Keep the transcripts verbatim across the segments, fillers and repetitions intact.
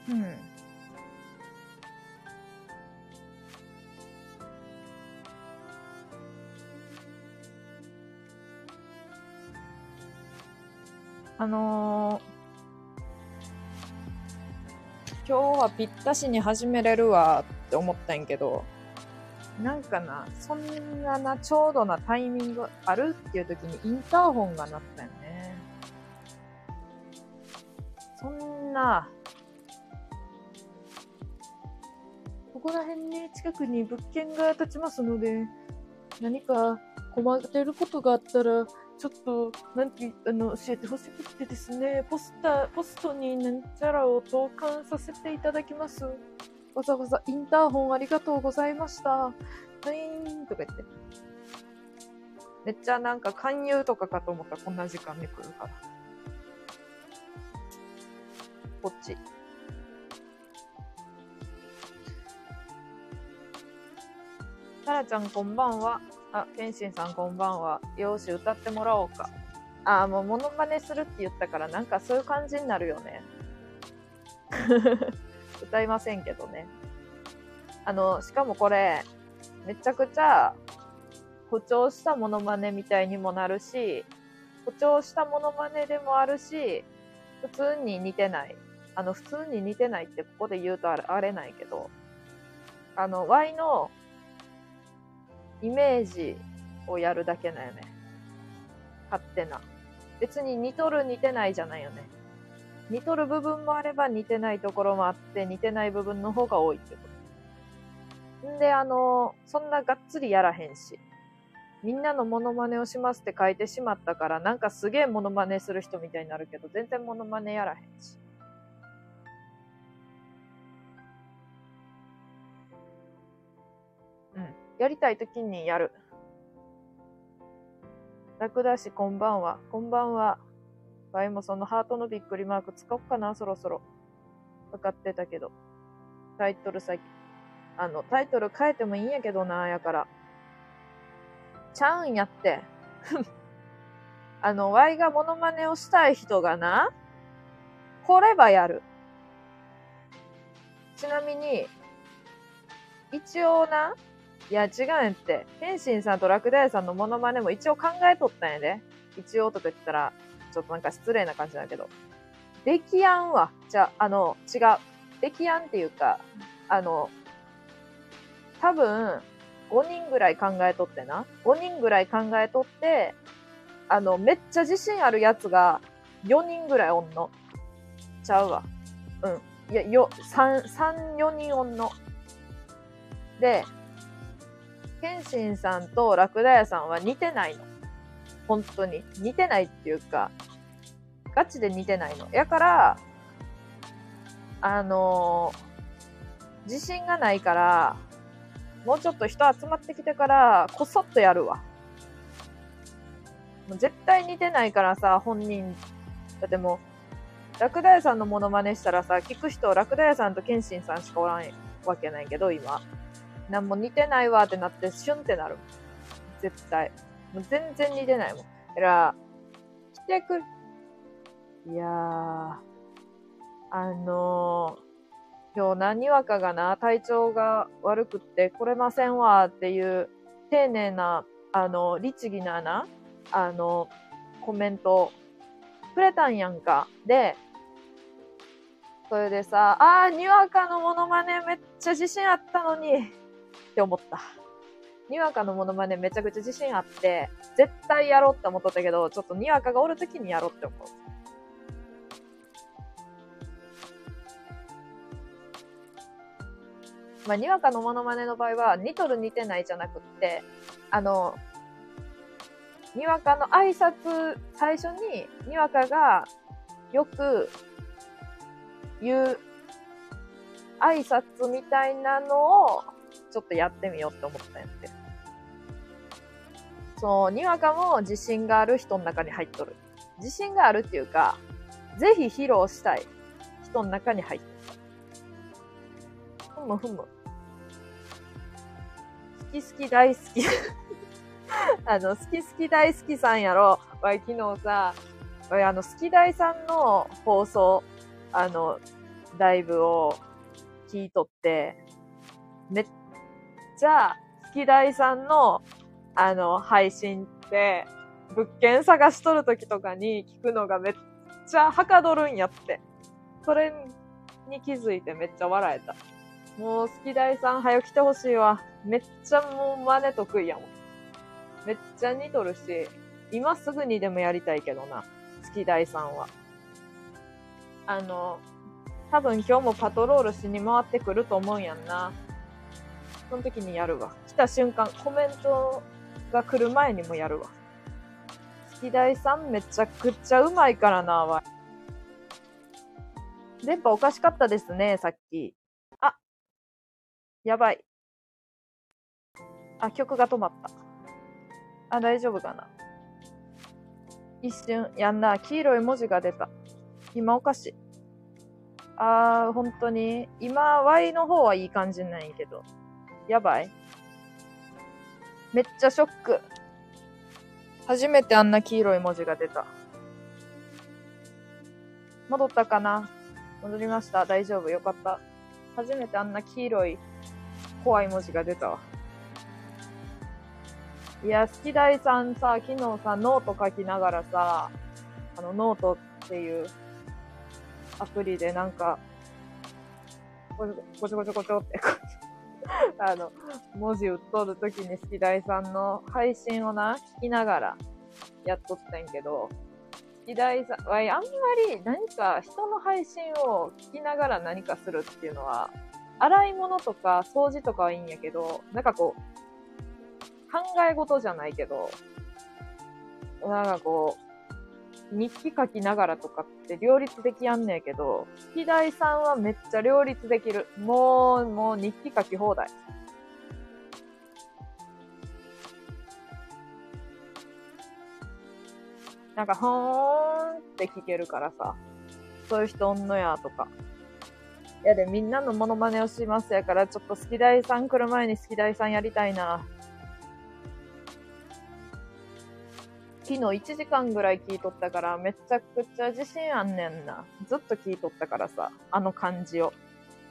うん。あのー、今日はぴったしに始めれるわって思ったんやけど、なんかな、そんなな、ちょうどなタイミングあるっていう時にインターホンが鳴ったよね。そんな、ここら辺に近くに物件が建ちますので、何か困ってることがあったら、ちょっと、なんて、あの、教えてほしくてですね、ポスター、ポストになんちゃらを投函させていただきます。わざわざインターホンありがとうございました。はいーんとか言って。めっちゃなんか勧誘とかかと思ったらこんな時間に来るから。こっち。タラちゃんこんばんは。あ、ケンシンさんこんばんは。よーし、歌ってもらおうか。あー、もうモノマネするって言ったからなんかそういう感じになるよね。歌いませんけどね。あの、しかもこれ、めちゃくちゃ誇張したモノマネみたいにもなるし、誇張したモノマネでもあるし、普通に似てない。あの、普通に似てないってここで言うとあれ、あれないけど、あの、Y のイメージをやるだけだよね。勝手な。別に似とる似てないじゃないよね。似とる部分もあれば似てないところもあって、似てない部分の方が多いってこと。んで、あの、そんながっつりやらへんし。みんなのモノマネをしますって書いてしまったから、なんかすげえモノマネする人みたいになるけど、全然モノマネやらへんし。うん。やりたいときにやる。楽だし、こんばんは。こんばんは。ワイもそのハートのびっくりマーク使おっかな、そろそろ。分かってたけど。タイトル先。あの、タイトル変えてもいいんやけどな、やから。ちゃうんやって。あの、ワイがモノマネをしたい人がな、来ればやる。ちなみに、一応な、いや違うんやって、天心さんとラクダ屋さんのモノマネも一応考えとったんやで。一応とか言ったら、ちょっとなんか失礼な感じだけど。できやんわ。じゃあ、あの、違う。できやんっていうか、あの、多分、ごにんぐらい考えとってな。ごにんぐらい考えとって、あの、めっちゃ自信あるやつがよにんぐらいおんの。ちゃうわ。うん。いや、よ、さん、さん、よにんおんの。で、謙信さんとラクダ屋さんは似てないの。本当に。似てないっていうか、ガチで似てないの。やから、あのー、自信がないから、もうちょっと人集まってきてから、こそっとやるわ。もう絶対似てないからさ、本人。だってもう、ラクダ屋さんのモノマネしたらさ、聞く人、ラクダ屋さんと謙信さんしかおらんわけないけど、今。なんも似てないわってなって、シュンってなる。絶対。もう全然似てないもん。だから、来てく、いやー、あのー、今日何話かがな、体調が悪くって来れませんわっていう丁寧な、あの、律儀なな、あの、コメントくれたんやんか。で、それでさ、あー、にわかのモノマネめっちゃ自信あったのにって思った。にわかのモノマネめちゃくちゃ自信あって、絶対やろうって思っとったけど、ちょっとにわかがおるときにやろうって思う。まあ、にわかのモノマネの場合は、似とる似てないじゃなくって、あの、にわかの挨拶、最初に、にわかがよく言う挨拶みたいなのを、ちょっとやってみようって思ったんやって。そう、にわかも自信がある人の中に入っとる。自信があるっていうか、ぜひ披露したい人の中に入ってた。ふむふむ。好き好き大好き。あの、好き好き大好きさんやろ。わい、昨日さ、わい、あの、好き大さんの放送、あの、 ライブを聞いとって、めっちゃ、好き大さんの、あの、配信って、物件探しとる時とかに聞くのがめっちゃはかどるんやって。それに気づいてめっちゃ笑えた。もう好き大さん早く来てほしいわ。めっちゃもう真似得意やもん。めっちゃ似とるし、今すぐにでもやりたいけどな、好き大さんは。あの、多分今日もパトロールしに回ってくると思うんやんな。その時にやるわ。来た瞬間、コメントが来る前にもやるわ。好き大さんめちゃくちゃうまいからな、わ。電波おかしかったですね、さっき。あ、やばい。あ、曲が止まった。あ、大丈夫かな。一瞬、やんな。黄色い文字が出た。今おかしい。あー、本当に。今、Y の方はいい感じなんやけど。やばい。めっちゃショック。初めてあんな黄色い文字が出た。戻ったかな？戻りました。大丈夫。よかった。初めてあんな黄色い怖い文字が出たわ。いや、好き大さんさ、昨日さ、ノート書きながらさ、あの、ノートっていうアプリでなんか、ごちょごちょごちょって、あの、文字打っとるときに好き大さんの配信をな、聞きながらやっとったんけど、好き大さん、わい、あんまり何か人の配信を聞きながら何かするっていうのは、洗い物とか掃除とかはいいんやけど、なんかこう、考え事じゃないけど、なんかこう、日記書きながらとかって両立できやんねんけど、好き大さんはめっちゃ両立できる。もう、もう日記書き放題。なんか、ほーんって聞けるからさ、そういう人おんのやとか。いやで、みんなのモノマネをしますやから、ちょっと好き大さん来る前に好き大さんやりたいな。昨日いちじかんぐらい聞いとったから、めちゃくちゃ自信あんねんな。ずっと聞いとったからさ、あの感じを。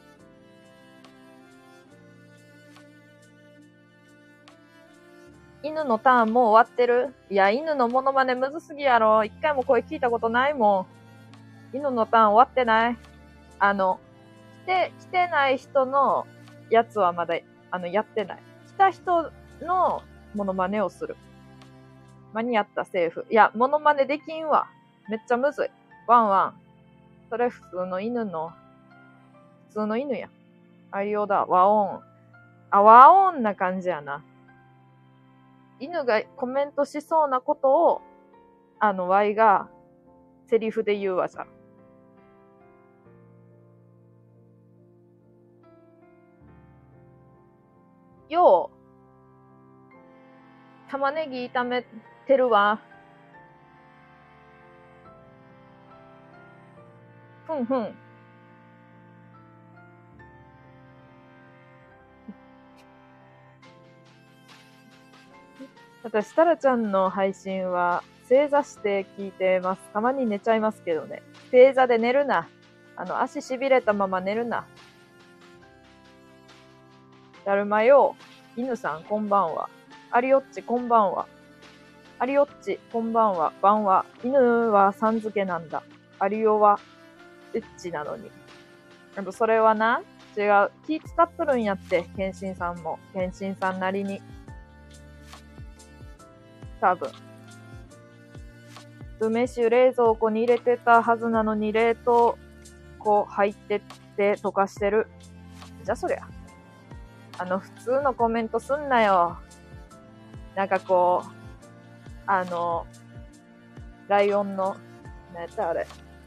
犬のターンもう終わってる？いや、犬のモノマネむずすぎやろ。一回も声聞いたことないもん。犬のターン終わってない？あの、来て、来てない人のやつはまだ、あの、やってない。来た人のモノマネをする。間に合ったセーフ。いや、モノマネできんわ。めっちゃむずい。ワンワン。それ普通の犬の、普通の犬や。ありようだ。和音。あ、和音な感じやな。犬がコメントしそうなことを、あの、Y がセリフで言うわじゃ。よう、玉ねぎ炒めてるわ。ふんふん。私、タラちゃんの配信は正座して聞いてます。たまに寝ちゃいますけどね。正座で寝るな。あの、足しびれたまま寝るな。だるまよ。犬さん、こんばんは。アリオッチ、こんばんは。アリオッチ、こんばんは。晩は。犬はさん付けなんだ。アリオは、エッチなのに。あと、それはな、違う。気使っとるんやって、ケンシンさんも。ケンシンさんなりに。多分。梅酒冷蔵庫に入れてたはずなのに、冷凍庫入ってって溶かしてる。じゃあそりゃ。あの、普通のコメントすんなよ。なんかこう、あの、ライオンの、なんやったあれ。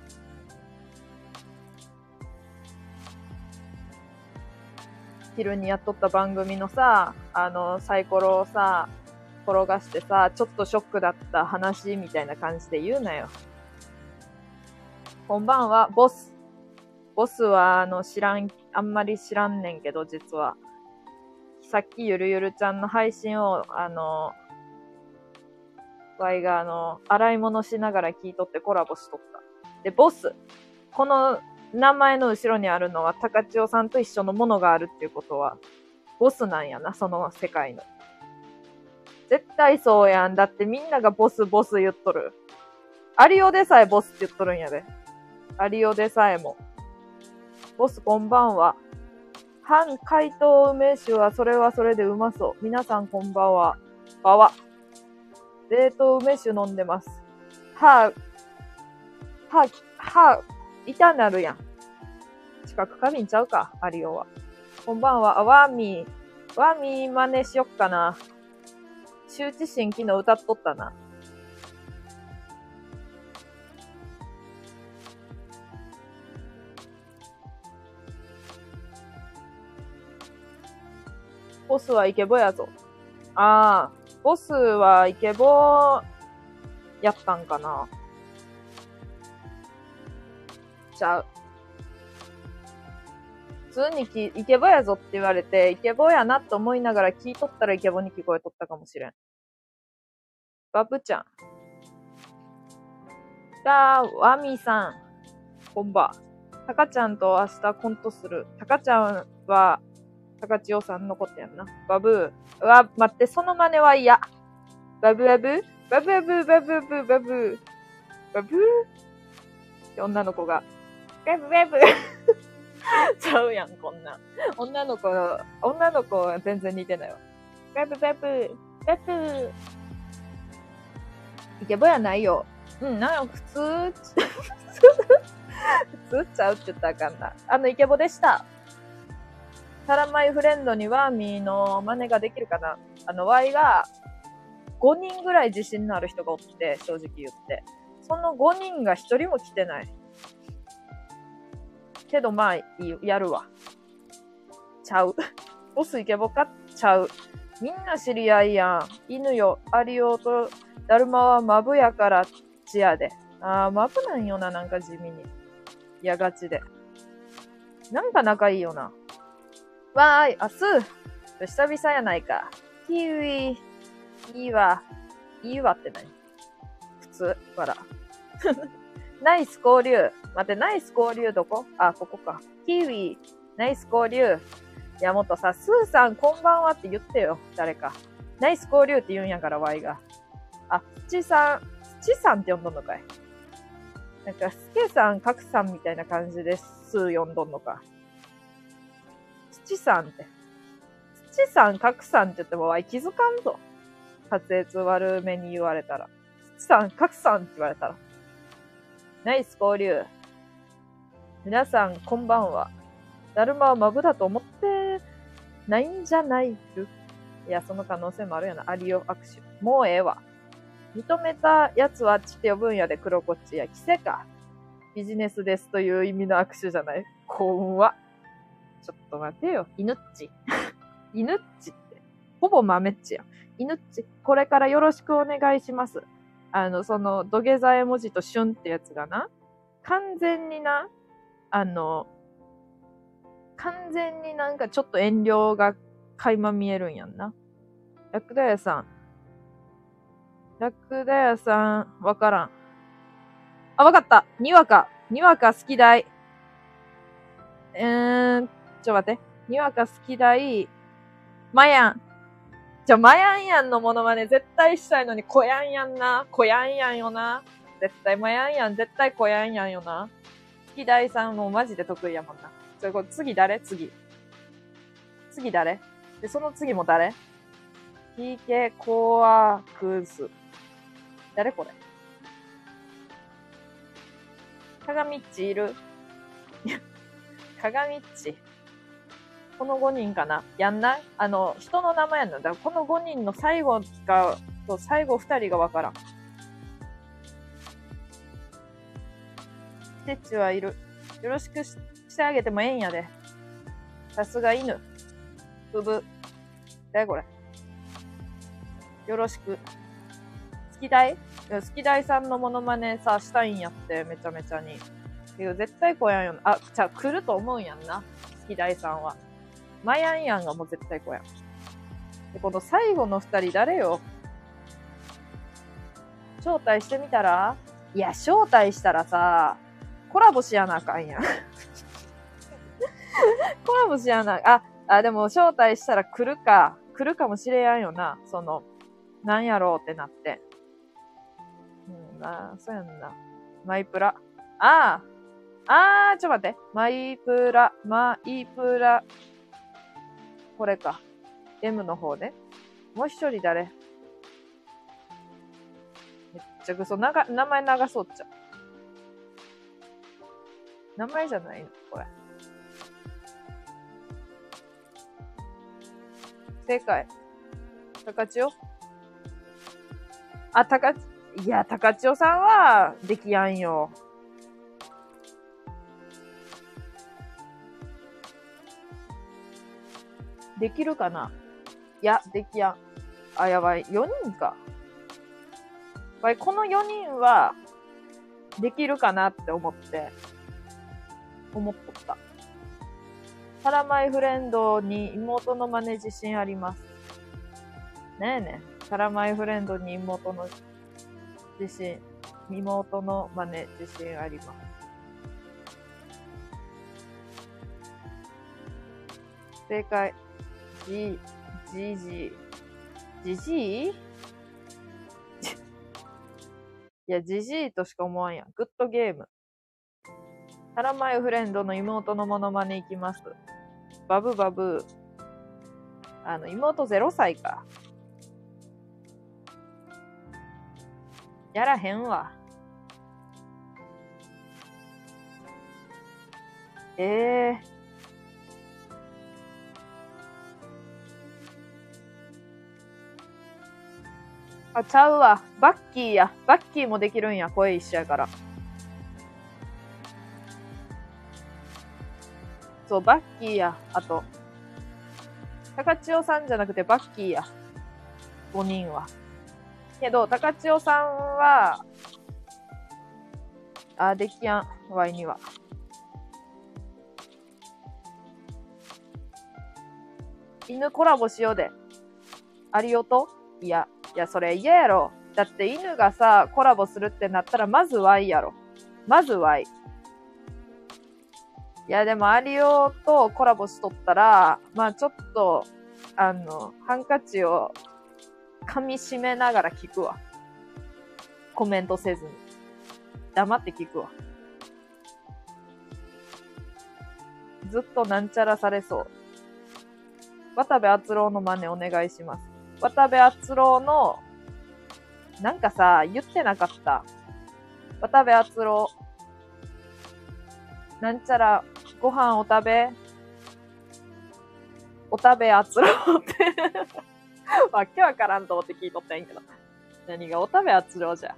昼にやっとった番組のさ、あの、サイコロをさ、転がしてさ、ちょっとショックだった話みたいな感じで言うなよ。こんばんは、ボス。ボスは、あの、知らん、あんまり知らんねんけど、実は。さっきゆるゆるちゃんの配信を、あの、ワイがあの、洗い物しながら聞いとってコラボしとった。で、ボス。この名前の後ろにあるのは高千代さんと一緒のものがあるっていうことは、ボスなんやな、その世界の。絶対そうやん。だってみんながボスボス言っとる。アリオでさえボスって言っとるんやで。アリオでさえも。ボスこんばんは。半解凍梅酒はそれはそれでうまそう。皆さんこんばんは。ばわ。冷凍梅酒飲んでます。はぁ、はぁ、はぁ、痛なるやん。近く過敏ちゃうか、アリオは。こんばんは。あ、ワーミー。ワーミー真似しよっかな。羞恥心昨日歌っとったな。ボスはイケボやぞ。ああ、ボスはイケボやったんかな。ちゃう。普通にきイケボやぞって言われて、イケボやなと思いながら聞いとったらイケボに聞こえとったかもしれん。バブちゃん。だー、ワミさん。こんばん。タカちゃんと明日コントする。タカちゃんは、タカチヨさんのことやんな。バブー。うわ、待って、その真似は嫌。バブバブバブバブバブバブバブバブーって女の子が。バブバブちゃうやん、こんなん。女の子、女の子は全然似てないわ。バブバブバブイケボやないよ。うん、なんか普通、普通ちゃうって言ったらあかんな。あの、イケボでした。タラマイフレンドにワーミーの真似ができるかな。あの、ワイがごにんぐらい自信のある人がおって、正直言って。そのごにんがひとりも来てない。けどまあ、やるわ。ちゃう。ボスイケボかちゃう。みんな知り合いやん。犬よ、アリオとダルマはマブやからチやで。あー、マブなんよな、なんか地味に。やがちで。なんか仲いいよな。わーい、あす久々やないか。キウイ、いいわ。いいわって何普通、わら。ナイス交流。待って、ナイス交流どこあ、ここか。キウイ、ナイス交流。いや、もっとさ、スーさんこんばんはって言ってよ。誰か。ナイス交流って言うんやから、ワイが。あ、土さん、土さんって呼んどんのかい。なんか、スケさん、カクさんみたいな感じでスー呼んどんのか。土さんって。土さん、カクさんって言っても、わい気づかんぞ。滑舌悪めに言われたら。土さん、カクさんって言われたら。ナイス交流。皆さん、こんばんは。だるまはマブだと思ってないんじゃないるいや、その可能性もあるよな。アリオ握手。もうええわ。認めたやつはちって呼ぶんやで、黒こっちや。キセか。ビジネスですという意味の握手じゃない。幸運は。ちょっと待てよ。犬っち。犬っちって。ほぼ豆っちや。犬っち。これからよろしくお願いします。あの、その、土下座絵文字とシュンってやつがな。完全にな、あの、完全になんかちょっと遠慮が垣間見えるんやんな。ラクダ屋さん。ラクダ屋さん、わからん。あ、わかった。にわか。にわか好きだい。えーん、ちょ待って。にわか好きだい。マヤン。じゃ、マヤンヤンのモノマネ絶対したいのに、コヤンヤンな。コヤンヤンよな。絶対マヤンヤン、絶対コヤンヤンよな。好きだいさんもマジで得意やもんな。それこれ次誰次。次誰で、その次も誰 ?ピーケー コアクス。誰これ鏡っちいるいや、鏡っち。このごにんかなやんないあの、人の名前やんの。だからこのごにんの最後か、と最後ふたりがわからん。ステッチはいる。よろしく し, してあげてもええんやで。さすが犬。ブブ。誰これよろしく。好きだい好きだいさんのモノマネさ、したいんやって、めちゃめちゃに。いや、絶対こやんよな。あ、じゃあ来ると思うんやんな。好きだいさんは。マヤンヤンがもう絶対こやん。で、この最後の二人誰よ招待してみたらいや、招待したらさ、 コラボしやなあかんやん。コラボしやなあ、あ、でも招待したら来るか。来るかもしれやんよな。その、なんやろうってなって。うんな、そうやんな。マイプラ。ああ。ああ、ちょっと待って。マイプラ、マイプラ。これか。M の方ね。もう一人誰？めっちゃぐそ、なが、名前長そうっちゃ。名前じゃないのこれ。正解。高千代？あ、高、いや、高千代さんは、できやんよ。できるかないや、できやん。あ、やばい。よにんか。わい、このよにんは、できるかなって思って、思っとった。タラマイフレンドに妹の真似自信あります。ねえねえ。タラマイフレンドに妹の自信、妹の真似自信あります。正解。じ、じじ、じじいいや、じじいとしか思わんやん。グッドゲーム。タラマイフレンドの妹のモノマネいきます。バブバブ。あの、妹ゼロさいか。やらへんわ。ええー。あ、ちゃうわ。バッキーや。バッキーもできるんや。声一緒やから。そう、バッキーや。あと。高千代さんじゃなくてバッキーや。ごにんは。けど、高千代さんは、あ、できやん。ワイには。犬コラボしようで。ありよと？いや。いや、それ嫌やろ。だって犬がさ、コラボするってなったら、まず Y やろ。まず Y。いや、でもアリオとコラボしとったら、まあちょっと、あの、ハンカチを噛み締めながら聞くわ。コメントせずに。黙って聞くわ。ずっとなんちゃらされそう。渡部篤郎の真似お願いします。渡部篤郎の、なんかさ、言ってなかった。渡部篤郎。なんちゃら、ご飯お食べ、お食べ篤郎って。わけわからんと思って聞いとったんやけど。何がお食べ篤郎じゃ。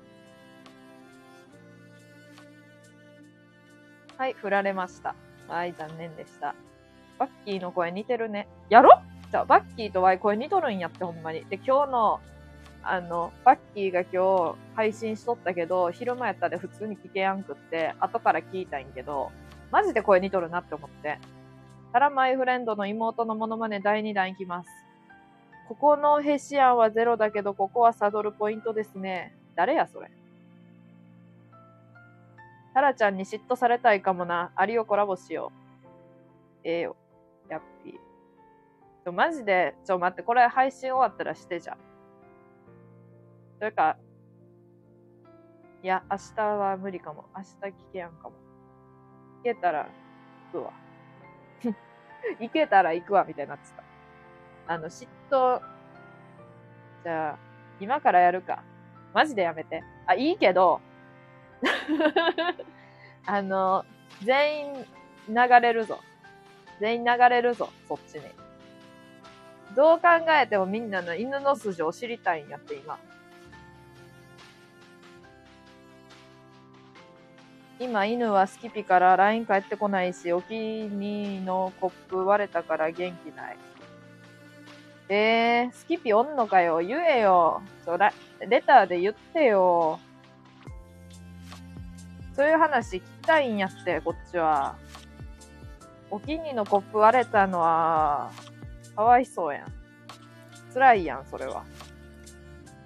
はい、振られました。はい、残念でした。バッキーの声似てるね。やろ？じゃあ、バッキーとワイ声似とるんやって、ほんまに。で、今日の、あの、バッキーが今日配信しとったけど、昼間やったで普通に聞けやんくって、後から聞いたんやけど、マジで声似とるなって思って。タラマイフレンドの妹のモノマネだいにだんいきます。ここのヘシアンはゼロだけど、ここはサドルポイントですね。誰やそれ。タラちゃんに嫉妬されたいかもな。アリをコラボしよう。ええよ。ヤッピー。ちょ、マジで、ちょ、待って、これ配信終わったらしてじゃん。それか、いや、明日は無理かも。明日聞けやんかも。行けたら行くわ。行けたら行くわ、みたいになってた。あの、嫉妬、じゃあ、今からやるか。マジでやめて。あ、いいけど、あの、全員流れるぞ。全員流れるぞ、そっちに。どう考えてもみんなの犬の筋を知りたいんやって、今。今、犬はスキピから ライン 返ってこないし、お気にのコップ割れたから元気ない。えー、スキピおんのかよ。言えよ。そら、レターで言ってよ。そういう話聞きたいんやって、こっちは。お気にのコップ割れたのは、かわいそうやん。辛いやん、それは。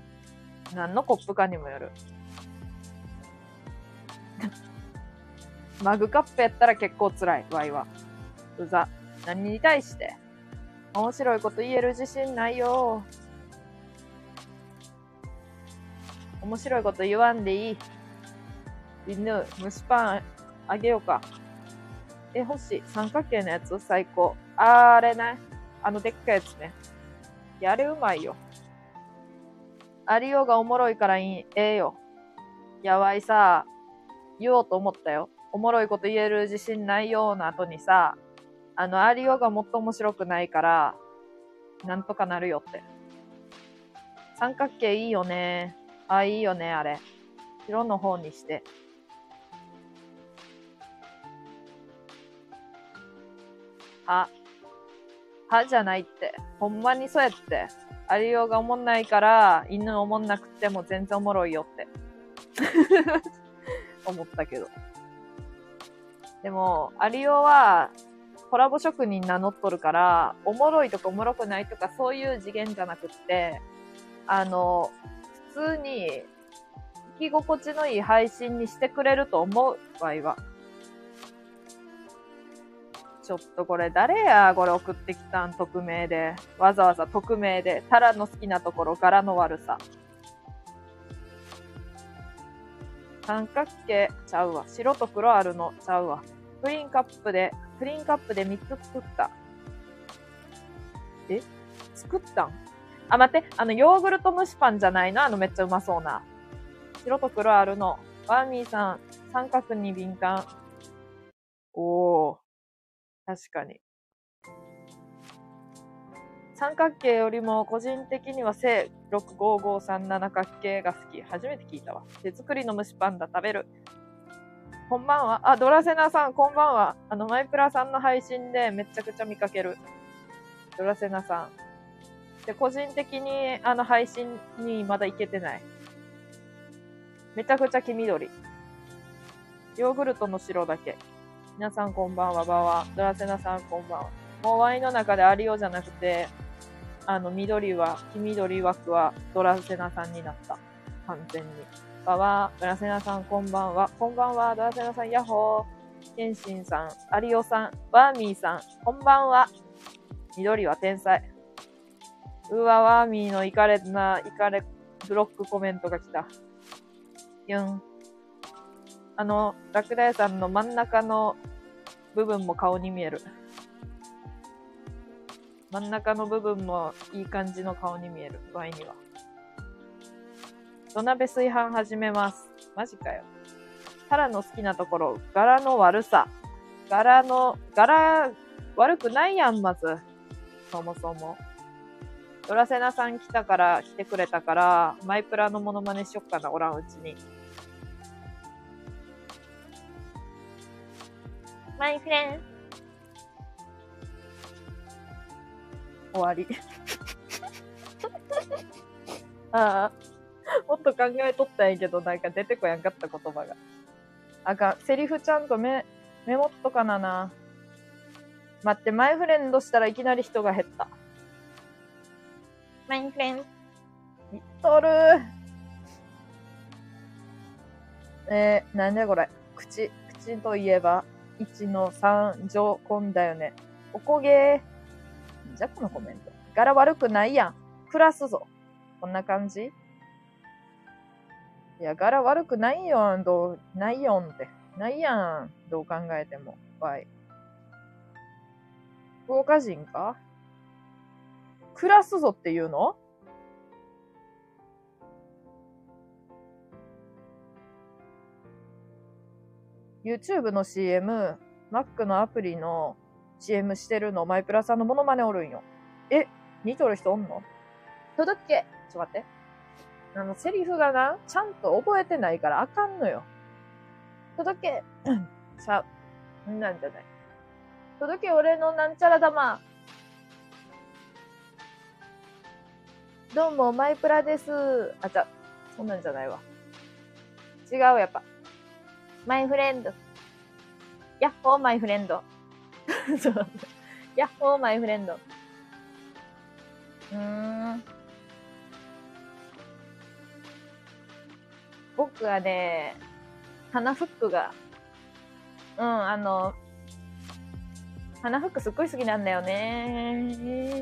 何のコップかにもよる。 マグカップやったら結構辛い、ワイは。うざ。何に対して面白いこと言える自信ないよ。面白いこと言わんでいい。犬、蒸しパンあげようか。え、欲しい。三角形のやつ最高。あー、あれね。あのでっかいやつね。いや、あれうまいよ。ありようがおもろいからいい、ええよ。やばいさ、言おうと思ったよ。おもろいこと言える自信ないような後にさ、あの、ありようがもっと面白くないから、なんとかなるよって。三角形いいよね。あ、いいよね、あれ。白の方にして。は。はじゃないって。ほんまにそうやって。ありようがおもんないから、犬おもんなくても全然おもろいよって。思ったけど。でも、アリオは、コラボ職人名乗っとるから、おもろいとかおもろくないとかそういう次元じゃなくって、あの、普通に、聞き心地のいい配信にしてくれると思う、わいは。ちょっとこれ誰やこれ送ってきたん、匿名で。わざわざ匿名で。タラの好きなところ、柄の悪さ。三角形ちゃうわ。白と黒あるのちゃうわ。プリンカップで、プリンカップでみっつ作った。え作ったんあ、待って。あの、ヨーグルト蒸しパンじゃないのあの、めっちゃうまそうな。白と黒あるの。ワーミーさん、三角に敏感。おー。確かに。三角形よりも個人的には正ろくごごさん七角形が好き。初めて聞いたわ。手作りの蒸しパンダ食べる。こんばんは。あ、ドラセナさん、こんばんは。あの、マイプラさんの配信でめちゃくちゃ見かける。ドラセナさん。で、個人的にあの配信にまだ行けてない。めちゃくちゃ黄緑。ヨーグルトの白だけ。皆さんこんばんは、ばんは。ドラセナさんこんばんは。もうワインの中でアリオじゃなくて、あの、緑は、黄緑枠はドラセナさんになった。完全に。ばは、ドラセナさんこんばんは。こんばんは、ドラセナさん、ヤッホー。ケンシンさん、アリオさん、ワーミーさん、こんばんは。緑は天才。うわ、ワーミーのイカレな、イカレブロックコメントが来た。ユン。あの、ラクダ屋さんの真ん中の部分も顔に見える。真ん中の部分もいい感じの顔に見える。ワイには。土鍋炊飯始めます。マジかよ。タラの好きなところ、柄の悪さ。柄の、柄、悪くないやん、まず。そもそも。ドラセナさん来たから、来てくれたから、マイプラのモノマネしよっかな、おらんうちに。マイフレン終わり。ああ、もっと考えとったんやけど、なんか出てこやんかった言葉が。あかん、セリフちゃんとメ、メモっとかなな。待って、マイフレンドしたらいきなり人が減った。マイフレンド。いっとるー。えー、なんだこれ。口、口といえば、いちのさん乗根だよね。おこげー。じゃこのコメント。柄悪くないやん。プラスぞ。こんな感じいや、柄悪くないよん、どう、ないよんって。ないやん。どう考えても。わい。福岡人かクラスぞって言うの？YouTube の シーエム、Mac のアプリの シーエム してるの、マイプラさんのモノマネおるんよ。え、似とる人おんの？届け。ちょっと待って。あの、セリフがな、ちゃんと覚えてないからあかんのよ。届け。さあ、んなんじゃない。届け俺のなんちゃら玉。どうも、マイプラです。あ、じゃ、そんなんじゃないわ。違う、やっぱ。マイフレンド。ヤッホーマイフレンド。ヤッホーマイフレンド。うーん。僕はね、鼻フックが、 うん、あの、花服すっごい好きなんだよね。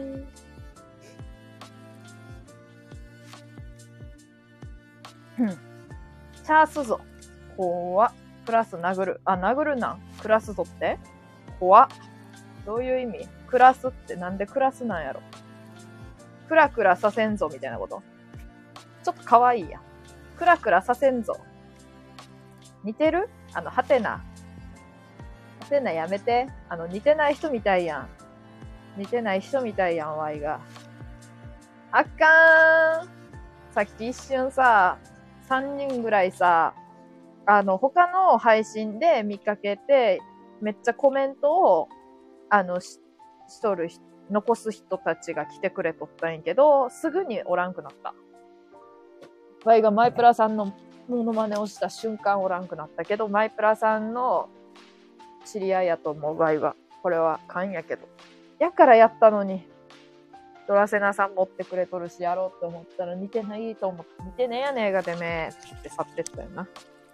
うん。チャースぞ。怖っ。クラス殴る。あ、殴るなん。クラスぞって怖っ。どういう意味？クラスってなんでクラスなんやろ？クラクラさせんぞみたいなこと？ちょっと可愛いやん。クラクラさせんぞ。似てる？あの、ハテナ。ハテナやめて。あの、似てない人みたいやん。似てない人みたいやん、ワイが。あかーん。さっき一瞬さ、さんにんぐらいさ、あの、他の配信で見かけて、めっちゃコメントを、あの、し、しとる、残す人たちが来てくれとったんやけど、すぐにおらんくなった。ワイがマイプラさんのモノマネをした瞬間おらんくなったけど、マイプラさんの知り合いやと思う、ワイは。これは勘やけど。やからやったのに、ドラセナさん持ってくれとるし、やろうって思ったら似てないと思って、似てねえやねえがてめえって去ってったよな。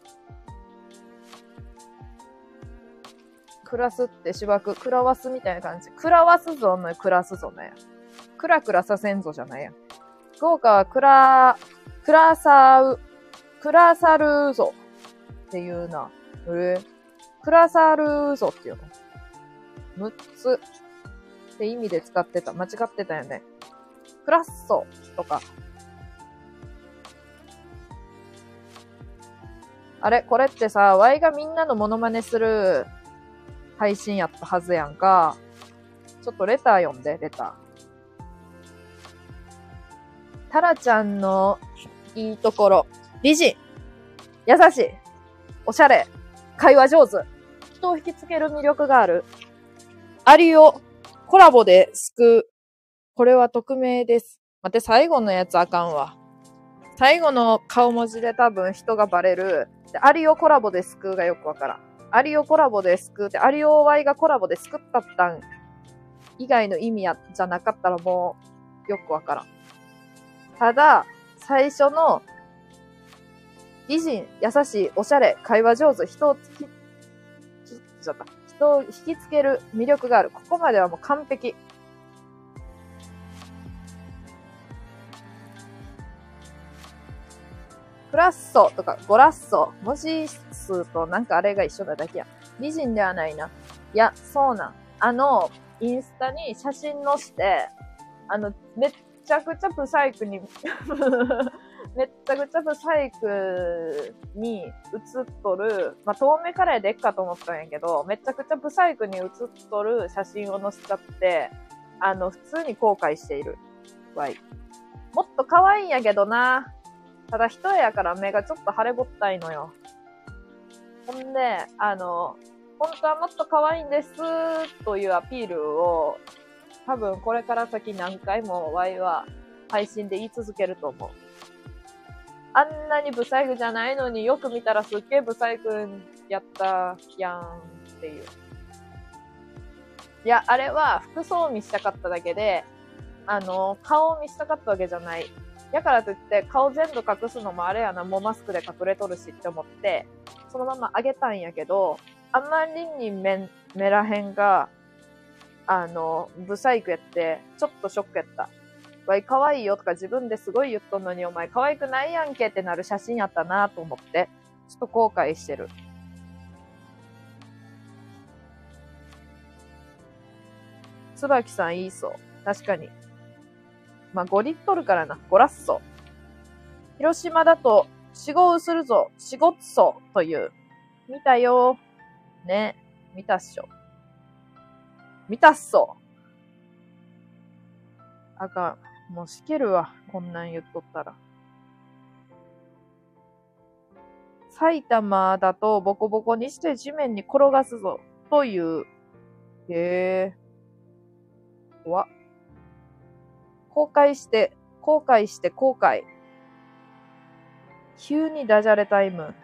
クラスってしばく、クラワスみたいな感じ。クラワスゾのクラスゾね。クラクラさせんぞじゃないやん。福岡はクラ、クラサウ、クラサルゾっていうな。えー、クラサルゾっていうの。むっつって意味で使ってた。間違ってたよね。クラッソとか。あれこれってさ、ワイがみんなのモノマネする配信やったはずやんか。ちょっとレター読んで、レター。タラちゃんのいいところ。美人。優しい。おしゃれ。会話上手。人を引きつける魅力がある。アリオ。コラボで救う。これは匿名です。待って、最後のやつあかんわ。最後の顔文字で多分人がバレる。でアリオコラボで救うがよくわからん。アリオコラボで救うって、アリオワイがコラボで救ったったん以外の意味や、じゃなかったらもうよくわからん。ただ、最初の美人、優しい、おしゃれ、会話上手、人をつき、ちょっと、人を引きつける魅力がある。ここまではもう完璧。クラッソとかゴラッソ、文字数となんかあれが一緒なだけや。美人ではないな。いや、そうなん。あの、インスタに写真載して、あの、めっちゃくちゃブサイクに、めっちゃくちゃブサイクに映っとる、まあ、遠目からやでっかと思ったんやけど、めっちゃくちゃブサイクに映っとる写真を載せちゃって、あの、普通に後悔している。わい。もっと可愛いんやけどな。ただ一重やから目がちょっと腫れぼったいのよ。ほんで、あの、本当はもっと可愛いんですというアピールを、多分これから先何回もワイは配信で言い続けると思う。あんなにブサイクじゃないのによく見たらすっげえブサイクやったやんっていう。いや、あれは服装を見したかっただけで、あの、顔を見したかったわけじゃない。やからといって顔全部隠すのもあれやな、もうマスクで隠れとるしって思って、そのまま上げたんやけど、あまりに目、目らへんが、あの、ブサイクやって、ちょっとショックやった。わい可愛いよとか自分ですごい言っとんのに、お前可愛くないやんけってなる写真やったなと思って、ちょっと後悔してる。椿さん言いそう。確かに。まあ、ごリットルからな。ゴラッソ。広島だと、死後するぞ、死後っそという。見たよ。ね。見たっしょ。見たっそ。あかん。もうしけるわ。こんなん言っとったら。埼玉だとボコボコにして地面に転がすぞ。という。へえ。怖っ。後悔して、後悔して後悔。急にダジャレタイム。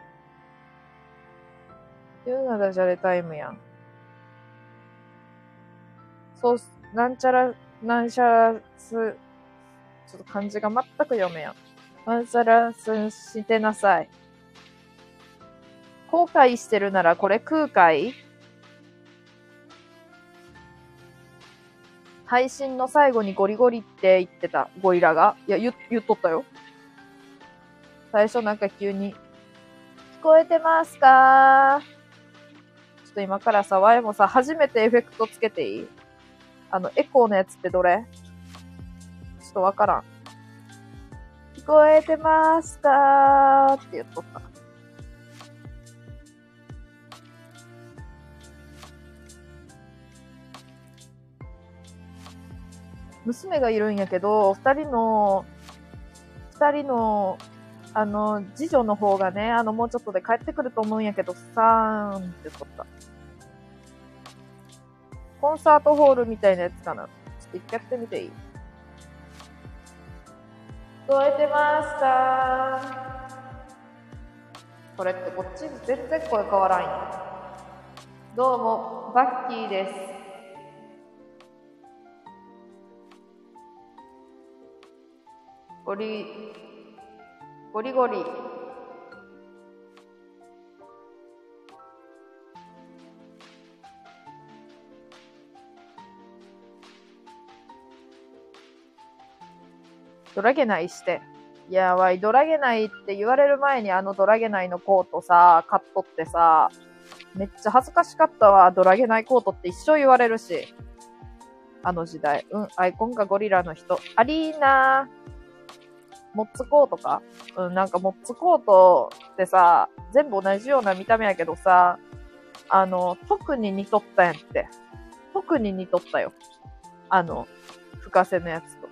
急なダジャレタイムやん。そう、なんちゃら、なんちゃらす、ちょっと漢字が全く読めやん。なんちゃらすしてなさい。後悔してるならこれ空海配信の最後にゴリゴリって言ってた、ゴリラが。いや、言、言っとったよ。最初なんか急に、聞こえてますか？ちょっと今からさ、ワイもさ、初めてエフェクトつけていい？あの、エコーのやつってどれ？ちょっとわからん。聞こえてますかって言っとった。娘がいるんやけど、二人の、二人の、あの、次女の方がね、あの、もうちょっとで帰ってくると思うんやけど、さーんって言っとった。コンサートホールみたいなやつかな。ちょっと一回やってみていい？聞こえてますか？これってこっち全然声変わらんよ。どうも、バッキーです。ゴリ、ゴリゴリ。ドラゲナイして。いやわい、ドラゲナイって言われる前にあのドラゲナイのコートさ、買っとってさ、めっちゃ恥ずかしかったわ。ドラゲナイコートって一生言われるし。あの時代。うん、アイコンがゴリラの人。アリーナー。モッツコートか？うん、なんかモッツコートってさ、全部同じような見た目やけどさ、あの、特に似とったやんって。特に似とったよ。あの、深瀬のやつと。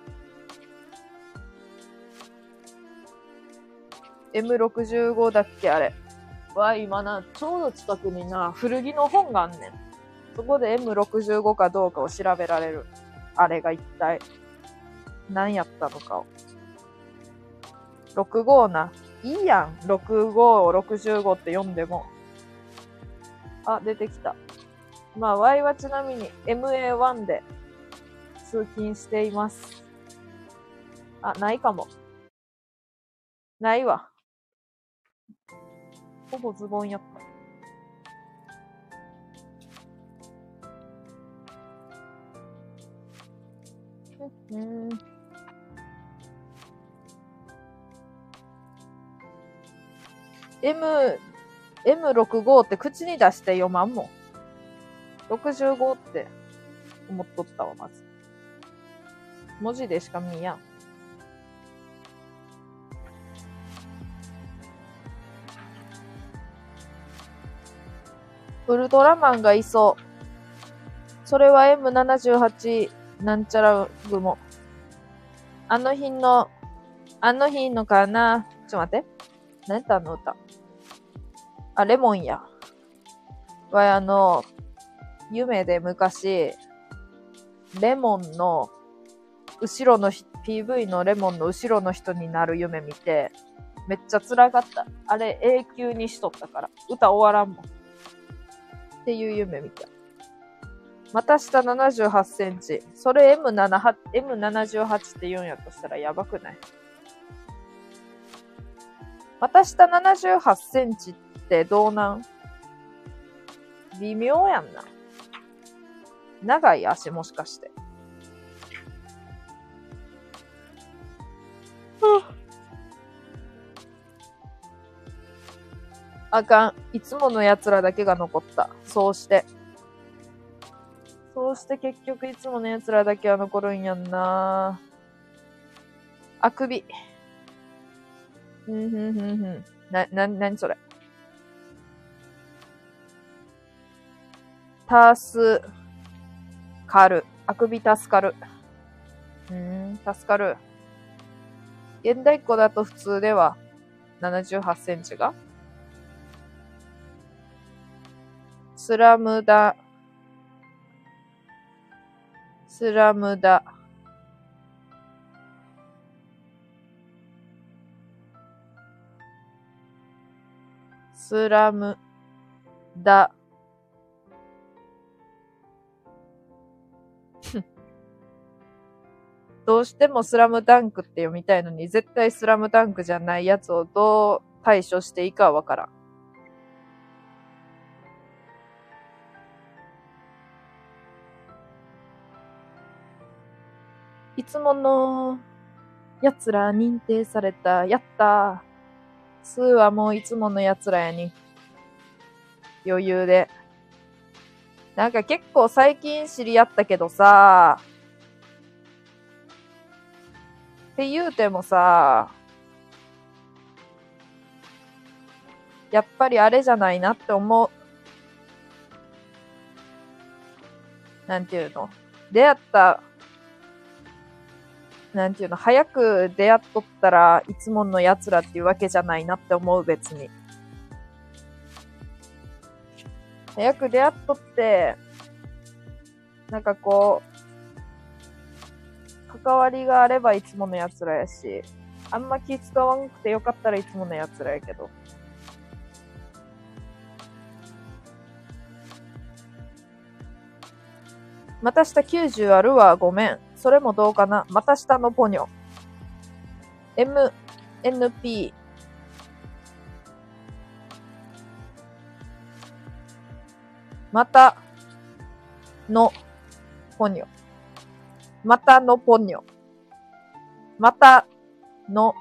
エムろくじゅうご だっけあれ。わ、今な、ちょうど近くにな、古着の本があんねん。そこで エムろくじゅうご かどうかを調べられる。あれが一体、何やったのかを。ろくじゅうごな。いいやん。ろくじゅうごをろくじゅうごって読んでも。あ、出てきた。まあ、Y はちなみに エムエーワン で通勤しています。あ、ないかも。ないわ。ほぼズボンやった。うん。M、エムろくじゅうご って口に出して読まんもん。ろくじゅうごって思っとったわ、まず。文字でしか見やん。ウルトラマンがいそう。それは エムななじゅうはち なんちゃら雲。あの日の、あの日のかな。ちょっと待って。何やったあの歌。あ、レモンや。は、あの、夢で昔、レモンの、後ろの、ピーブイ のレモンの後ろの人になる夢見て、めっちゃ辛かった。あれ永久にしとったから。歌終わらんもん。っていう夢見た。また下ななじゅうはちセンチ。それ エムななじゅうはち って言うんやとしたらやばくない？また下ななじゅうはちセンチってどうなん？微妙やんな。長い足もしかして。あかん。いつもの奴らだけが残った。そうして。そうして結局いつもの奴らだけは残るんやんな。あくび。ふんふんふんふん。な、な、なにそれ。タスカル。あくび助かる。うーん、助かる。現代っ子だと普通ではななじゅうはちセンチがスラムダ、スラムダ、スラムダ、どうしてもスラムダンクって読みたいのに、絶対スラムダンクじゃないやつをどう対処していいかはわからん。 いつもの奴ら認定された。やったー。スーはもういつもの奴らやに。余裕で。なんか結構最近知り合ったけどさ、って言うてもさ、やっぱりあれじゃないなって思う。なんていうの？出会った、なんていうの？早く出会っとったらいつもの奴らっていうわけじゃないなって思う、別に。早く出会っとって、なんかこう、関わりがあればいつもの奴らやし、あんま気使わんくてよかったらいつもの奴らやけど。また下きゅうじゅうあるわ、ごめん。それもどうかな。また下のポニョ。エムエヌピー。またのポニョ。またのポニョ。またの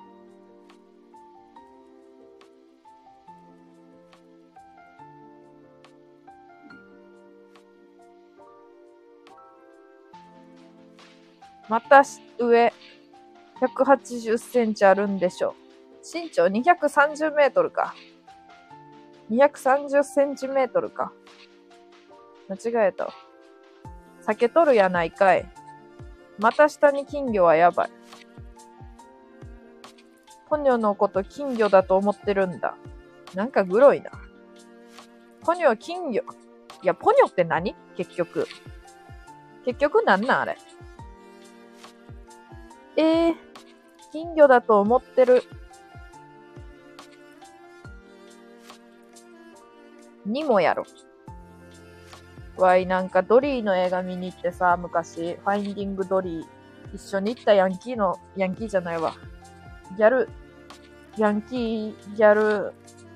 また上ひゃくはちじゅっセンチあるんでしょ。身長にひゃくさんじゅうメートルか。にひゃくさんじゅっセンチメートルか。間違えた。避けとるやないかい。また下に金魚はやばい。ポニョのこと金魚だと思ってるんだ。なんかグロいな。ポニョ金魚。いや、ポニョって何？結局。結局なんなんあれ。えー、金魚だと思ってる。にもやろ。わい、なんかドリーの映画見に行ってさ、昔、ファインディングドリー。一緒に行ったヤンキーの、ヤンキーじゃないわ。ギャル、ヤンキー、ギャル、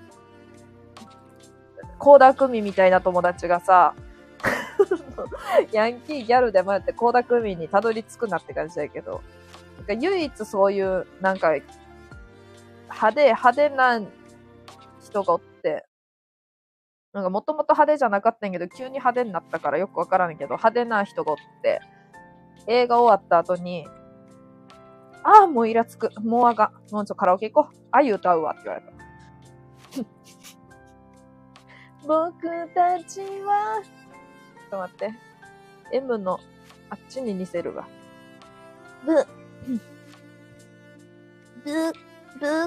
コーダ組みたいな友達がさ、ヤンキーギャルで迷ってコーダ組にたどり着くなって感じだけど、なんか唯一そういう、なんか、派手、派手な人がおって、なんかもともと派手じゃなかったんやけど、急に派手になったからよくわからんけど、派手な人がおって、映画終わった後に、ああ、もうイラつく。もうあが。もうちょ、カラオケ行こう。あゆ歌うわって言われた。僕たちは、ちょっと待って。M の、あっちに似せるわ。ブ、ブ、ブ、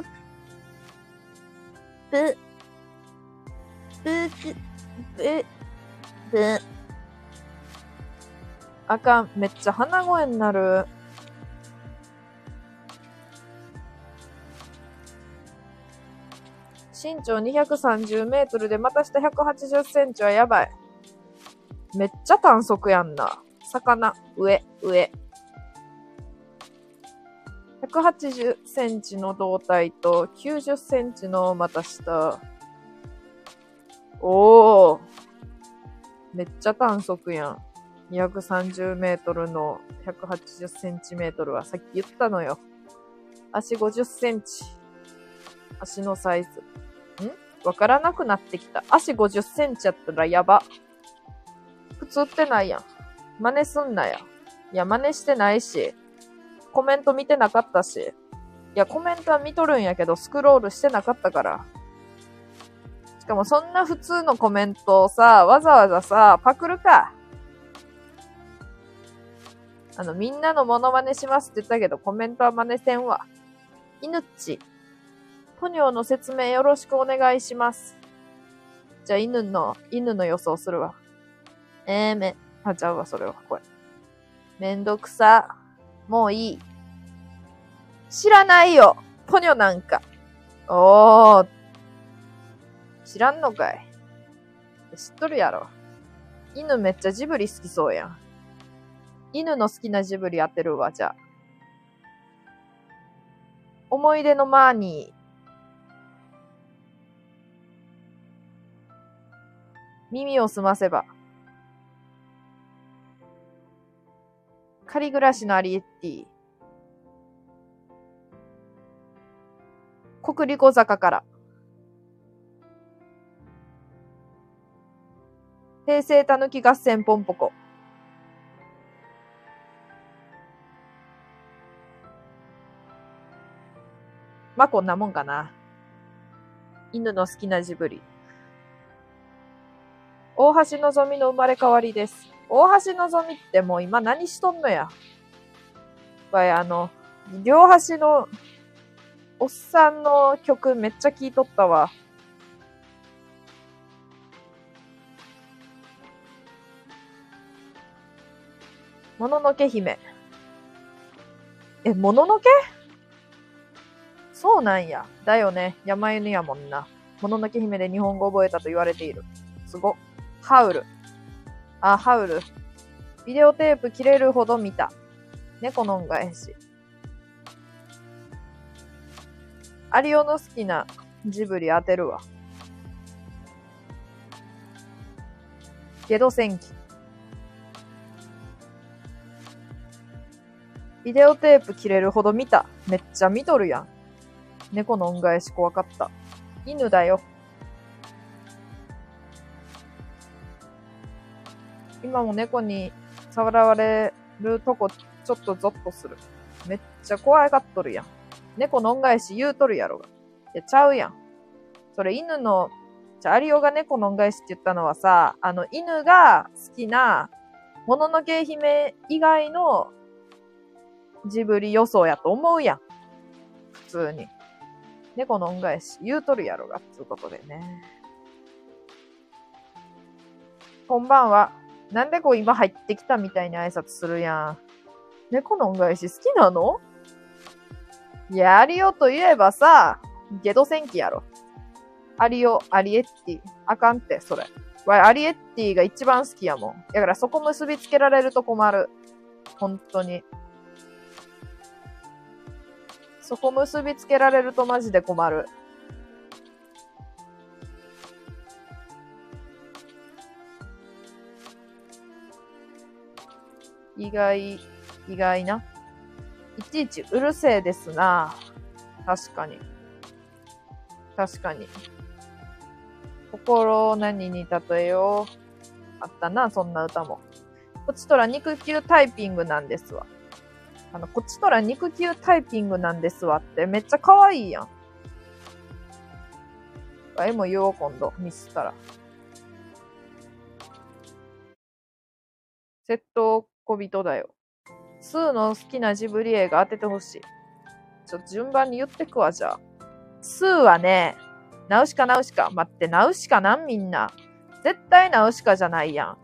ブ、ブ、ブ、ブ、あかん。めっちゃ鼻声になる。身長にひゃくさんじゅうメートルでまた下ひゃくはちじゅっセンチはやばい。めっちゃ短足やんな。魚、上、上。ひゃくはちじゅっセンチの胴体ときゅうじゅっセンチの股下。おー。めっちゃ短足やん。にひゃくさんじゅうメートルのひゃくはちじゅっセンチメートルはさっき言ったのよ。足ごじゅっセンチ。足のサイズ。ん？わからなくなってきた。足ごじゅっセンチやったらやば。普通ってないやん。真似すんなや。いや、真似してないし、コメント見てなかったし。いや、コメントは見とるんやけど、スクロールしてなかったから。しかもそんな普通のコメントをさ、わざわざさ、パクるか。あの、みんなのモノマネしますって言ったけど、コメントは真似せんわ。いぬっち。ポニョの説明よろしくお願いします。じゃあ、犬の、犬の予想するわ。えーめ、あ、ちゃうわ、それは。これ。めんどくさ。もういい。知らないよ。ポニョなんか。おー。知らんのかい。知っとるやろ。犬めっちゃジブリ好きそうやん。犬の好きなジブリ当てるわ、じゃあ。思い出のマーニー。耳をすませば。 仮暮らしのアリエッティ。国立小坂から。平成たぬき合戦ポンポコ。まあ、こんなもんかな。犬の好きなジブリ。大橋のぞみの生まれ変わりです。大橋のぞみってもう今何しとんのや。わい、あの、両端のおっさんの曲めっちゃ聴いとったわ。もののけ姫。え、もののけ？そうなんや。だよね。山犬やもんな。もののけ姫で日本語覚えたと言われている。すご。ハウル。あ、ハウル。ビデオテープ切れるほど見た。猫の恩返し。アリオの好きなジブリ当てるわ。ゲド戦記。ビデオテープ切れるほど見た。めっちゃ見とるやん。猫の恩返し怖かった。犬だよ。今も猫に触られるとこちょっとゾッとする。めっちゃ怖がっとるやん。猫の恩返し言うとるやろが。いや、ちゃうやん。それ犬の、じゃあ、アリオが猫の恩返しって言ったのはさ、あの、犬が好きな、もののけ姫以外のジブリ予想やと思うやん。普通に。猫の恩返し言うとるやろが、つうことでね。こんばんは。なんでこう今入ってきたみたいに挨拶するやん。猫の恩返し好きなの？いや、アリオといえばさ、ゲド戦記やろ。アリオ、アリエッティ。あかんって、それ。わい、アリエッティが一番好きやもん。だからそこ結びつけられると困る。本当に。そこ結びつけられるとマジで困る。意外、意外な。いちいちうるせえですな。確かに。確かに。心を何に例えよう。あったな、そんな歌も。こっちとら肉球タイピングなんですわ。あの、こっちとら肉球タイピングなんですわってめっちゃ可愛いやん。えも言おう、今度、ミスったら。窃盗小人だよ。スーの好きなジブリ映画当ててほしい。ちょっと順番に言ってくわ、じゃあ。スーはね、ナウシカナウシカ。待って、ナウシカなんみんな。絶対ナウシカじゃないやん。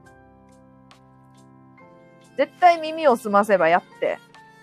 絶対耳を澄ませばやって。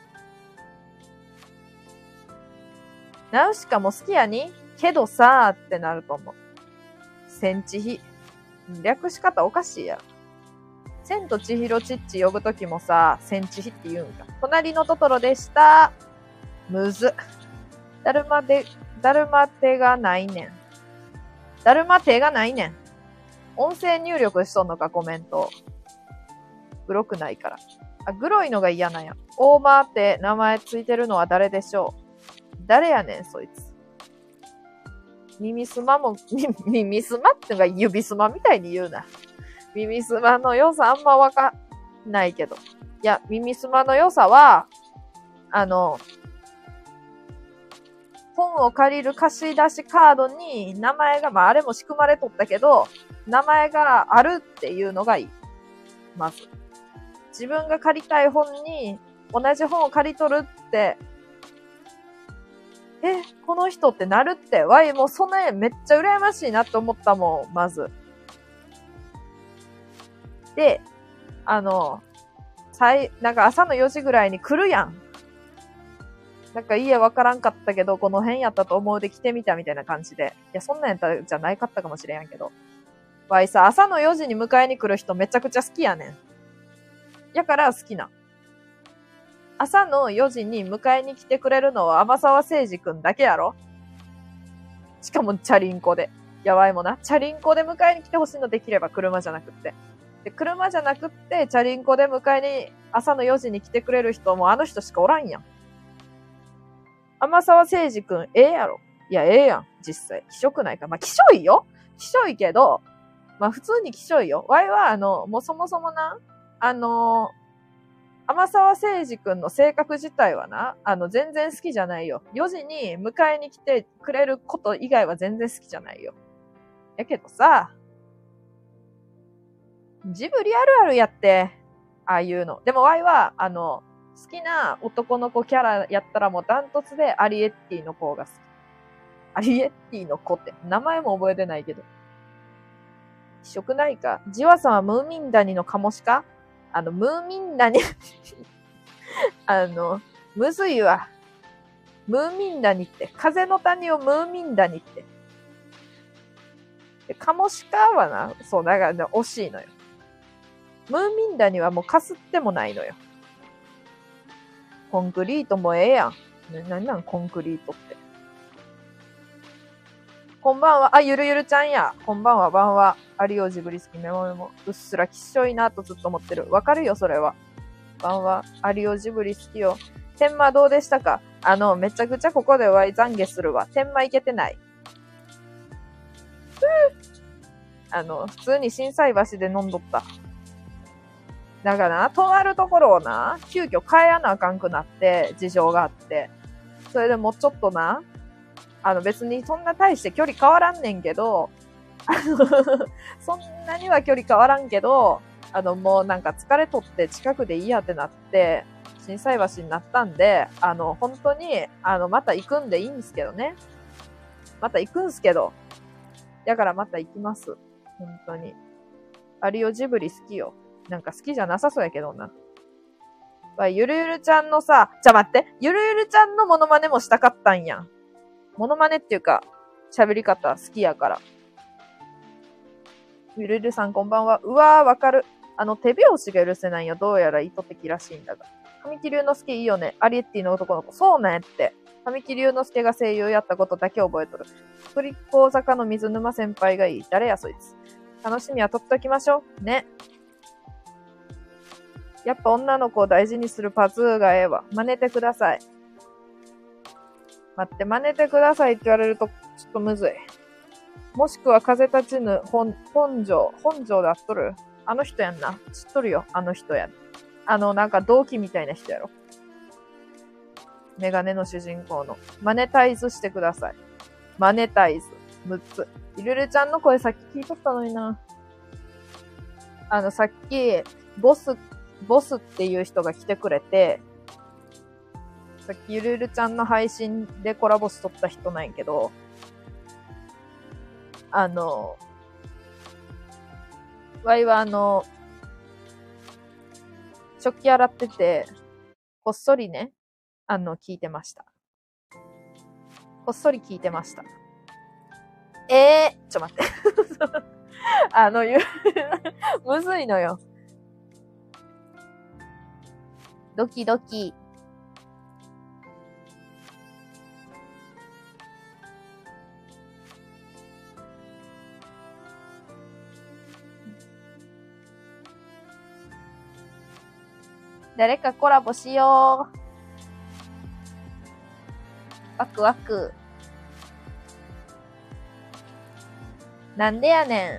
ナウシカも好きやにけどさーってなると思う。センチヒ。略し方おかしいやろ。千と千尋チッチ呼ぶときもさ、センチヒって言うんか。隣のトトロでした。むず。だるまで、だるま手がないねん。だるま手がないねん。音声入力しとんのか、コメント。グロくないから。あ、グロいのが嫌なんや。オーマーって名前ついてるのは誰でしょう？誰やねん、そいつ。耳すまも、耳すまってのが指すまみたいに言うな。耳すまの良さあんまわかんないけど。いや、耳すまの良さは、あの、本を借りる貸し出しカードに名前が、まああれも仕組まれとったけど、名前があるっていうのがいい。まず。自分が借りたい本に同じ本を借り取るって、え、この人ってなるって、わい、もうその絵めっちゃ羨ましいなって思ったもん、まず。で、あの、さい、なんか朝のよじぐらいに来るやん。なんか家わからんかったけど、この辺やったと思うで来てみたみたいな感じで。いや、そんなんやったらじゃないかったかもしれんけど。わいさ、朝のよじに迎えに来る人めちゃくちゃ好きやねん。やから好きな。朝のよじに迎えに来てくれるのは天沢誠二くんだけやろ？しかもチャリンコで。やばいもな。チャリンコで迎えに来てほしいのできれば車じゃなくって。 で、車じゃなくって、チャリンコで迎えに朝のよじに来てくれる人もあの人しかおらんやん。天沢誠二くん、ええやろ。いや、ええやん、実際。気色ないか。まあ、気性いよ。気性いけど、まあ、普通に気性いよ。わいは、あの、もうそもそもな、あの、天沢誠二くんの性格自体はな、あの、全然好きじゃないよ。よじに迎えに来てくれること以外は全然好きじゃないよ。やけどさ、ジブリあるあるやって、ああいうの。でもワイは、あの、好きな男の子キャラやったらもうダントツでアリエッティの子が好き。アリエッティの子って、名前も覚えてないけど。気色ないか。ジワさんはムーミン谷のカモシカ？あの、ムーミン谷、あの、むずいわ。ムーミン谷って、風の谷をムーミン谷って。でカモシカはな、そう、だから、ね、惜しいのよ。ムーミン谷はもうかすってもないのよ。コンクリートもええやん。な、なんなんコンクリートって。こんばんは。あ、ゆるゆるちゃんや。こんばんは、ばんは。有吉ジブリ好きメモメモ。うっすらきっしょいなとずっと思ってる。わかるよ、それは。ばんは。有吉ジブリ好きよ。天満どうでしたか？あの、めちゃくちゃここでわい懺悔するわ。天満いけてない。あの、普通に心斎橋で飲んどった。だからな、とあるところをな、急遽変えやなあかんくなって、事情があって。それでもうちょっとな、あの別にそんな大して距離変わらんねんけど、あのそんなには距離変わらんけど、あのもうなんか疲れとって近くでいいやってなって、心斎橋になったんで、あの本当に、あのまた行くんでいいんですけどね。また行くんすけど。だからまた行きます。本当に。有吉ジブリ好きよ。なんか好きじゃなさそうやけどな。ゆるゆるちゃんのさ、じゃ待って、ゆるゆるちゃんのモノマネもしたかったんやん。モノマネっていうか、喋り方好きやから。ゆるゆるさんこんばんは。うわーわかる。あの手拍子が許せないよ。どうやら意図的らしいんだが。神木隆之介いいよね。アリエッティの男の子。そうなんやって。神木隆之介が声優やったことだけ覚えとる。福利口坂の水沼先輩がいい。誰やそいつ。楽しみは取っときましょう。ね。やっぱ女の子を大事にするパズーがええわ。真似てください。待って、真似てくださいって言われるとちょっとむずい。もしくは風立ちぬ本、本庄。本庄であっとる？あの人やんな。知っとるよ。あの人やん。あの、なんか同期みたいな人やろ。メガネの主人公の。マネタイズしてください。マネタイズ。むっつ。ゆるるちゃんの声さっき聞いとったのにな。あの、さっき、ボス、ボスっていう人が来てくれて、さっきゆるるちゃんの配信でコラボしとった人なんやけど、あの、わいはあの、食器洗ってて、こっそりね、あの、聞いてました。こっそり聞いてました。えー、ちょ待って。あの、ゆ、むずいのよ。ドキドキ。誰かコラボしよう。ワクワク。なんでやねん。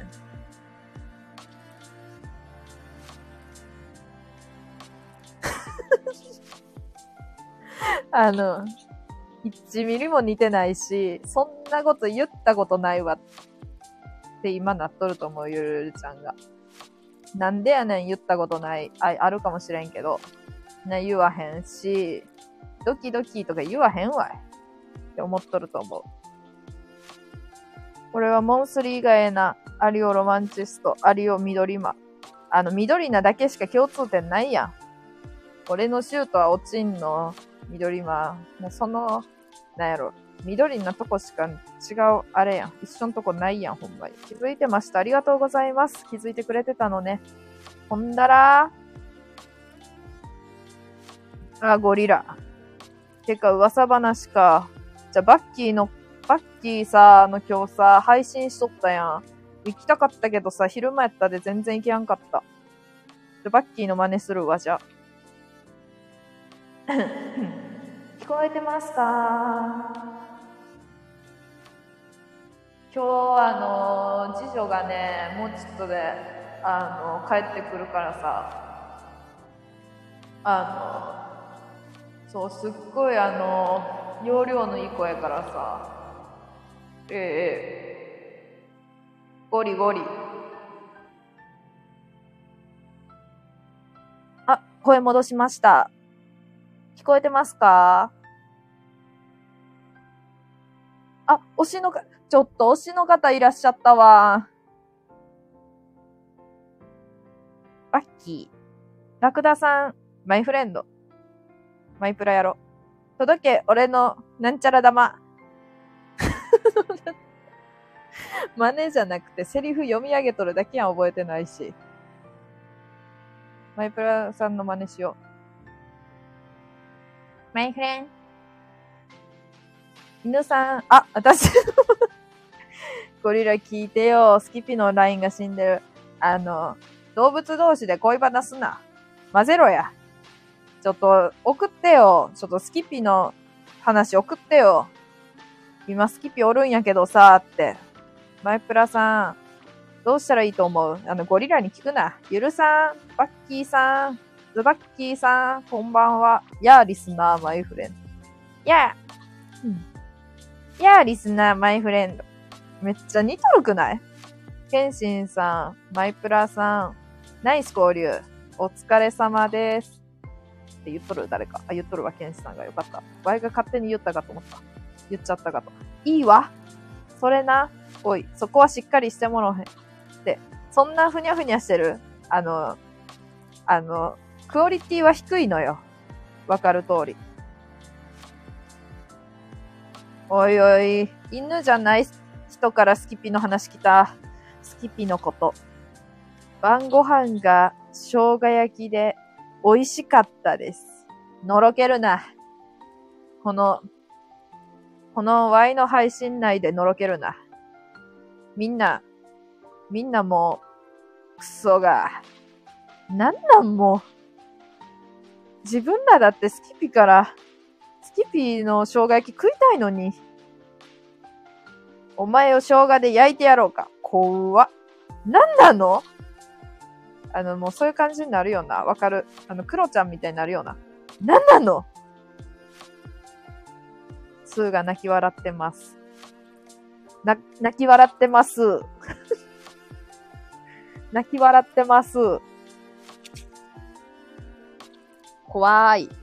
あの、いちミリも似てないし、そんなこと言ったことないわって今なっとると思う、ゆるるちゃんが。なんでやねん言ったことない。あ、あるかもしれんけど。ね、言わへんし、ドキドキとか言わへんわい。って思っとると思う。これはモンスリーがええな。アリオロマンチスト。アリオ緑間。あの、緑なだけしか共通点ないやん。俺のシュートは落ちんの。緑間。もうその、なんやろ。緑なとこしか違う、あれやん。一緒のとこないやん、ほんまに。気づいてました。ありがとうございます。気づいてくれてたのね。ほんだらあ、ゴリラ。てか、噂話か。じゃあ、バッキーの、バッキーさ、あの今日さ、配信しとったやん。 行きたかったけどさ、昼間やったで全然行けやんかった。でバッキーの真似するわ、じゃあ。聞こえてますか？今日あの、次女がね、もうちょっとで、あの、帰ってくるからさ、あの、そう、すっごいあの、容量のいい子やからさ、ええええ、ゴリゴリ。あ、声戻しました。聞こえてますか？あ、推しのか、ちょっと推しの方いらっしゃったわ。バッキー。ラクダさん、マイフレンド。マイプラやろ。届け、俺のなんちゃら玉。真似じゃなくてセリフ読み上げとるだけやん、覚えてないし。マイプラさんの真似しよう。マイフレン。犬さん、あ、私ゴリラ聞いてよ。スキピのラインが死んでる。あの、動物同士で恋バナすな。混ぜろや。ちょっと、送ってよ。ちょっとスキピの話送ってよ。今スキピおるんやけどさ、って。マイプラさん、どうしたらいいと思う？あの、ゴリラに聞くな。ゆるさん、バッキーさん、ズバッキーさん、こんばんは。やー、リスナー、マイフレンド。やー、うん。やー、リスナー、マイフレンド。めっちゃ似とるくない？ケンシンさん、マイプラさん、ナイス交流。お疲れ様です。って言っとる誰か。あ、言っとるわ、ケンシさんが。よかった。ワイが勝手に言ったかと思った。言っちゃったかと。いいわ。それな。おい、そこはしっかりしてもらおうへん。で、そんなふにゃふにゃしてるあの、あの、クオリティは低いのよ。わかる通り。おいおい、犬じゃない人からスキピの話来た。スキピのこと。晩ご飯が生姜焼きで美味しかったです。のろけるな。この、この Y の配信内でのろけるな。みんな、みんなもう、クソが。なんなんもう。自分らだってスキピから、スキピの生姜焼き食いたいのに。お前を生姜で焼いてやろうか。怖っ。なんなの？あの、もうそういう感じになるよな。わかる。あの、クロちゃんみたいになるような。なんなの？スーが泣き笑ってます。な、泣き笑ってます。泣き笑ってます。怖い。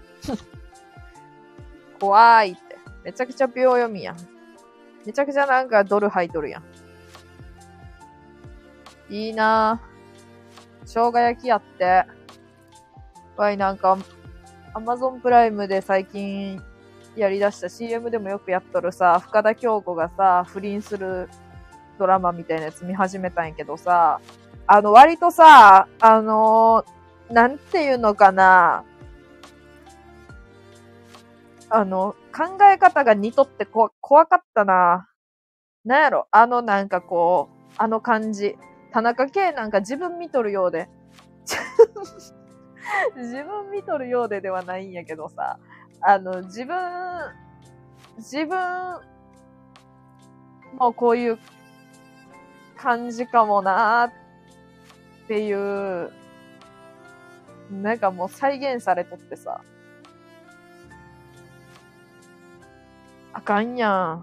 怖いって。めちゃくちゃ秒読みやん。めちゃくちゃなんかドル入っとるやん。いいなぁ。生姜焼きやって。わい、なんか、アマゾンプライムで最近やり出した シーエム でもよくやっとるさ、深田恭子がさ、不倫するドラマみたいなやつ見始めたんやけどさ、あの、割とさ、あのー、なんていうのかな、あの、考え方が似とってこ怖かったな。なんやろ、あのなんかこう、あの感じ。田中圭なんか自分見とるようで。自分見とるようでではないんやけどさ、あの、自分、自分、もうこういう感じかもなーっていう、なんかもう再現されとってさ、あかんやん。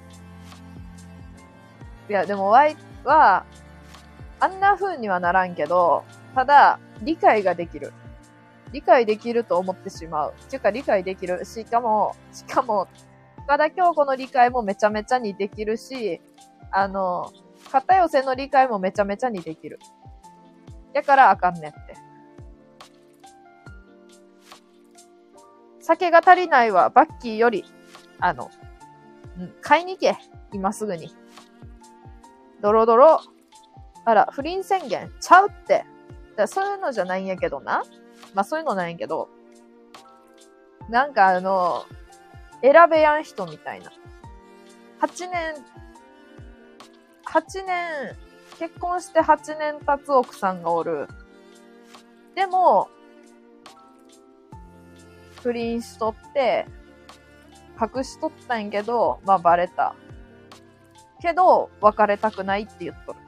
いや、でも Y は、あんな風にはならんけど、ただ、理解ができる。理解できると思ってしまう。っていうか理解できる。しかも、しかも、深田恭子の理解もめちゃめちゃにできるし、あの、片寄せの理解もめちゃめちゃにできる。だからあかんねんって。酒が足りないわ、バッキーより、あの、うん、買いに行け。今すぐに。ドロドロ。あら、不倫宣言ちゃうって。だそういうのじゃないんやけどな。まあそういうのないんやけど。なんかあの、選べやん人みたいな。はちねん、はちねん結婚してはちねん経つ奥さんがおる。でも、不倫しとって、隠しとったんやけど、まあバレた。けど、別れたくないって言っとる。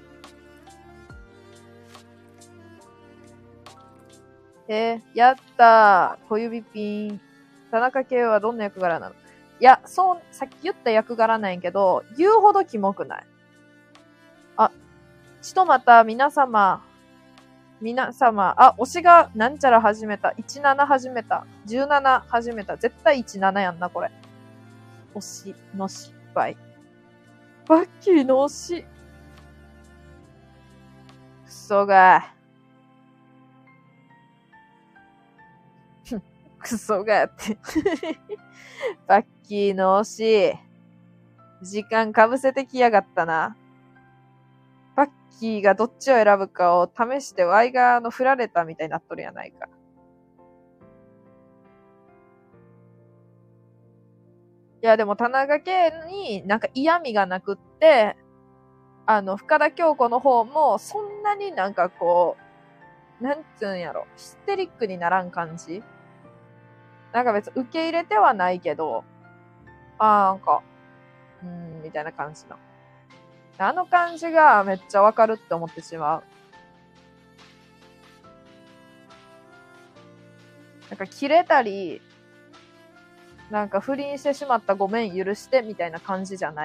えー、やったー。小指ピン。田中圭はどんな役柄なの？いや、そう、さっき言った役柄なんやけど、言うほどキモくない。あ、ちとまた皆様、皆様、あ、推しがなんちゃら始めた。じゅうなな始めた。じゅうなな始めた。絶対じゅうななやんな、これ。推しの失敗。バッキーの推し。くそが。クソがやって。バッキーの推し。時間かぶせてきやがったな。バッキーがどっちを選ぶかを試してワイがあの振られたみたいになっとるやないか。いやでも田中圭になんか嫌味がなくって、あの、深田恭子の方もそんなになんかこう、なんつうんやろ、ヒステリックにならん感じ。なんか別に受け入れてはないけど、あーなんか、うーん、みたいな感じの。あの感じがめっちゃわかるって思ってしまう。なんか切れたり、なんか不倫してしまったごめん許してみたいな感じじゃない。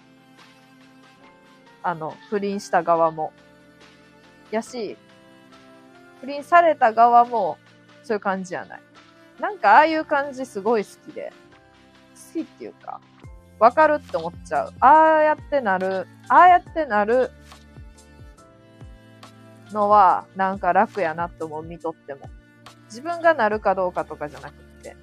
あの、不倫した側も。やし、不倫された側もそういう感じじゃない。なんかああいう感じすごい好きで。好きっていうか、わかるって思っちゃう。ああやってなる、ああやってなるのはなんか楽やなって思う、見とっても。自分がなるかどうかとかじゃなくて。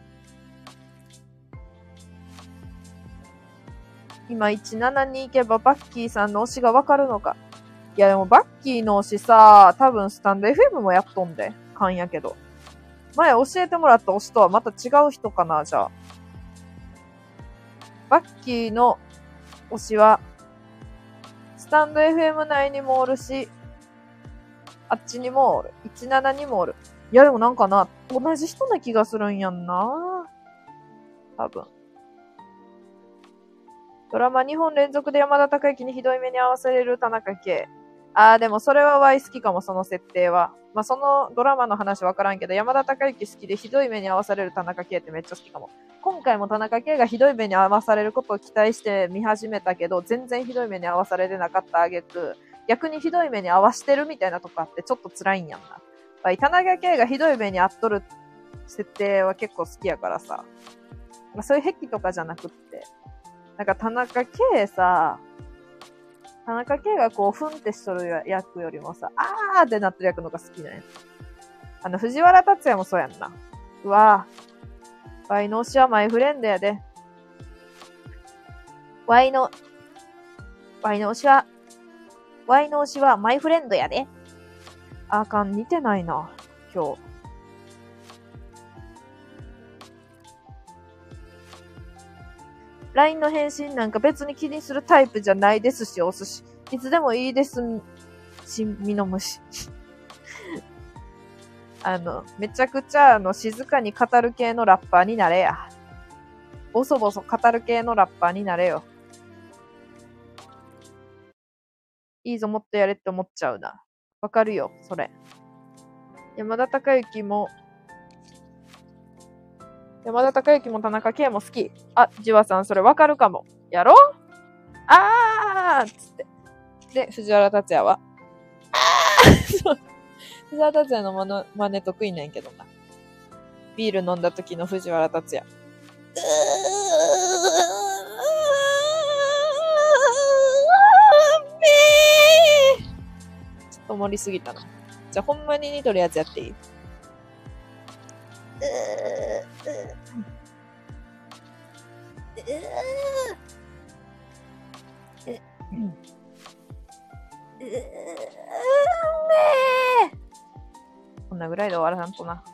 今じゅうななに行けばバッキーさんの推しがわかるのか。いやでもバッキーの推しさ、多分スタンド エフエム もやっとんで。勘やけど。前教えてもらった推しとはまた違う人かな、じゃあ。バッキーの推しは、スタンド エフエム 内にもおるし、あっちにもおる。じゅうななにもおる。いやでもなんかな、同じ人な気がするんやんな。多分。ドラマにほん連続で山田孝之にひどい目に遭わされる田中圭。あーでもそれは Y 好きかも、その設定は。まあ、そのドラマの話わからんけど、山田孝之好きでひどい目に遭わされる田中圭ってめっちゃ好きかも。今回も田中圭がひどい目に遭わされることを期待して見始めたけど、全然ひどい目に遭わされてなかったあげく、逆にひどい目に遭わしてるみたいなとこあってちょっと辛いんやんな。田中圭がひどい目に遭っとる設定は結構好きやからさ。そういう癖とかじゃなくって。なんか田中圭さ、田中圭がこう、ふんってしとる役よりもさ、あーってなってる役のが好きなんや。あの、藤原達也もそうやんな。うわぁ。ワイの推しはマイフレンドやで。ワイの、ワイの推しは、ワイの推しはマイフレンドやで。あかん、似てないな、今日。ライン の返信なんか別に気にするタイプじゃないですし、お寿司。いつでもいいですし、みのむし。あの、めちゃくちゃあの、静かに語る系のラッパーになれや。ボソボソ語る系のラッパーになれよ。いいぞ、もっとやれって思っちゃうな。わかるよ、それ。山田孝之も、山田孝之も田中圭も好き。あ、じわさん、それわかるかも。やろあーっつって。で、藤原達也はあーそう。藤原達也のもの真似得意なんやけどな。ビール飲んだ時の藤原達也。うーめーちょっと盛りすぎたな。じゃあほんまに似とるやつやっていい？うーうめーこんなぐらいで終わらんとな。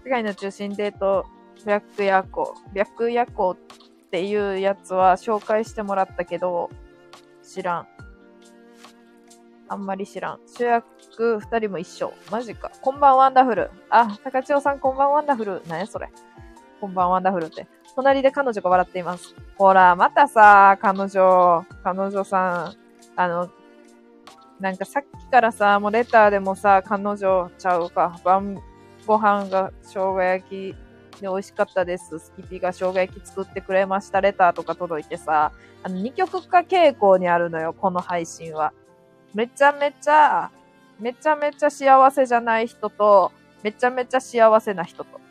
世界の中心デート、白夜行。白夜行っていうやつは紹介してもらったけど、知らん。あんまり知らん。主役二人も一緒。マジか。こんばんワンダフル。あ、高千代さんこんばんワンダフル。何やそれ。こんばんワンダフルって。隣で彼女が笑っています。ほら、またさ、彼女、彼女さん、あの、なんかさっきからさ、もうレターでもさ、彼女ちゃうか。晩ご飯が生姜焼きで美味しかったです。スキピが生姜焼き作ってくれました。レターとか届いてさ、あの、二極化傾向にあるのよ、この配信は。めちゃめちゃ、めちゃめちゃ幸せじゃない人と、めちゃめちゃ幸せな人と。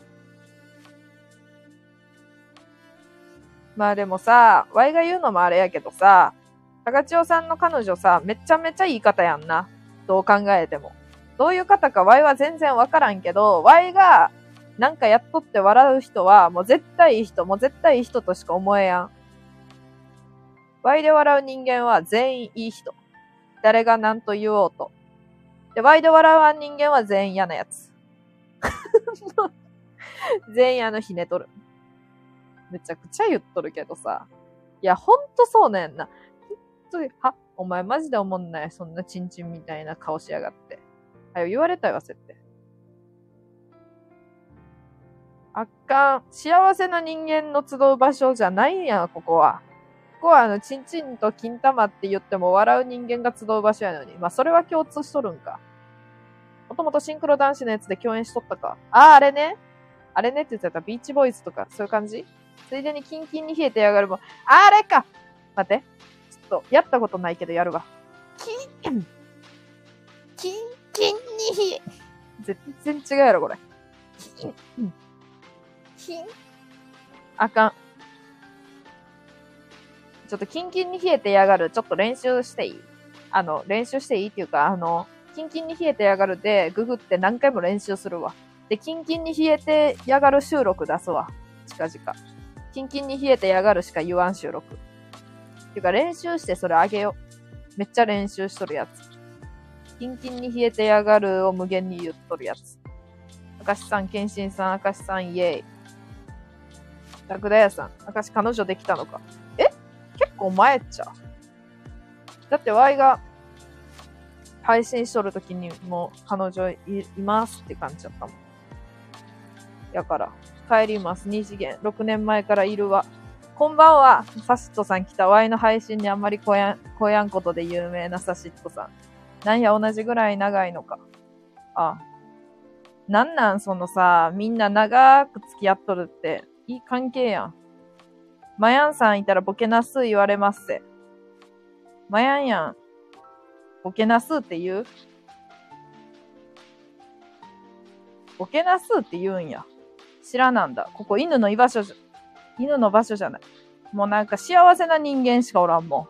まあでもさ、ワイが言うのもあれやけどさ、高千代さんの彼女さ、めちゃめちゃいい方やんな。どう考えても。どういう方かワイは全然わからんけど、ワイがなんかやっとって笑う人は、もう絶対いい人、もう絶対いい人としか思えやん。ワイで笑う人間は全員いい人。誰が何と言おうと。で、ワイで笑わん人間は全員嫌なやつ。全員あのひねとる。めちゃくちゃ言っとるけどさ。いや、ほんとそうねんな。ほんとに、は、お前マジで思んない。そんなチンチンみたいな顔しやがって。はよ、言われたよ、せって。あっかん。幸せな人間の集う場所じゃないんや、ここは。ここはあの、チンチンと金玉って言っても笑う人間が集う場所やのに。まあ、それは共通しとるんか。もともとシンクロ男子のやつで共演しとったか。ああ、あれね。あれねって言ってたビーチボーイズとか、そういう感じ？ついでにキンキンに冷えてやがるもん。あれか！待って。ちょっと、やったことないけどやるわ。キン、キンキンに冷え。全然違うやろ、これ。キン、キン。あかん。ちょっとキンキンに冷えてやがる。ちょっと練習していい？あの、練習していいっていうか、あの、キンキンに冷えてやがるで、ググって何回も練習するわ。で、キンキンに冷えてやがる収録出すわ。近々。キンキンに冷えてやがるしか言わん収録。ていうか練習してそれあげよう。めっちゃ練習しとるやつ。キンキンに冷えてやがるを無限に言っとるやつ。明石さん、謙信さん、明石さん、イエーイ。ラクダ屋さん、明石彼女できたのか。え？結構前っちゃ。だってワイが配信しとるときにもう彼女 い, いますって感じだったもん。やから、帰ります。二次元。ろくねんまえからいるわ。こんばんは。サシットさん来た。ワイの配信にあんまりこやん、こやんことで有名なサシットさん。なんや、同じぐらい長いのか。あ。なんなんそのさ、みんな長く付き合っとるって。いい関係やん。マヤンさんいたらボケなす言われますせ。マヤンやん。ボケなすって言う？ボケなすって言うんや。知らなんだ。ここ犬の居場所じゃ、犬の場所じゃない。もうなんか幸せな人間しかおらんも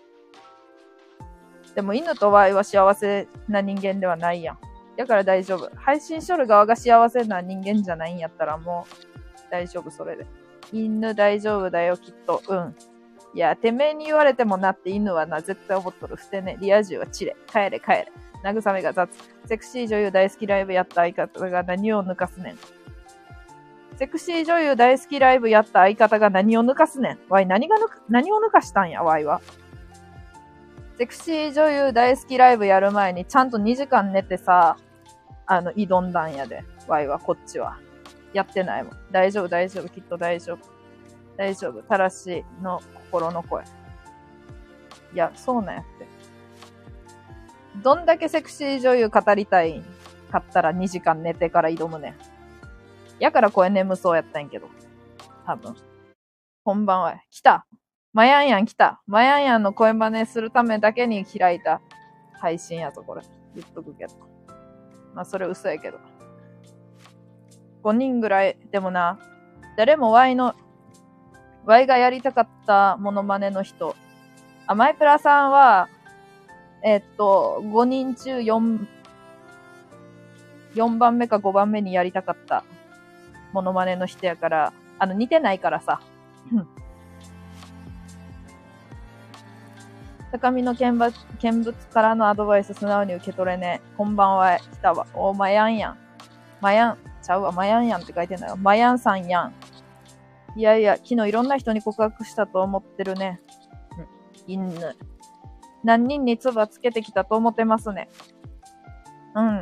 ん。でも犬とワイは幸せな人間ではないやん。だから大丈夫。配信しとる側が幸せな人間じゃないんやったらもう大丈夫、それで。犬大丈夫だよ、きっと。うん。いや、てめえに言われてもなって犬はな、絶対思っとる。ふてね。リア充はチレ。帰れ帰れ。慰めが雑。セクシー女優大好きライブやった相方が何を抜かすねん。セクシー女優大好きライブやった相方が何を抜かすねん。わい、何が抜か、何を抜かしたんや、わいは。セクシー女優大好きライブやる前にちゃんとにじかん寝てさ、あの、挑んだんやで。わいは、こっちは。やってないもん。大丈夫、大丈夫、きっと大丈夫。大丈夫。たらしの心の声。いや、そうなんやって。どんだけセクシー女優語りたいかったらにじかん寝てから挑むねん。やから声眠そうやったんやけど。多分。こんばんは。来た。マヤンヤン来た。マヤンヤンの声真似するためだけに開いた配信やぞ、これ。言っとくけど。まあ、それ嘘やけど。ごにんぐらい、でもな、誰も Y の、Y がやりたかったモノマネの人。あ、マイプラさんは、えー、っと、ごにん中よん、よんばんめかごばんめにやりたかったモノマネの人やから、あの、似てないからさ。高みの見物、見物からのアドバイス素直に受け取れね。こんばんは、来たわ。お、まやんやん。まやん。 ちゃうわ、マヤンヤンって書いてんだよ。マヤンさんやん。いやいや、昨日いろんな人に告白したと思ってるね。うん。犬。何人に唾つけてきたと思ってますね。うん、うん。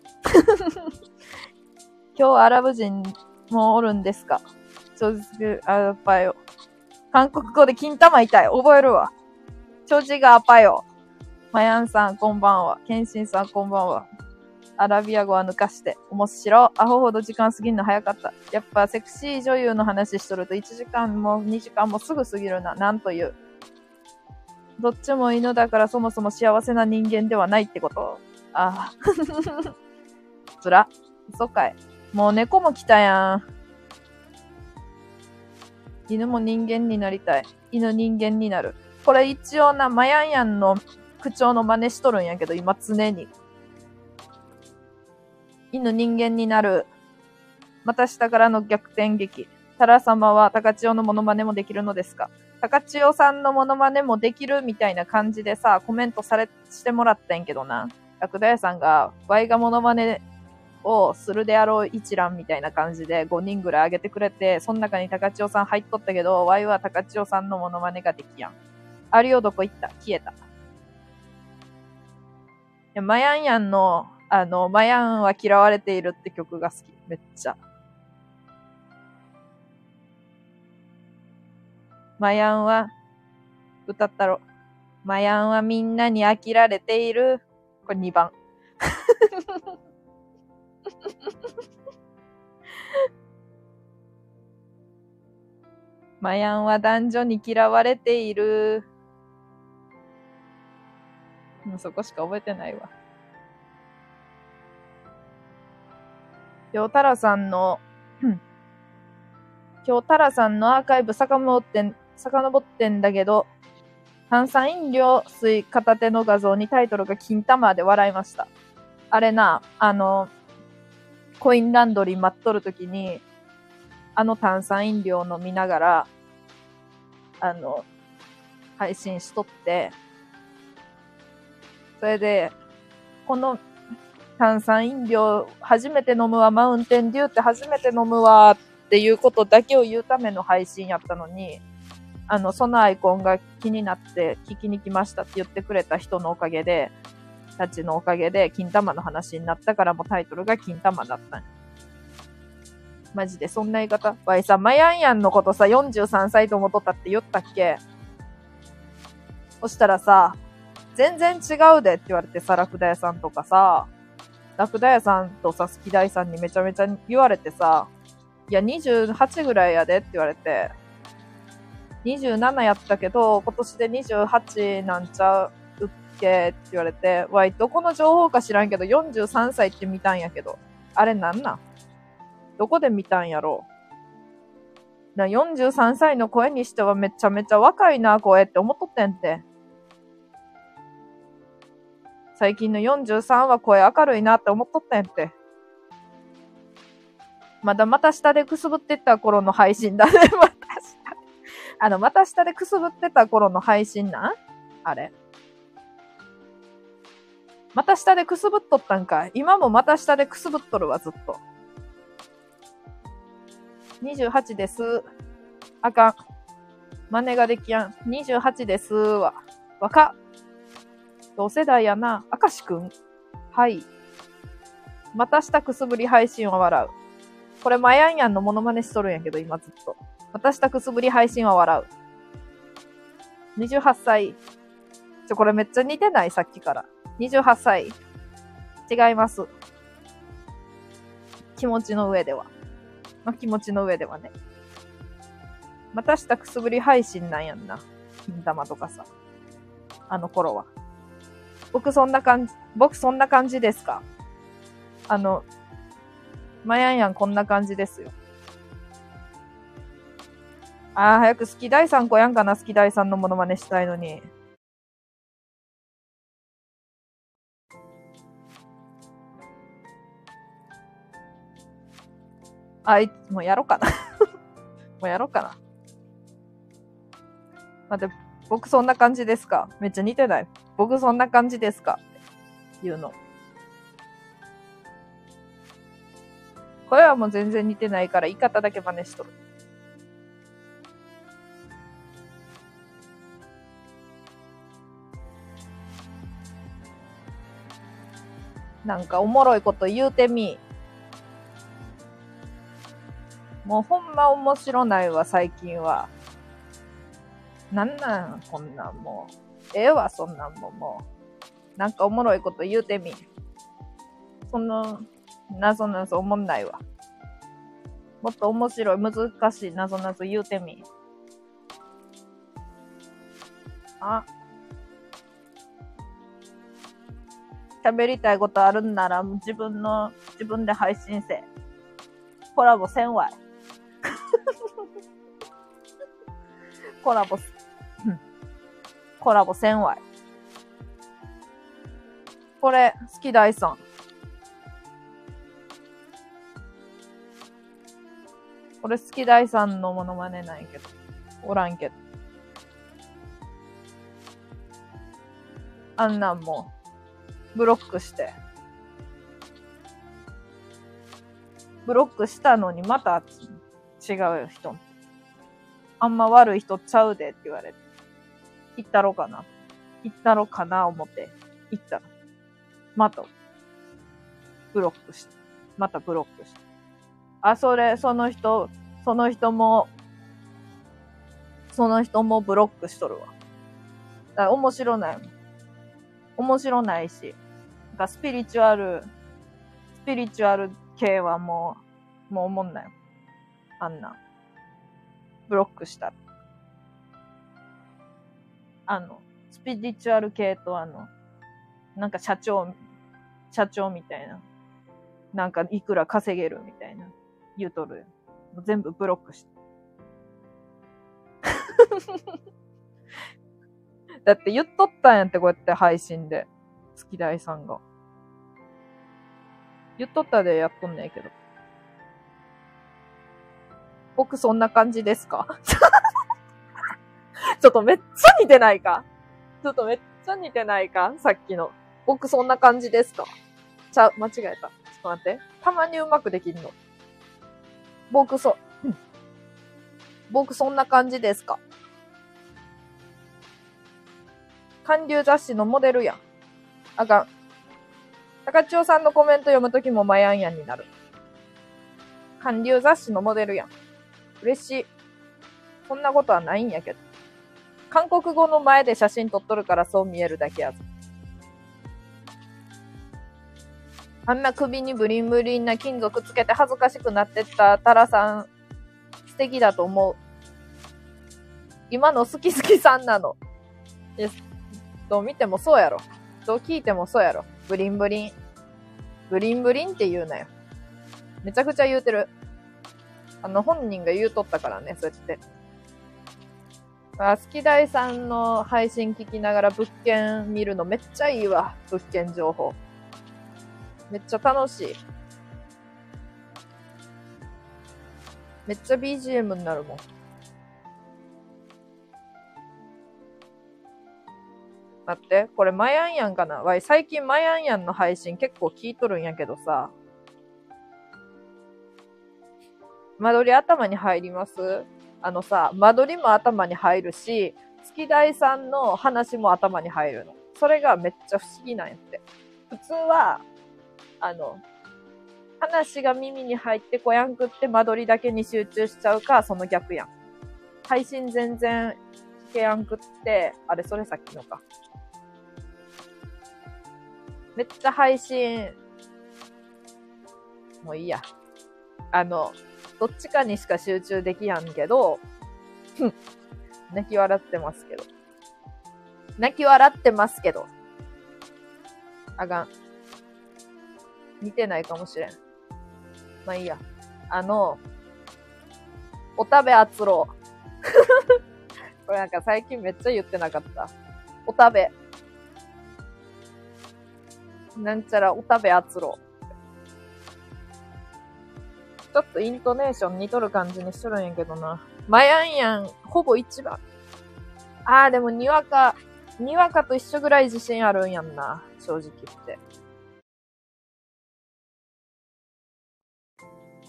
今日アラブ人もおるんですか？正直、あぱよ。韓国語で金玉痛い。覚えるわ。正直があぱよ。マヤンさんこんばんは。ケンシンさんこんばんは。アラビア語は抜かして。面白。アホほど時間過ぎるの早かった。やっぱセクシー女優の話しとるといちじかんもにじかんもすぐ過ぎるな。なんという。どっちも犬だからそもそも幸せな人間ではないってこと。ああ。つら。嘘かい。もう猫も来たやん。犬も人間になりたい。犬人間になる。これ一応な、マヤンヤンの口調の真似しとるんやけど、今常に。犬人間になる。また下からの逆転劇。タラ様は高千代のモノマネもできるのですか？高千代さんのモノマネもできるみたいな感じでさ、コメントされ、してもらったんやけどな。ラクダ屋さんが、ワイがモノマネをするであろう一覧みたいな感じでごにんぐらい上げてくれて、その中に高千代さん入っとったけど、ワイは高千代さんのモノマネができやん。あるよ、どこ行った？消えた。いや、マヤンヤンの、あの、マヤンは嫌われているって曲が好き。めっちゃ。マヤンは、歌ったろ。マヤンはみんなに飽きられている。これにばん。マヤンは男女に嫌われている。もうそこしか覚えてないわ。今日タラさんの、今日タラさんのアーカイブ遡ってん、遡ってんだけど、炭酸飲料水片手の画像にタイトルが金玉で笑いました。あれな、あの、コインランドリー待っとるときに、あの炭酸飲料飲みながら、あの、配信しとって、それで、この炭酸飲料初めて飲むわ、マウンテンデューって初めて飲むわっていうことだけを言うための配信やったのに、あの、そのアイコンが気になって聞きに来ましたって言ってくれた人のおかげで、たちのおかげで金玉の話になったからもタイトルが金玉だったん。マジでそんな言い方？わいさ、マヤンヤンのことさ、よんじゅうさんさいと思っとったって言ったっけ？そしたらさ、全然違うでって言われてさ、ラクダ屋さんとかさ、ラクダ屋さんとさ、スキダイさんにめちゃめちゃ言われてさ、いや、にじゅうはちぐらいやでって言われて、にじゅうななやったけど、今年でにじゅうはちなんちゃうっけって言われて、わい、どこの情報か知らんけど、よんじゅうさんさいって見たんやけど、あれなんなん？どこで見たんやろう？な、よんじゅうさんさいの声にしてはめちゃめちゃ若いな、声って思っとってんて。最近のよんじゅうさんは声明るいなって思っとったんて。まだまた下でくすぶってた頃の配信だね、また下。あの、また下でくすぶってた頃の配信な？あれ。また下でくすぶっとったんかい。今もまた下でくすぶっとるわ、ずっと。にじゅうはちです。あかん。真似ができやん。にじゅうはちですわ。若っ。同世代やな。あかしくん。はい。また下くすぶり配信は笑う。これマヤンヤンのモノマネしとるんやけど、今ずっと。また下くすぶり配信は笑う。にじゅうはっさい。ちょ、これめっちゃ似てない？さっきから。にじゅうはっさい。違います。気持ちの上では。まあ、気持ちの上ではね。また下くすぶり配信なんやんな。金玉とかさ。あの頃は。僕そんな感じ、僕そんな感じですか？あの、マヤンヤンこんな感じですよ。あー、早く好きだいさんこやんかな、好きだいさんのモノマネしたいのに。あい、もうやろうかな。もうやろうかな。待って、僕そんな感じですか？めっちゃ似てない？僕そんな感じですか？っていうの。 声はもう全然似てないから言い方だけ真似しとる。なんかおもろいこと言うてみ。もうほんま面白ないわ、最近は。なんなんこんなんもう。ええわ、そんなんももう。なんかおもろいこと言うてみ。その、なぞなぞおもんないわ。もっと面白い、難しいなぞなぞ言うてみ。あ。喋りたいことあるんなら、自分の、自分で配信せ。コラボせんわい。コラボ、コラボせんわい。これ、好き大さん。これ好き大さんのモノマネなんやけど。おらんけど。あんなんもう、ブロックして。ブロックしたのにまた違う人。あんま悪い人ちゃうでって言われて。言ったろかな。言ったろかな思って。言ったら。また、ブロックして。またブロックして。あ、それ、その人、その人も、その人もブロックしとるわ。だから面白ないもん。面白ないし。なんかスピリチュアル、スピリチュアル系はもう、もう思んないもん。あんな。ブロックした。あの、スピリチュアル系とあの、なんか社長、社長みたいな。なんかいくら稼げるみたいな。言うとる。もう全部ブロックして。だって言っとったんやって、こうやって配信で。月大さんが。言っとったでやっとんねんけど。僕そんな感じですか？ちょっとめっちゃ似てないか？ちょっとめっちゃ似てないか？さっきの。僕そんな感じですか？ちゃう、間違えた。ちょっと待って。たまにうまくできんの。僕そ、うん、僕そんな感じですか？韓流雑誌のモデルやん。あかん。高千代さんのコメント読むときもマヤンヤンになる。韓流雑誌のモデルやん。嬉しい。そんなことはないんやけど。韓国語の前で写真撮っとるからそう見えるだけやぞ。あんな首にブリンブリンな金属つけて恥ずかしくなってったタラさん、素敵だと思う。今の好き好きさんなの。どう見てもそうやろ。どう聞いてもそうやろ。ブリンブリン。ブリンブリンって言うなよ。めちゃくちゃ言うてる。あの、本人が言うとったからね、そうやって。あ、好き大さんの配信聞きながら物件見るのめっちゃいいわ。物件情報。めっちゃ楽しい。めっちゃ ビージーエム になるもん。待って、これマヤンヤンかな？わい、最近マヤンヤンの配信結構聞いとるんやけどさ。間取り頭に入ります？あのさ、間取りも頭に入るし、月大さんの話も頭に入るの。それがめっちゃ不思議なんやって。普通は、あの、話が耳に入ってこやんくって間取りだけに集中しちゃうか、その逆やん。配信全然聞けやんくって、あれ、それさっきのか。めっちゃ配信、もういいや。あの、どっちかにしか集中できやんけど、泣き笑ってますけど。泣き笑ってますけど。あがん。似てないかもしれん。まあいいや。あの、お食べあつろう。これなんか最近めっちゃ言ってなかった。お食べ。なんちゃらお食べあつろう。ちょっとイントネーション似とる感じにしとるんやけどな。マヤンヤン、ほぼ一番。あーでもにわか、にわかと一緒ぐらい自信あるんやんな。正直言って。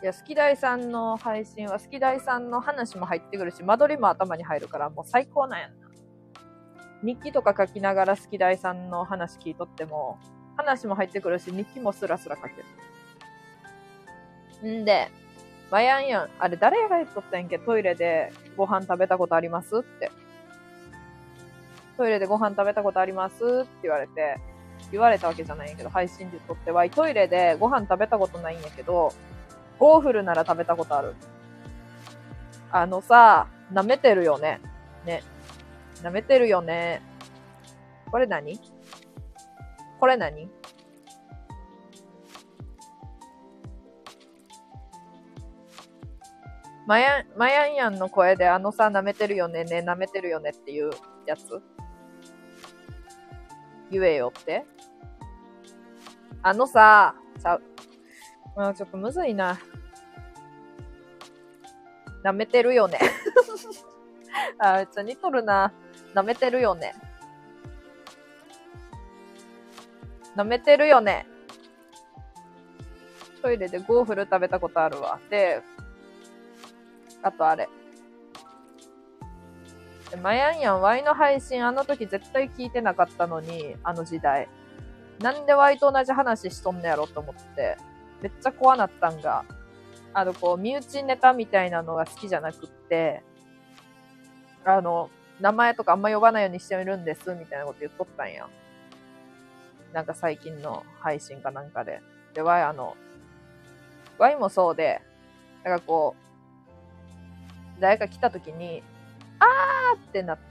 いや、好き大さんの配信は好き大さんの話も入ってくるし、間取りも頭に入るからもう最高なんやんな。日記とか書きながら好き大さんの話聞いとっても、話も入ってくるし、日記もスラスラ書ける。んで、まやんやん、あれ誰が言っとったんやんけ、トイレでご飯食べたことありますって。トイレでご飯食べたことありますって言われて、言われたわけじゃないんやけど、配信でとっては、トイレでご飯食べたことないんやけど、ゴーフルなら食べたことある。あのさ、舐めてるよね。ね。舐めてるよね。これ何？これ何？まや、まやんやんの声であのさ、舐めてるよね、ね、舐めてるよねっていうやつ言えよって。あのさ、ちゃう。まあ、ちょっとむずいな。舐めてるよね。あ、めっちゃ似とるな。舐めてるよね。舐めてるよね。トイレでゴーフル食べたことあるわ。で、あとあれ。まやんやん、ワイの配信あの時絶対聞いてなかったのに、あの時代。なんでワイと同じ話しとんのやろと思って、めっちゃ怖なったんが、あの、こう、身内ネタみたいなのが好きじゃなくって、あの、名前とかあんま呼ばないようにしてるんです、みたいなこと言っとったんや。なんか最近の配信かなんかで。で、ワイあの、ワイもそうで、なんかこう、誰か来た時に、あーってなって、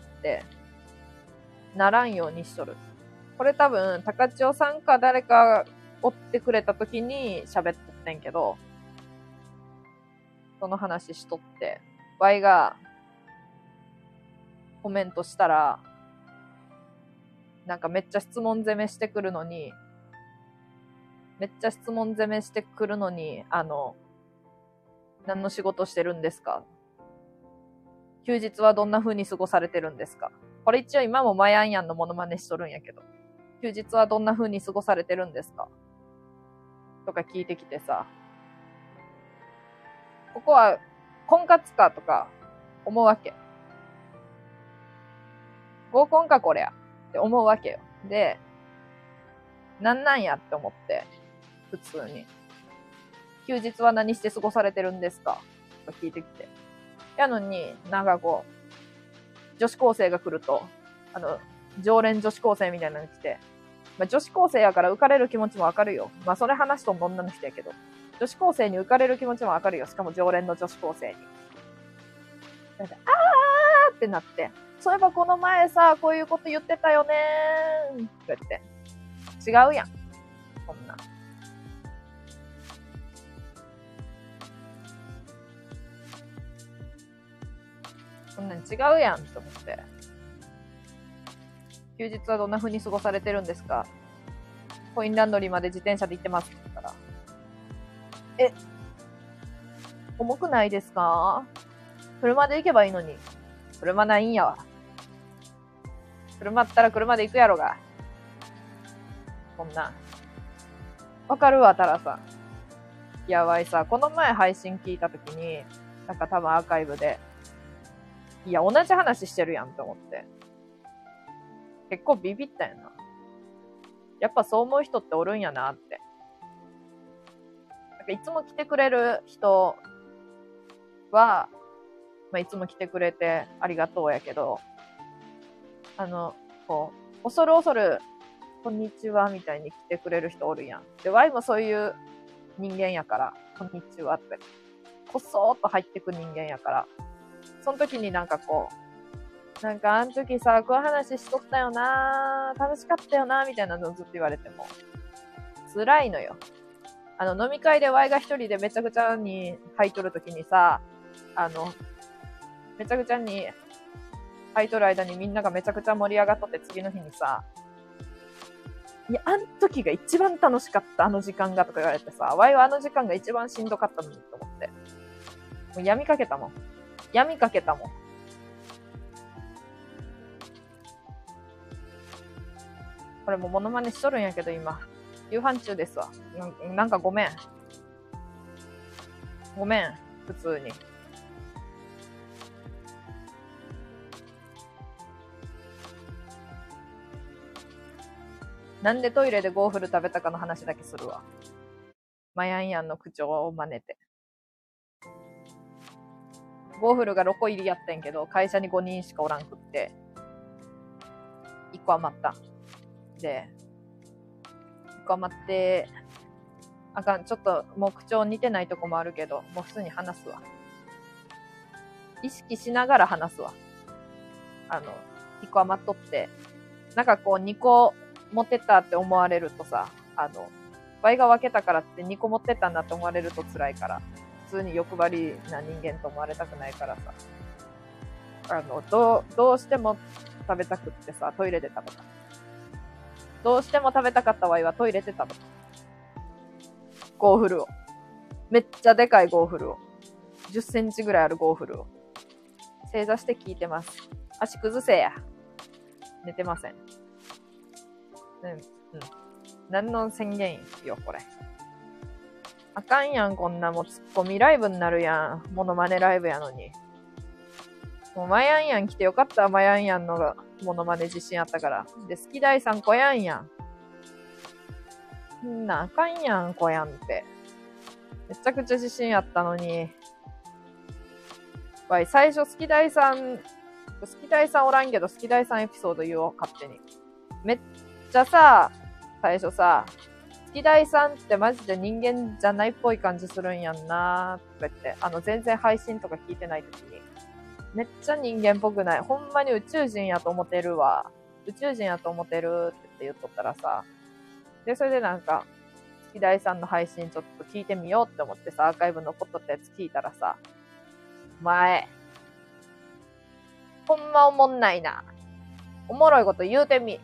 ならんようにしとる。これ多分、高千代さんか誰か追ってくれた時に喋っとってんけど、その話しとって、ワイがコメントしたら、なんかめっちゃ質問攻めしてくるのに、めっちゃ質問攻めしてくるのに、あの、何の仕事してるんですか？休日はどんな風に過ごされてるんですか？これ一応今もマヤンヤンのモノマネしとるんやけど、休日はどんな風に過ごされてるんですか？とか聞いてきてさ、ここは婚活かとか思うわけ。合コンかこりゃって思うわけよ。で、なんなんやって思って、普通に。休日は何して過ごされてるんですかとか聞いてきて。やのに、なんかこう、女子高生が来ると、あの、常連女子高生みたいなのが来て、まあ、女子高生やから浮かれる気持ちもわかるよ。まあそれ話しとんの女の人やけど、女子高生に浮かれる気持ちもわかるよ。しかも常連の女子高生に。なんかあーってなって、そういえばこの前さ、こういうこと言ってたよねーって言って。違うやん。こんな。こんなん違うやんと思って。休日はどんな風に過ごされてるんですか？コインランドリーまで自転車で行ってますって言ったら。え、重くないですか？車で行けばいいのに。車ないんやわ。車ったら車で行くやろが。こんな。わかるわ、タラさん。やばいさ、この前配信聞いたときに、なんか多分アーカイブで、いや、同じ話してるやんって思って。結構ビビったよな。やっぱそう思う人っておるんやなって。なんかいつも来てくれる人は、まあ、いつも来てくれてありがとうやけど、あの、こう、恐る恐る、こんにちはみたいに来てくれる人おるやん。で、ワイもそういう人間やから、こんにちはって、こそーっと入ってく人間やから、その時になんかこう、なんかあの時さ、こういう話しとったよな、楽しかったよな、みたいなのをずっと言われても、辛いのよ。あの、飲み会でワイが一人でめちゃくちゃに入っとる時にさ、あの、めちゃくちゃに入っとる間にみんながめちゃくちゃ盛り上がっとって次の日にさ、いや、あの時が一番楽しかった、あの時間がとか言われてさ、ワイはあの時間が一番しんどかったのにと思って。もう闇かけたもん。闇かけたもん。これもモノマネしとるんやけど今。夕飯中ですわ。なんかごめん。 ごめん、普通に。なんでトイレでゴーフル食べたかの話だけするわ。マヤンヤンの口調を真似て。ゴーフルがろっこ入りやってんけど、会社にごにんしかおらんくって、いっこ余った。で、いっこ余って、あかん、ちょっともう口調似てないとこもあるけど、もう普通に話すわ。意識しながら話すわ。あの、いっこ余っとって、なんかこうにこ持ってたって思われるとさ、あの、倍が分けたからってにこ持ってったんだって思われると辛いから、普通に欲張りな人間と思われたくないからさ、あの、どう、どうしても食べたくってさ、トイレで食べた。どうしても食べたかった場合はトイレで食べた。ゴーフルを。めっちゃでかいゴーフルを。じゅっセンチぐらいあるゴーフルを。正座して聞いてます。足崩せや。寝てません。うん、うん。何の宣言よ、これ。あかんやん、こんなもうツッコミライブになるやん。モノマネライブやのに。もうマヤンヤン来てよかった、マヤンヤンのモノマネ自信あったから。で、好き第三個やんやん。んなあかんやん、こやんって。めちゃくちゃ自信あったのに。わい、最初好き第三、好き第三おらんけど好き第三エピソード言おう、勝手に。めっちゃさ、最初さ、好き第三ってマジで人間じゃないっぽい感じするんやんなーとか言って、あの全然配信とか聞いてない時に、めっちゃ人間っぽくない。ほんまに宇宙人やと思ってるわ。宇宙人やと思ってるって言っとったらさ、で、それでなんか、好き第三の配信ちょっと聞いてみようって思ってさ、アーカイブ残っとったやつ聞いたらさ、前、ほんまおもんないな。おもろいこと言うてみ。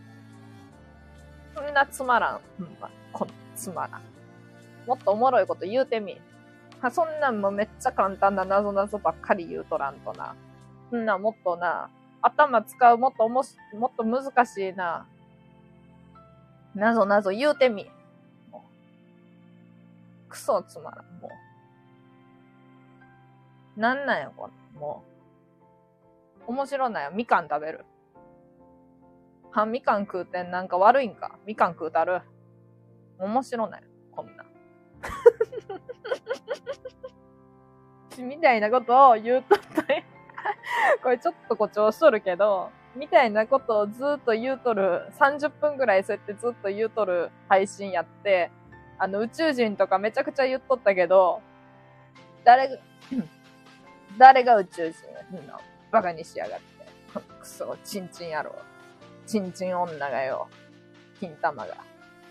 そんなつまらん。ほんま、こんつまらん。もっとおもろいこと言うてみ。は、そんなんもめっちゃ簡単な謎々ばっかり言うとらんとな。そんなもっとな、頭使うもっとおもし、もっと難しいな。謎々言うてみ。もうクソつまらん、もう。なんなんや、これ。もう。面白ないよ。みかん食べる。は、みかん食うてんなんか悪いんか。みかん食うたる。面白ない。こんな。みたいなことを言うとったよ。これちょっと誇張しとるけど、みたいなことをずっと言うとる、さんじゅっぷんぐらいそうやってずっと言うとる配信やって、あの宇宙人とかめちゃくちゃ言っとったけど、誰が、誰が宇宙人や。みんなバカにしやがって。くそ、チンチン野郎。チンチン女がよ。金玉が。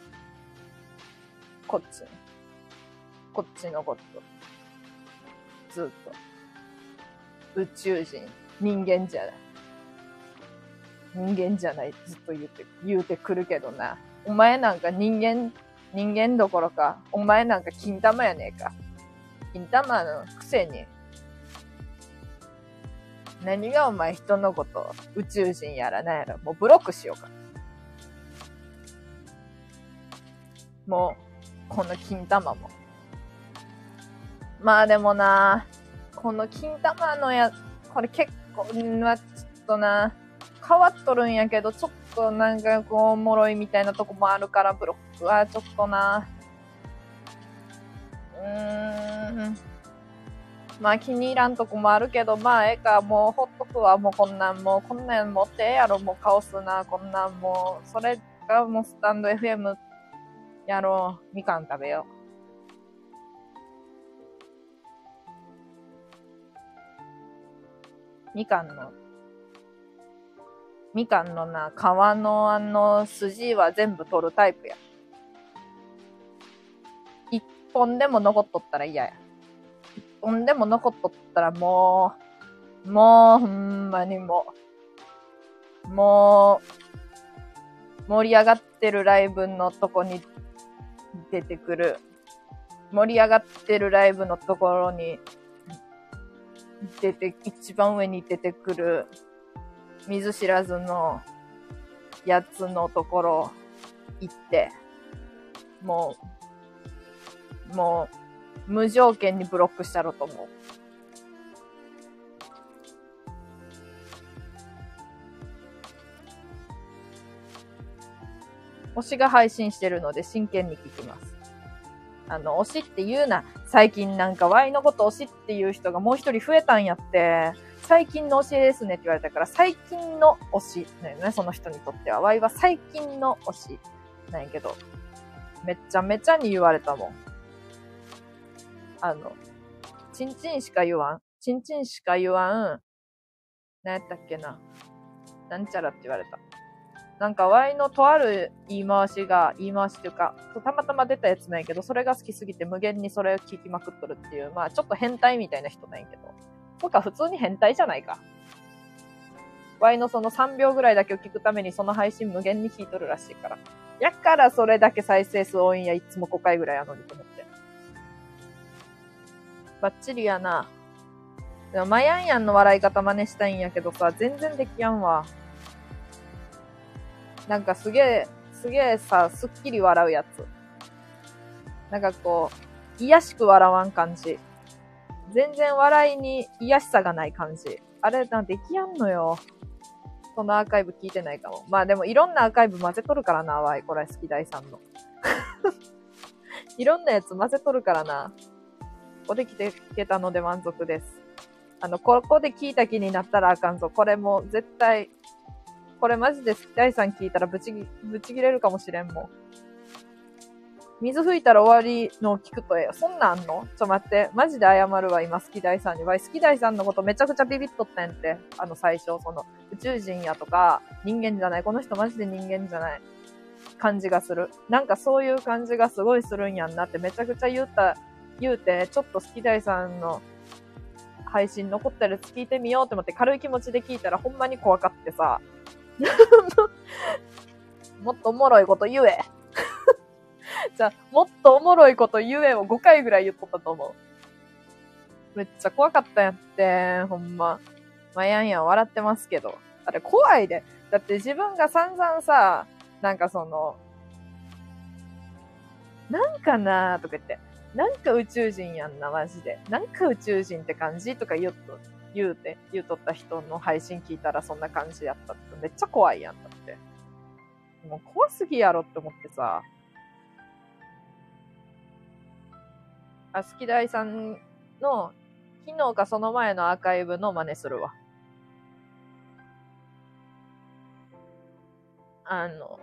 こっち。こっちのこと。ずっと。宇宙人。人間じゃない。人間じゃない。ずっと言って、言うてくるけどな。お前なんか人間、人間どころか。お前なんか金玉やねえか。金玉のくせに。何がお前人のこと宇宙人やらなんやらもうブロックしようか。もう、この金玉も。まあでもな、この金玉のや、これ結構、まあ、ちょっとな、変わっとるんやけど、ちょっとなんかこう、おもろいみたいなとこもあるから、ブロックはちょっとな、うーん。まあ気に入らんとこもあるけど、まあええか、もうほっとくわ、もうこんなん、もうこんなん持ってええやろ、もうカオスな、こんなんもう、それがもうスタンド エフエム やろう、みかん食べよう。みかんの、みかんのな、皮のあの筋は全部取るタイプや。一本でも残っとったら嫌や。ほんでも残っとったらもう、もうほんまにもう、もう、盛り上がってるライブのとこに出てくる。盛り上がってるライブのところに出て、一番上に出てくる見ず知らずのやつのところ行って、もう、も無条件にブロックしたろと思う。推しが配信してるので真剣に聞きます。あの、推しって言うな。最近なんか Y のこと推しっていう人がもう一人増えたんやって。最近の推しですねって言われたから、最近の推しだよね、その人にとっては。Y は最近の推しなんやけど、めっちゃめちゃに言われたもん。あの、ちんちんしか言わん。ちんちんしか言わん。何やったっけな。なんちゃらって言われた。なんか Y のとある言い回しが、言い回しっていうか、たまたま出たやつなんやけど、それが好きすぎて無限にそれを聞きまくっとるっていう、まあちょっと変態みたいな人なんやけど。とか普通に変態じゃないか。Y のそのさんびょうぐらいだけを聞くためにその配信無限に聞いとるらしいから。やからそれだけ再生数多いんや、いつもごかいぐらいあのにと思って。バッチリやな。でもマヤンヤンの笑い方真似したいんやけどさ、全然できやんわ。なんかすげえ、すげえさ、すっきり笑うやつ。なんかこう、癒しく笑わん感じ。全然笑いに癒しさがない感じ。あれ、なんできやんのよ。そのアーカイブ聞いてないかも。まあでもいろんなアーカイブ混ぜとるからな、わい。これ好き大さんの。いろんなやつ混ぜとるからな。ここで来て聞けたので満足です。あの、ここで聞いた気になったらあかんぞ。これも絶対、これマジで好き大さん聞いたらぶちぎ、ぶち切れるかもしれんもん。水吹いたら終わりのを聞くとええよ。そんなんあんの？ちょ待って。マジで謝るわ、今、好き大さんに。わい、好き大さんのことめちゃくちゃビビっとったんやって。あの、最初、その、宇宙人やとか、人間じゃない。この人マジで人間じゃない。感じがする。なんかそういう感じがすごいするんやんなってめちゃくちゃ言うた、言うて、ちょっと好き大さんの配信残ったやつ聞いてみようって思って軽い気持ちで聞いたらほんまに怖かってさ。もっとおもろいこと言え。じゃあ、もっとおもろいこと言えをごかいぐらい言っとったと思う。めっちゃ怖かったんやって、ほんま。まあ、やんやん笑ってますけど。あれ怖いで。だって自分が散々さ、なんかその、なんかなーとか言って、なんか宇宙人やんな、マジで。なんか宇宙人って感じとか言うと、言うて、言うとった人の配信聞いたらそんな感じやったって。めっちゃ怖いやんだって。もう怖すぎやろって思ってさ。あ、好き大さんの、昨日かその前のアーカイブの真似するわ。あの、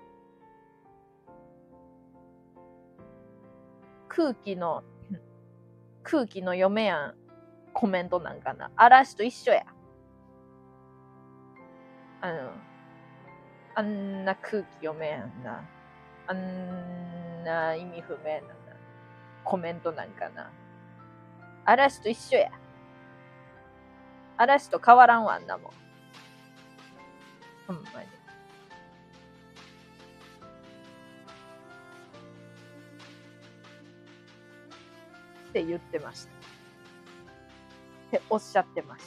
空気の、空気の嫁やんコメントなんかな。嵐と一緒や。あの、あんな空気読めやんな。あんな意味不明なコメントなんかな。嵐と一緒や。嵐と変わらんわ、あんなもん。ほんまに。って言ってました。っておっしゃってました。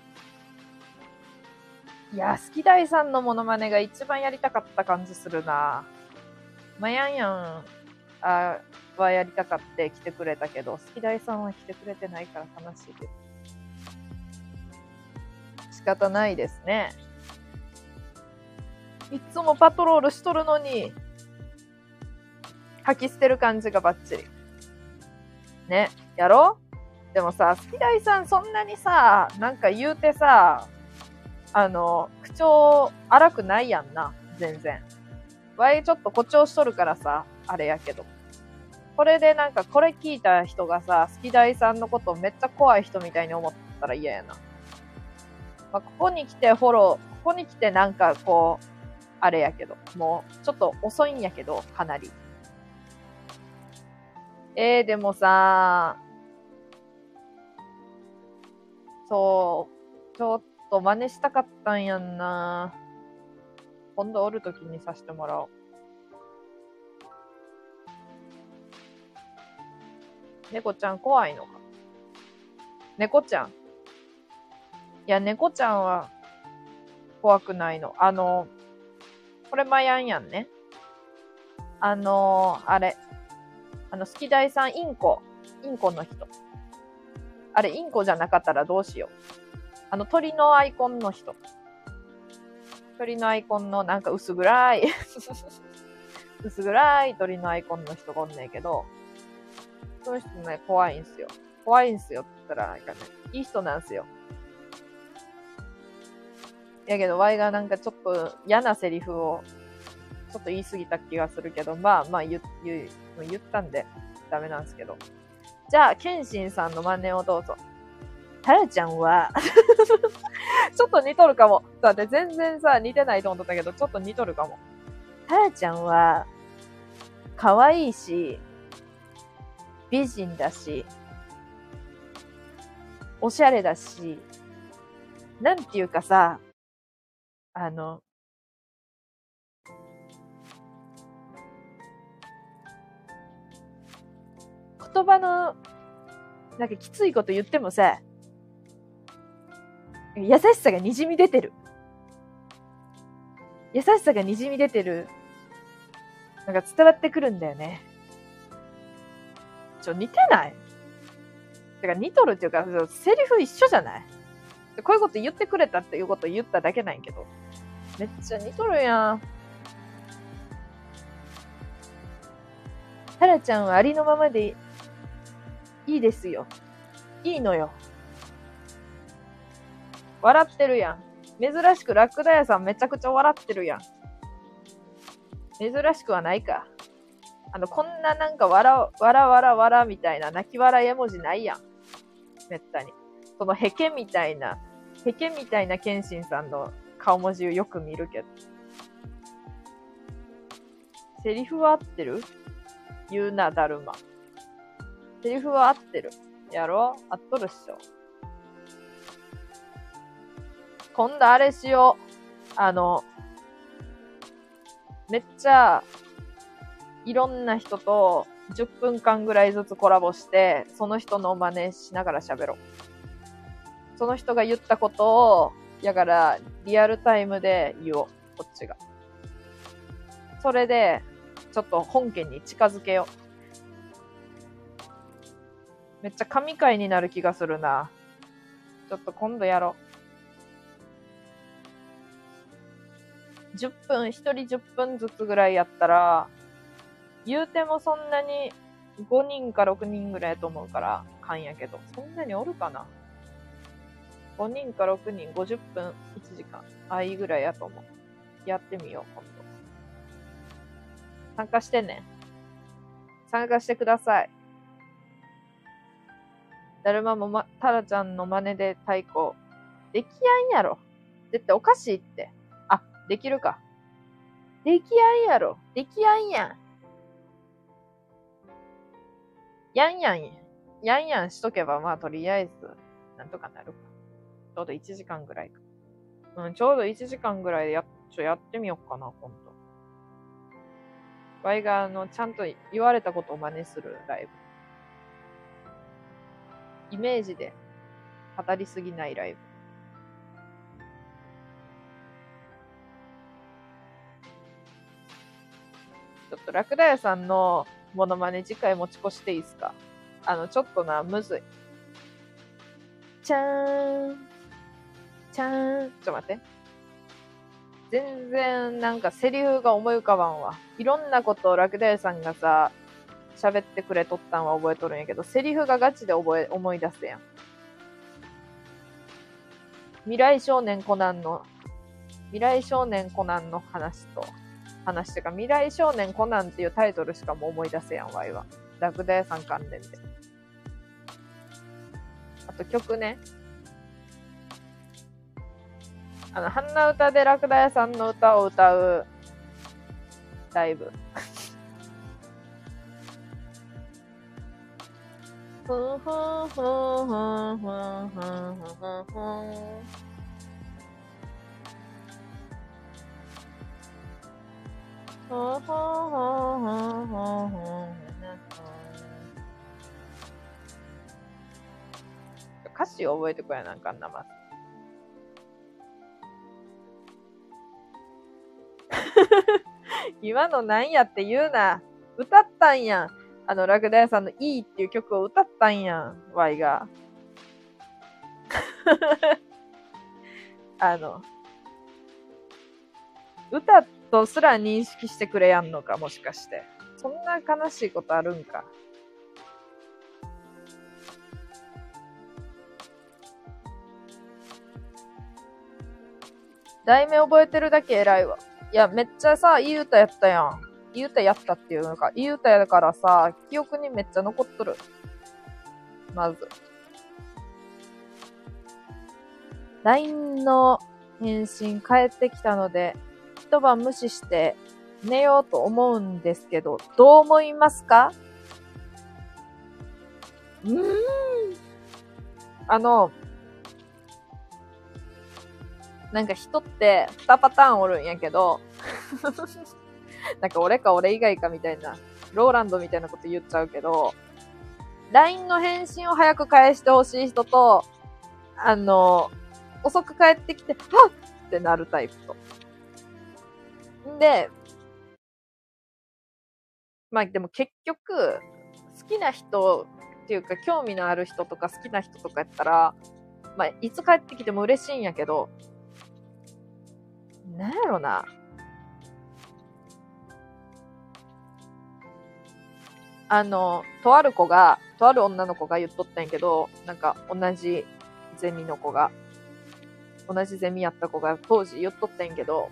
いや、好き大さんのモノマネが一番やりたかった感じするな。まやんやんあはやりたかって来てくれたけど、好き大さんは来てくれてないから悲しいです。仕方ないですね。いつもパトロールしとるのに、吐き捨てる感じがバッチリ。ね、やろ？でもさ、好き大さんそんなにさ、なんか言うてさ、あの、口調荒くないやんな、全然。わいちょっと誇張しとるからさ、あれやけど。これでなんかこれ聞いた人がさ、好き大さんのことめっちゃ怖い人みたいに思ったら嫌やな。まあ、ここに来てフォロー、ここに来てなんかこう、あれやけど、もうちょっと遅いんやけど、かなり。えー、でもさ、そう、ちょっと真似したかったんやんな。今度おるときにさせてもらおう。猫ちゃん怖いのか。猫ちゃん。いや、猫ちゃんは怖くないの。あの、これマヤンやんね。あのー、あれ。あの、好き大さんインコ。 インコの人。あれ、インコじゃなかったらどうしよう。あの、鳥のアイコンの人。鳥のアイコンのなんか薄暗い、薄暗い鳥のアイコンの人がおんねんけど、その人ね、怖いんすよ。怖いんすよって言ったら、なんかね、いい人なんすよ。やけど、ワイがなんかちょっと嫌なセリフを、ちょっと言い過ぎた気がするけど、まあまあ言、言、言ったんで、ダメなんですけど。じゃあ、ケンシンさんの真似をどうぞ。タラちゃんは、ちょっと似とるかも。だって全然さ、似てないと思ったけど、ちょっと似とるかも。タラちゃんは、可愛いし、美人だし、おしゃれだし、なんていうかさ、あの、言葉の、なんかきついこと言ってもさ、優しさが滲み出てる。優しさが滲み出てる。なんか伝わってくるんだよね。ちょ、似てない？てか似とるっていうか、セリフ一緒じゃない？こういうこと言ってくれたっていうことを言っただけなんやけど。めっちゃ似とるやん。タラちゃんはありのままでいいですよ。いいのよ。笑ってるやん。珍しくラクダ屋さんめちゃくちゃ笑ってるやん。珍しくはないか。あの、こんななんかわら、わらわらわらみたいな泣き笑い絵文字ないやん。めったに。そのヘケみたいな、ヘケみたいなケンシンさんの顔文字をよく見るけど。セリフは合ってる？言うな、だるま。セリフは合ってる。やろ？合っとるっしょ。今度あれしよう。あの、めっちゃ、いろんな人とじゅっぷんかんぐらいずつコラボして、その人の真似しながら喋ろう。その人が言ったことを、やからリアルタイムで言おう。こっちが。それで、ちょっと本家に近づけよう。めっちゃ神回になる気がするな。ちょっと今度やろう。じゅっぷん、ひとりじゅっぷんずつぐらいやったら、言うてもそんなにごにんかろくにんぐらいやと思うから、かんやけど。そんなにおるかな？ ご 人かろくにん、ごじゅっぷん、いちじかん。あ、いいぐらいやと思う。やってみよう、今度。参加してね。参加してください。だるまもま、タラちゃんの真似で太鼓。できやんやろ。絶対おかしいって。あ、できるか。できやんやろ。できやんやん。やんやんや。やんやんしとけば、まあ、とりあえず、なんとかなるか。ちょうどいちじかんぐらいか。うん、ちょうどいちじかんぐらいでや、ちょ、やってみようかな、今度。ワイが、あの、ちゃんと言われたことを真似するライブ。イメージで語りすぎないライブ。ちょっとラクダ屋さんのモノマネ次回持ち越していいですか？あの、ちょっとな、むずい。ちゃーん。ちゃーん。ちょっと待って。全然なんかセリフが思い浮かばんわ。いろんなことをラクダ屋さんがさ、喋ってくれとったんは覚えとるんやけど、セリフがガチで覚え、思い出すやん。未来少年コナンの、未来少年コナンの話と、話ってか、未来少年コナンっていうタイトルしかも思い出せやん、ワイは。ラクダ屋さん関連で。あと曲ね。あの、鼻歌でラクダ屋さんの歌を歌うライブ。ふんふんふんふんふんふんふんふん。ふんふんふんふんふんふん。歌詞を覚えてこやなんかんなまず。今のなんやって言うな。歌ったんやん。 あの、ラクダ屋さんのいいっていう曲を歌ったんやん、ワイが。あの、歌とすら認識してくれやんのか、もしかして。そんな悲しいことあるんか。題名覚えてるだけ偉いわ。いや、めっちゃさ、いい歌やったやん。いい歌やったっていうのか。いい歌やからさ、記憶にめっちゃ残っとる。まず。ライン の返信返ってきたので、一晩無視して寝ようと思うんですけど、どう思いますか？うーん。あの、なんか人って二パターンおるんやけど、なんか俺か俺以外かみたいな、ローランドみたいなこと言っちゃうけど、ライン の返信を早く返してほしい人と、あの、遅く帰ってきて、はっってなるタイプと。んで、まあでも結局、好きな人っていうか興味のある人とか好きな人とかやったら、まあいつ帰ってきても嬉しいんやけど、なんやろな。あの、とある子が、とある女の子が言っとったんやけど、なんか同じゼミの子が、同じゼミやった子が当時言っとったんやけど、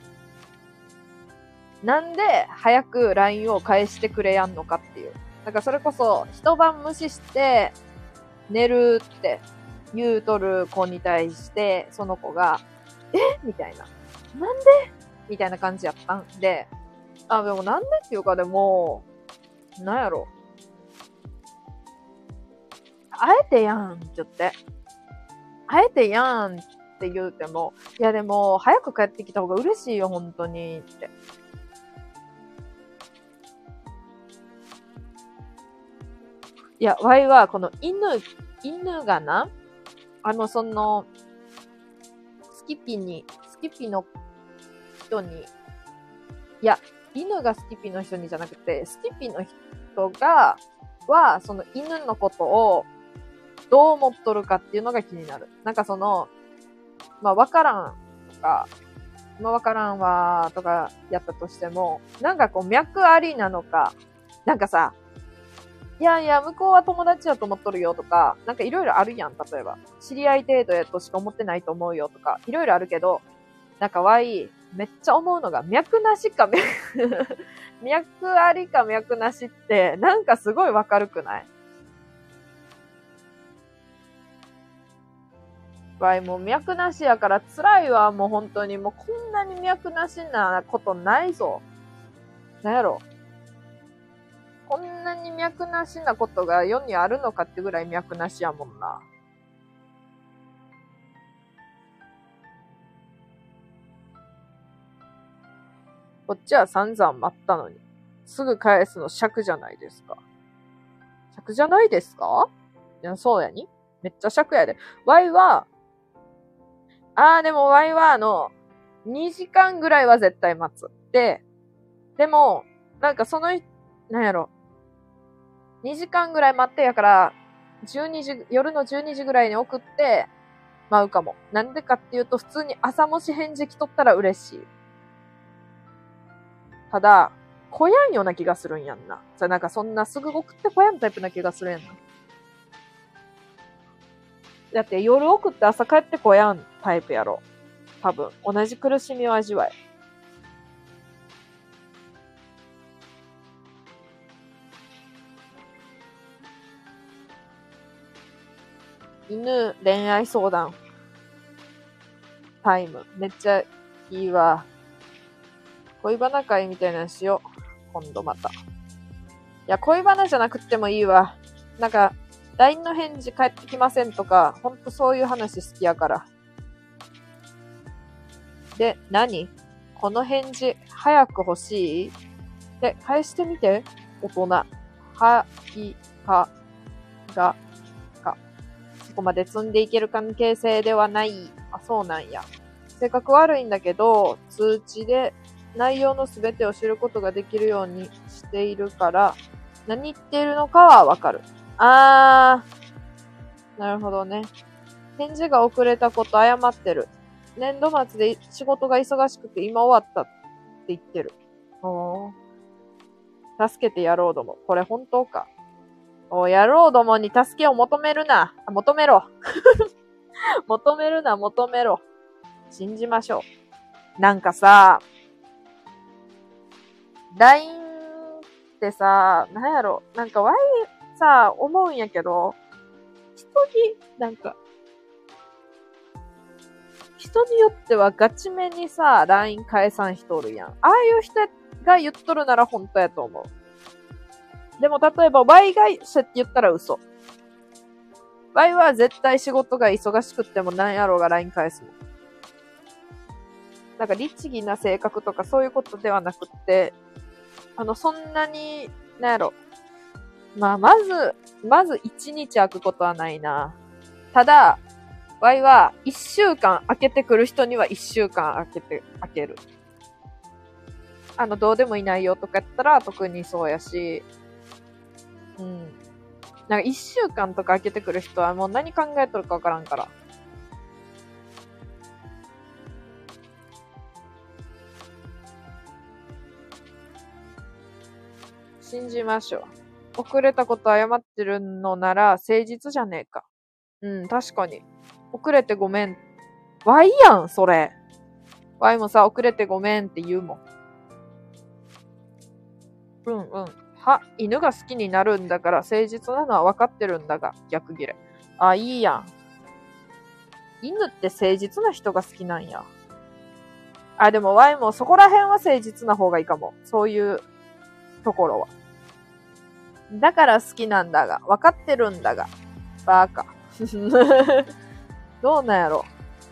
なんで早く ライン を返してくれやんのかっていう。だからそれこそ一晩無視して寝るって言うとる子に対して、その子が、えみたいな。なんでみたいな感じやったんで、あ、でもなんでっていうかでも、なんやろ。あえてやんって言って。あえてやんって言うても、いやでも、早く帰ってきた方が嬉しいよ、本当にって。いや、ワイは、この犬、犬がな、あの、その、スキピに、スキピの人に、いや、犬がスキピの人にじゃなくて、スキピの人が、は、その犬のことを、どう思っとるかっていうのが気になる。なんかその、まあ、わからんとか、まあ、わからんわとかやったとしても、なんかこう、脈ありなのか、なんかさ、いやいや、向こうは友達やと思っとるよとか、なんかいろいろあるやん、例えば。知り合い程度やとしか思ってないと思うよとか、いろいろあるけど、なんかわい、めっちゃ思うのが、脈なしか脈、脈ありか脈なしって、なんかすごいわかるくない？わい、もう脈なしやから辛いわ、もう本当に。もうこんなに脈なしなことないぞ。なんやろ。こんなに脈なしなことが世にあるのかってぐらい脈なしやもんな。こっちは散々待ったのに。すぐ返すの尺じゃないですか。尺じゃないですか？いや、そうやに。めっちゃ尺やで。Y は、あーでも Y はあの、にじかんぐらいは絶対待つ。で、でも、なんかその、なんやろ。にじかんぐらい待ってやから、じゅうにじ、夜のじゅうにじぐらいに送って、舞うかも。なんでかっていうと、普通に朝もし返事来とったら嬉しい。ただ、来やんような気がするんやんな。じゃなんかそんなすぐ送って来やんタイプな気がするやんな。だって夜送って朝帰ってこやんタイプやろ。多分。同じ苦しみを味わえ。犬恋愛相談タイム。めっちゃいいわ。恋バナ会みたいなのしよう。今度また。いや、恋バナじゃなくてもいいわ。なんか、ライン の返事返ってきませんとか、ほんとそういう話好きやから。で、何？この返事、早く欲しい？で、返してみて。大人。は、い、か、が、か。そこまで積んでいける関係性ではない。あ、そうなんや。性格悪いんだけど、通知で内容のすべてを知ることができるようにしているから、 何言ってるのかはわかる。あー、なるほどね。返事が遅れたこと謝ってる。年度末で仕事が忙しくて今終わったって言ってる。おー。助けてやろうども。これ本当か。おやろうどもに助けを求めるな。求めろ。求めるな、求めろ。信じましょう。なんかさ、ライン ってさ、なんやろ、なんかワイさ、思うんやけど、人に、なんか、人によってはガチめにさ、ライン 返さん人おるやん。ああいう人が言っとるなら本当やと思う。でも例えば Y がしてって言ったら嘘。Y は絶対仕事が忙しくってもなんやろうが ライン 返すもん。なんか律儀な性格とかそういうことではなくって、あの、そんなに、なんやろ。まあ、まず、まず一日空くことはないな。ただ、ワイは一週間空けてくる人には一週間空けて、空ける。あの、どうでもいないよとかやったら特にそうやし、うん。なんか一週間とか空けてくる人はもう何考えとるかわからんから。信じましょう。遅れたこと謝ってるのなら誠実じゃねえか。うん、確かに。遅れてごめん。ワイやん、それ。ワイもさ、遅れてごめんって言うもん。うんうん。は、犬が好きになるんだから誠実なのは分かってるんだが、逆ギレ。あ、いいやん。犬って誠実な人が好きなんや。あ、でもワイもそこら辺は誠実な方がいいかも。そういうところは。だから好きなんだが、分かってるんだが。バカ。どうなんやろ。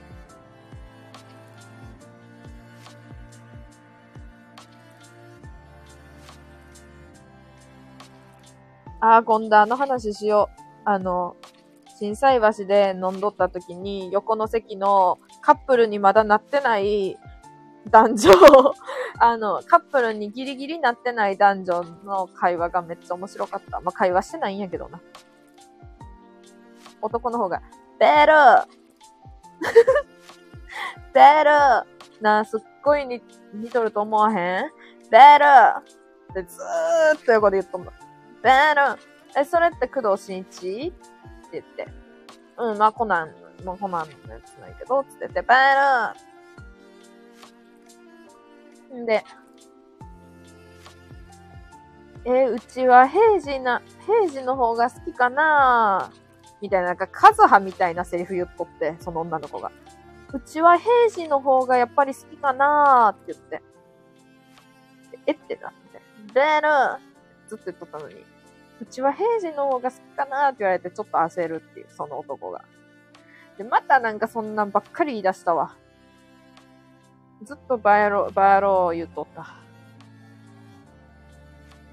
あー、今度あの話しよう。あの、心斎橋で飲んどった時に、横の席のカップルにまだなってない男女、あの、カップルにギリギリなってない男女の会話がめっちゃ面白かった。まあ、会話してないんやけどな。男の方が、ベルーベルーなあ、すっごいに似とると思わへんベルーってずーっと横で言っとんの。ベルーえ、それって工藤新一って言って。うん、まあ、コナン、もうコナンのやつないけど、つってて、ベルーんで、えー、うちは平治な、平治の方が好きかなみたいな、なんか、カズハみたいなセリフ言っとって、その女の子が。うちは平治の方がやっぱり好きかなって言って。えってなって。ベルーずっと言っとったのに。うちは平治の方が好きかなって言われてちょっと焦るっていう、その男が。で、またなんかそんなんばっかり言い出したわ。ずっとバヤロー、バヤロー言っとった。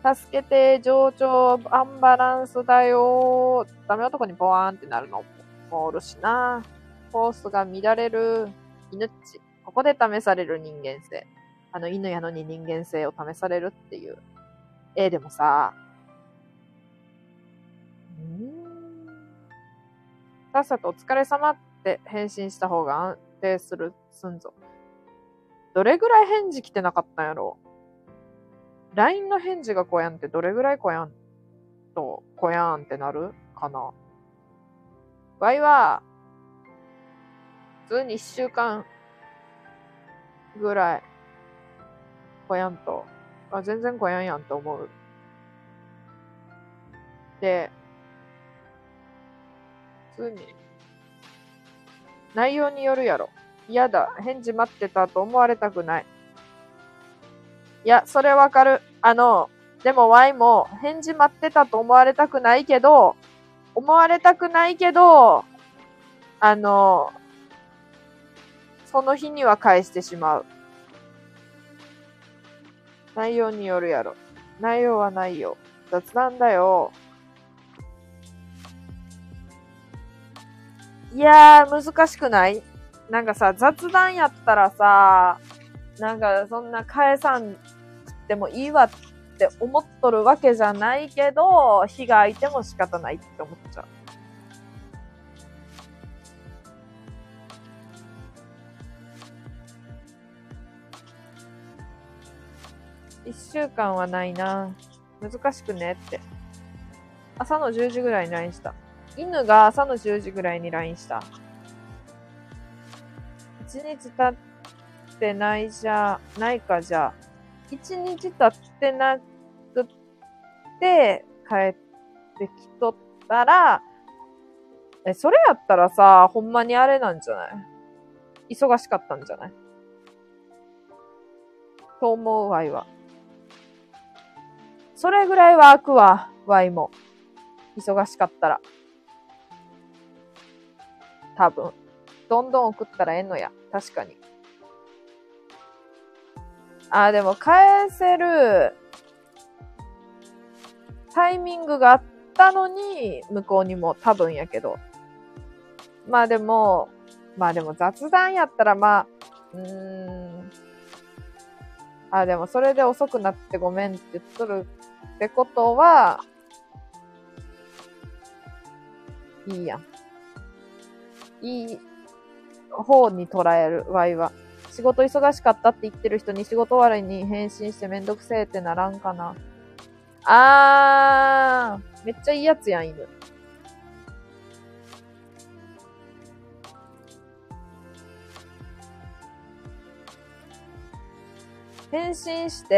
助けて、情緒アンバランスだよ。ダメ男にボワーンってなるのもおるしな。コースが乱れる。犬っち。ここで試される人間性。あの犬やのに人間性を試されるっていう。えー、でもさ、うーん。さっさとお疲れ様って返信した方が安定する、すんぞ。どれぐらい返事来てなかったんやろ ?ライン の返事がこやんってどれぐらいこやんと、こやんってなるかな。わいは、普通にいっしゅうかんぐらい、こやんと、あ、全然こやんやんと思う。で、普通に、内容によるやろ。嫌だ。返事待ってたと思われたくない。いや、それわかる。あの、でも Y も返事待ってたと思われたくないけど、思われたくないけど、あの、その日には返してしまう。内容によるやろ。内容はないよ。雑談だよ。いやー、難しくない？なんかさ、雑談やったらさ、なんかそんな返さんくってもいいわっって思っとるわけじゃないけど、火が空いても仕方ないって思っちゃう。一週間はないな。難しくねって。朝のじゅうじぐらいに ライン した。犬が朝のじゅうじぐらいに ライン した。一日経ってないじゃ、ないかじゃ。一日経ってなくって帰ってきとったら、え、それやったらさ、ほんまにあれなんじゃない？忙しかったんじゃない？と思うわいは。それぐらいは開くわ、わいも。忙しかったら。多分。どんどん送ったらええのや。確かに。あ、でも返せるタイミングがあったのに、向こうにも多分やけど。まあでも、まあでも雑談やったらまあ、うーん。あ、でもそれで遅くなってごめんって言っとるってことは、いいやん。いい方に捉える、ワイは。仕事忙しかったって言ってる人に仕事終わりに返信してめんどくせえってならんかな。あー、めっちゃいいやつやん、犬。返信して、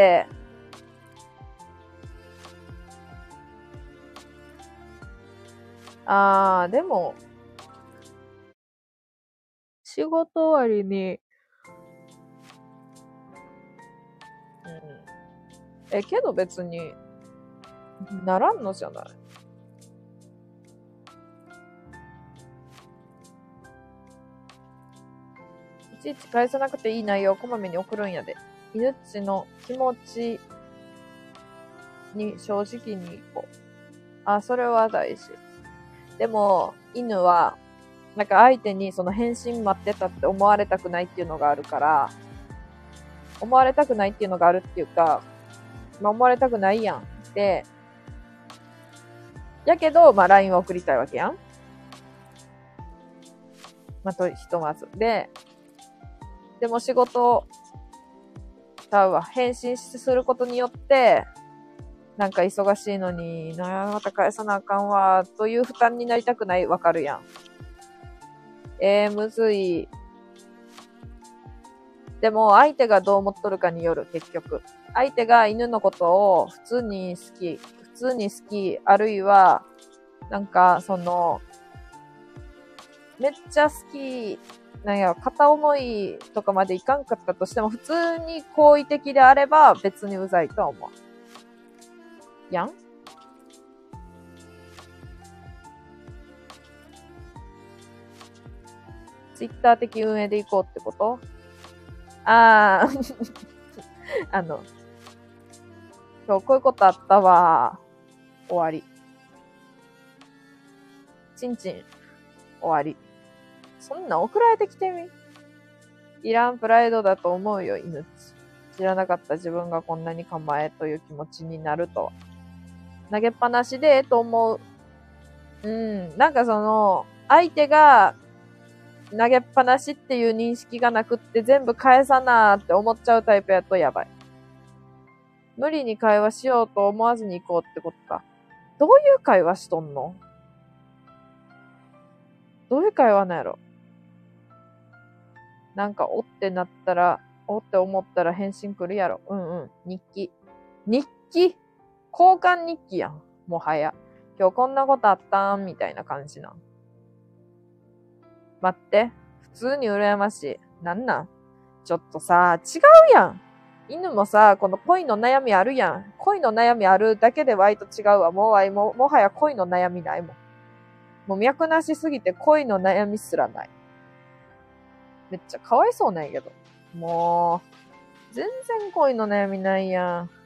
あー、でも、仕事終わりに、うん。え、けど別に、ならんのじゃない？いちいち返さなくていい内容をこまめに送るんやで。犬っちの気持ちに正直にいこう。あ、それは大事。でも、犬は、なんか相手にその返信待ってたって思われたくないっていうのがあるから、思われたくないっていうのがあるっていうか、まあ、思われたくないやん。で、やけど、まあ ライン を送りたいわけやん。まあ、と、ひとまず。で、でも仕事、ちゃうわ。返信することによって、なんか忙しいのに、なあ、また返さなあかんわ、という負担になりたくない。わかるやん。えー、むずい。でも、相手がどう思っとるかによる、結局。相手が犬のことを普通に好き、普通に好き、あるいは、なんか、その、めっちゃ好き、なんや、片思いとかまでいかんかったとしても、普通に好意的であれば別にうざいとは思う。やん？ツイッター的運営でいこうってこと？あー、あの、今日こういうことあったわ。終わり。ちんちん。終わり。そんな送られてきてみ。いらんプライドだと思うよ、犬っち。知らなかった自分がこんなに構えという気持ちになるとは。投げっぱなしで、と思う。うん。なんかその、相手が投げっぱなしっていう認識がなくって全部返さなーって思っちゃうタイプやとやばい。無理に会話しようと思わずに行こうってことか。どういう会話しとんの？どういう会話なんやろ？なんか、おってなったら、おって思ったら返信来るやろ。うんうん。日記。日記？交換日記やん。もはや。今日こんなことあったんみたいな感じなん。待って。普通に羨ましい。なんなん？ちょっとさ、違うやん。犬もさ、この恋の悩みあるやん。恋の悩みあるだけでワイと違うわ。もうワイも、もはや恋の悩みないもん。もう脈なしすぎて恋の悩みすらない。めっちゃかわいそうなんやけど。もう、全然恋の悩みないやん。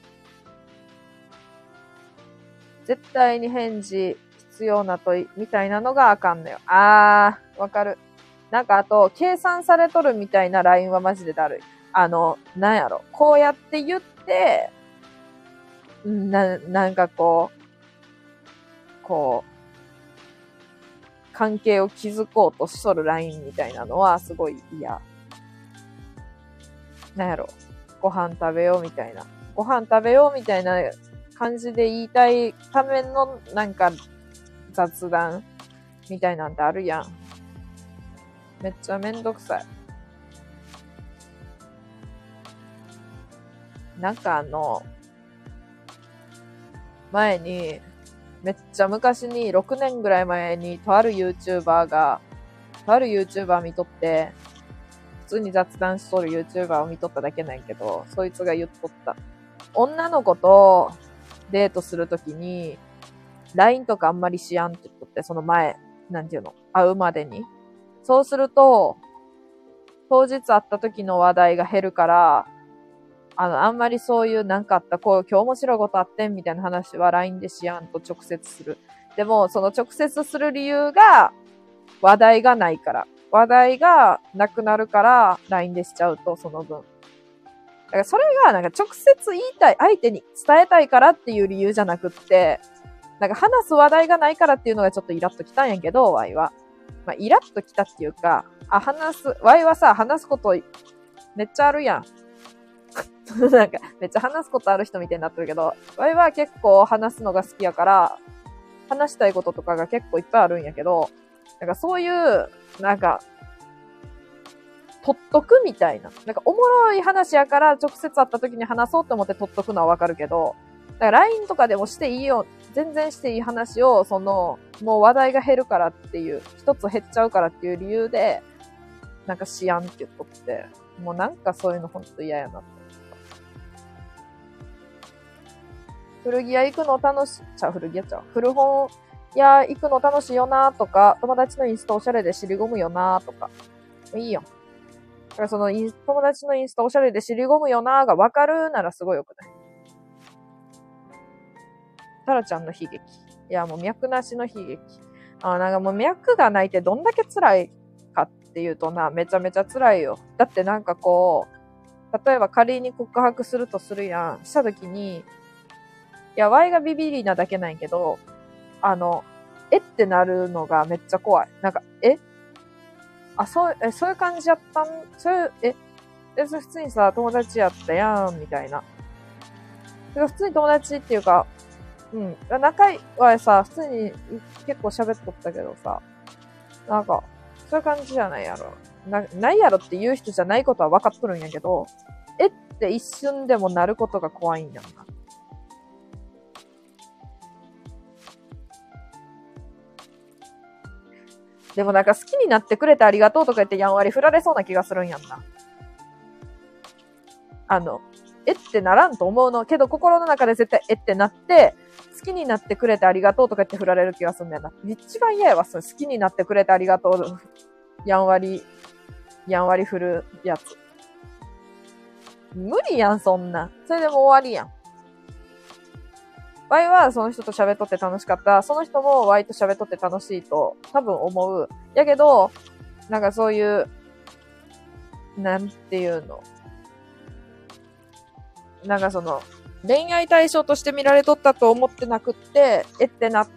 絶対に返事必要な問いみたいなのがあかんのよ。あー、わかる。なんかあと、計算されとるみたいな ライン はマジでだるい。あの、なんやろ。こうやって言って、 な、なんかこう、こう、関係を築こうとしとるラインみたいなのはすごい嫌。なんやろ。ご飯食べようみたいな。ご飯食べようみたいな感じで言いたいためのなんか雑談みたいなんてあるやん。めっちゃめんどくさい。なんかあの、前に、めっちゃ昔に、ろくねんぐらい前に、とある YouTuber が、とある YouTuber 見とって、普通に雑談しとる YouTuber を見とっただけなんやけど、そいつが言っとった。女の子とデートするときに、ライン とかあんまりしやんって言っとって、その前、なんていうの、会うまでに。そうすると、当日会った時の話題が減るから、あの、あんまりそういうなんかあった、こう、今日面白いことあってんみたいな話は ライン でしやんと直接する。でも、その直接する理由が、話題がないから。話題がなくなるから、ライン でしちゃうと、その分。だからそれが、なんか直接言いたい、相手に伝えたいからっていう理由じゃなくって、なんか話す話題がないからっていうのがちょっとイラッときたんやけど、ワイは。まあ、イラッときたっていうか、あ、話す、ワイはさ、話すことめっちゃあるやん。なんか、めっちゃ話すことある人みたいになってるけど、ワイは結構話すのが好きやから、話したいこととかが結構いっぱいあるんやけど、なんかそういう、なんか、取っとくみたいな。なんかおもろい話やから直接会った時に話そうと思って取っとくのはわかるけど、だから ライン とかでもしていいよ、全然していい話を、その、もう話題が減るからっていう、一つ減っちゃうからっていう理由で、なんかしやんって言っとって、もうなんかそういうのほんと嫌やなって。古着屋行くの楽し、ちゃう、古着屋ちゃう。古本屋行くの楽しいよなとか、友達のインスタおしゃれで尻込むよなとか、いいよ。だからそのイン、友達のインスタおしゃれで尻込むよながわかるならすごいよくない？タラちゃんの悲劇。いや、もう脈なしの悲劇。あ、なんかもう脈がないってどんだけ辛いかっていうとな、めちゃめちゃ辛いよ。だってなんかこう、例えば仮に告白するとするやん。した時に、いや、ワイがビビリなだけなんやけど、あの、えってなるのがめっちゃ怖い。なんか、えあ、そう、え、そういう感じやったんそういう、え、え、それ普通にさ、友達やったやん、みたいな。普通に友達っていうか、うん。仲はさ、普通に結構喋っとったけどさ、なんか、そういう感じじゃないやろ。な、ないやろって言う人じゃないことは分かっとるんやけど、えって一瞬でもなることが怖いんやんな。でもなんか好きになってくれてありがとうとか言ってやんわり振られそうな気がするんやんな。あの、えってならんと思うの。けど心の中で絶対えってなって、好きになってくれてありがとうとか言って振られる気がするんだよな。一番嫌やわ、それ好きになってくれてありがとう。やんわり、やんわり振るやつ。無理やん、そんな。それでも終わりやん。ワイはその人と喋っとって楽しかった。その人もワイと喋っとって楽しいと多分思う。やけど、なんかそういう、なんていうの。なんかその、恋愛対象として見られとったと思ってなくって、えってなって、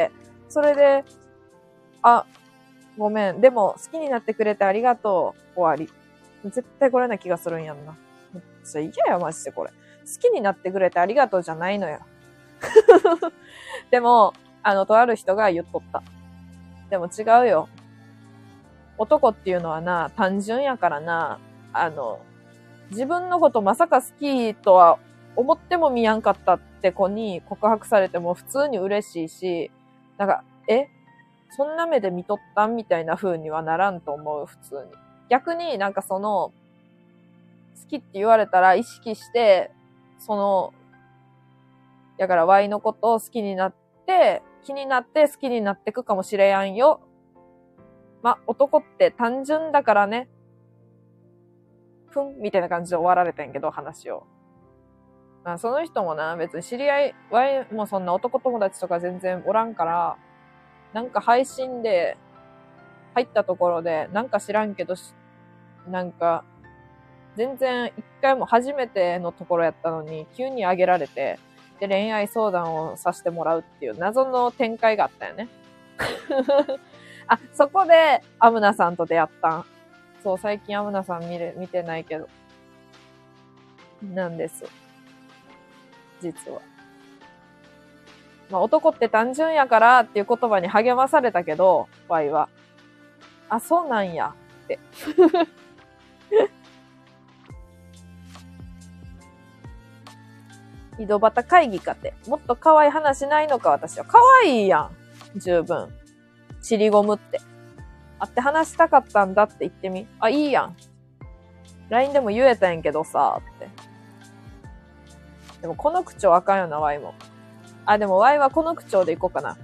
それで、あ、ごめん。でも、好きになってくれてありがとう。終わり。絶対これな気がするんやんな。めっちゃ嫌や、マジでこれ。好きになってくれてありがとうじゃないのよ。でも、あの、とある人が言っとった。でも違うよ。男っていうのはな、単純やからな、あの、自分のことまさか好きとは思っても見やんかったって子に告白されても普通に嬉しいし、なんか、えそんな目で見とったんみたいな風にはならんと思う、普通に。逆になんかその、好きって言われたら意識して、その、だから Y のことを好きになって、気になって好きになってくかもしれやんよ。ま、男って単純だからね。ふんみたいな感じで終わられたんやけど、話を。まあ、その人もな、別に知り合い、Y もそんな男友達とか全然おらんから、なんか配信で入ったところで、なんか知らんけど、なんか、全然一回も初めてのところやったのに、急に上げられて、 で恋愛相談をさせてもらうっていう謎の展開があったよね。あ、そこでアムナさんと出会ったん。そう、最近アムナさん見れ、見てないけど。なんです。実は。まあ、男って単純やからっていう言葉に励まされたけど、ワイは。あ、そうなんやって。井戸端会議かって。もっと可愛い話ないのか私は。可愛いやん。十分。尻ゴムって。会って話したかったんだって言ってみ。あ、いいやん。ライン でも言えたんやけどさ、って。でもこの口調あかんよな、ワイも。あ、でもワイはこの口調でいこうかな。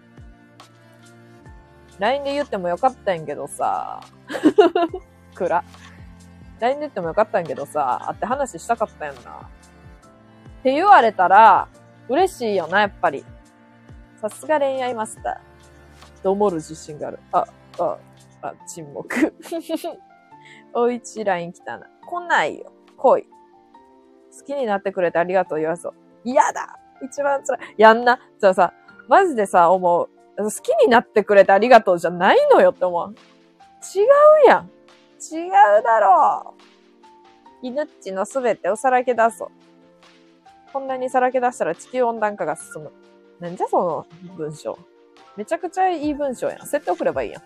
ライン で言ってもよかったんやけどさ。暗。ライン で言ってもよかったんやけどさ、会って話したかったんやんな。って言われたら、嬉しいよな、やっぱり。さすが恋愛マスター。と思る自信がある。あ、あ、あ、沈黙。おいちライン来たな。来ないよ。来い。好きになってくれてありがとう言わそう。嫌だ一番辛い。やんな。じゃあさ、マジでさ、思う。好きになってくれてありがとうじゃないのよって思う。違うやん。違うだろう。犬っちのすべてをさらけ出そう。こんなにさらけ出したら地球温暖化が進む。なんじゃその文章。めちゃくちゃいい文章やん。設定送ればいいやん。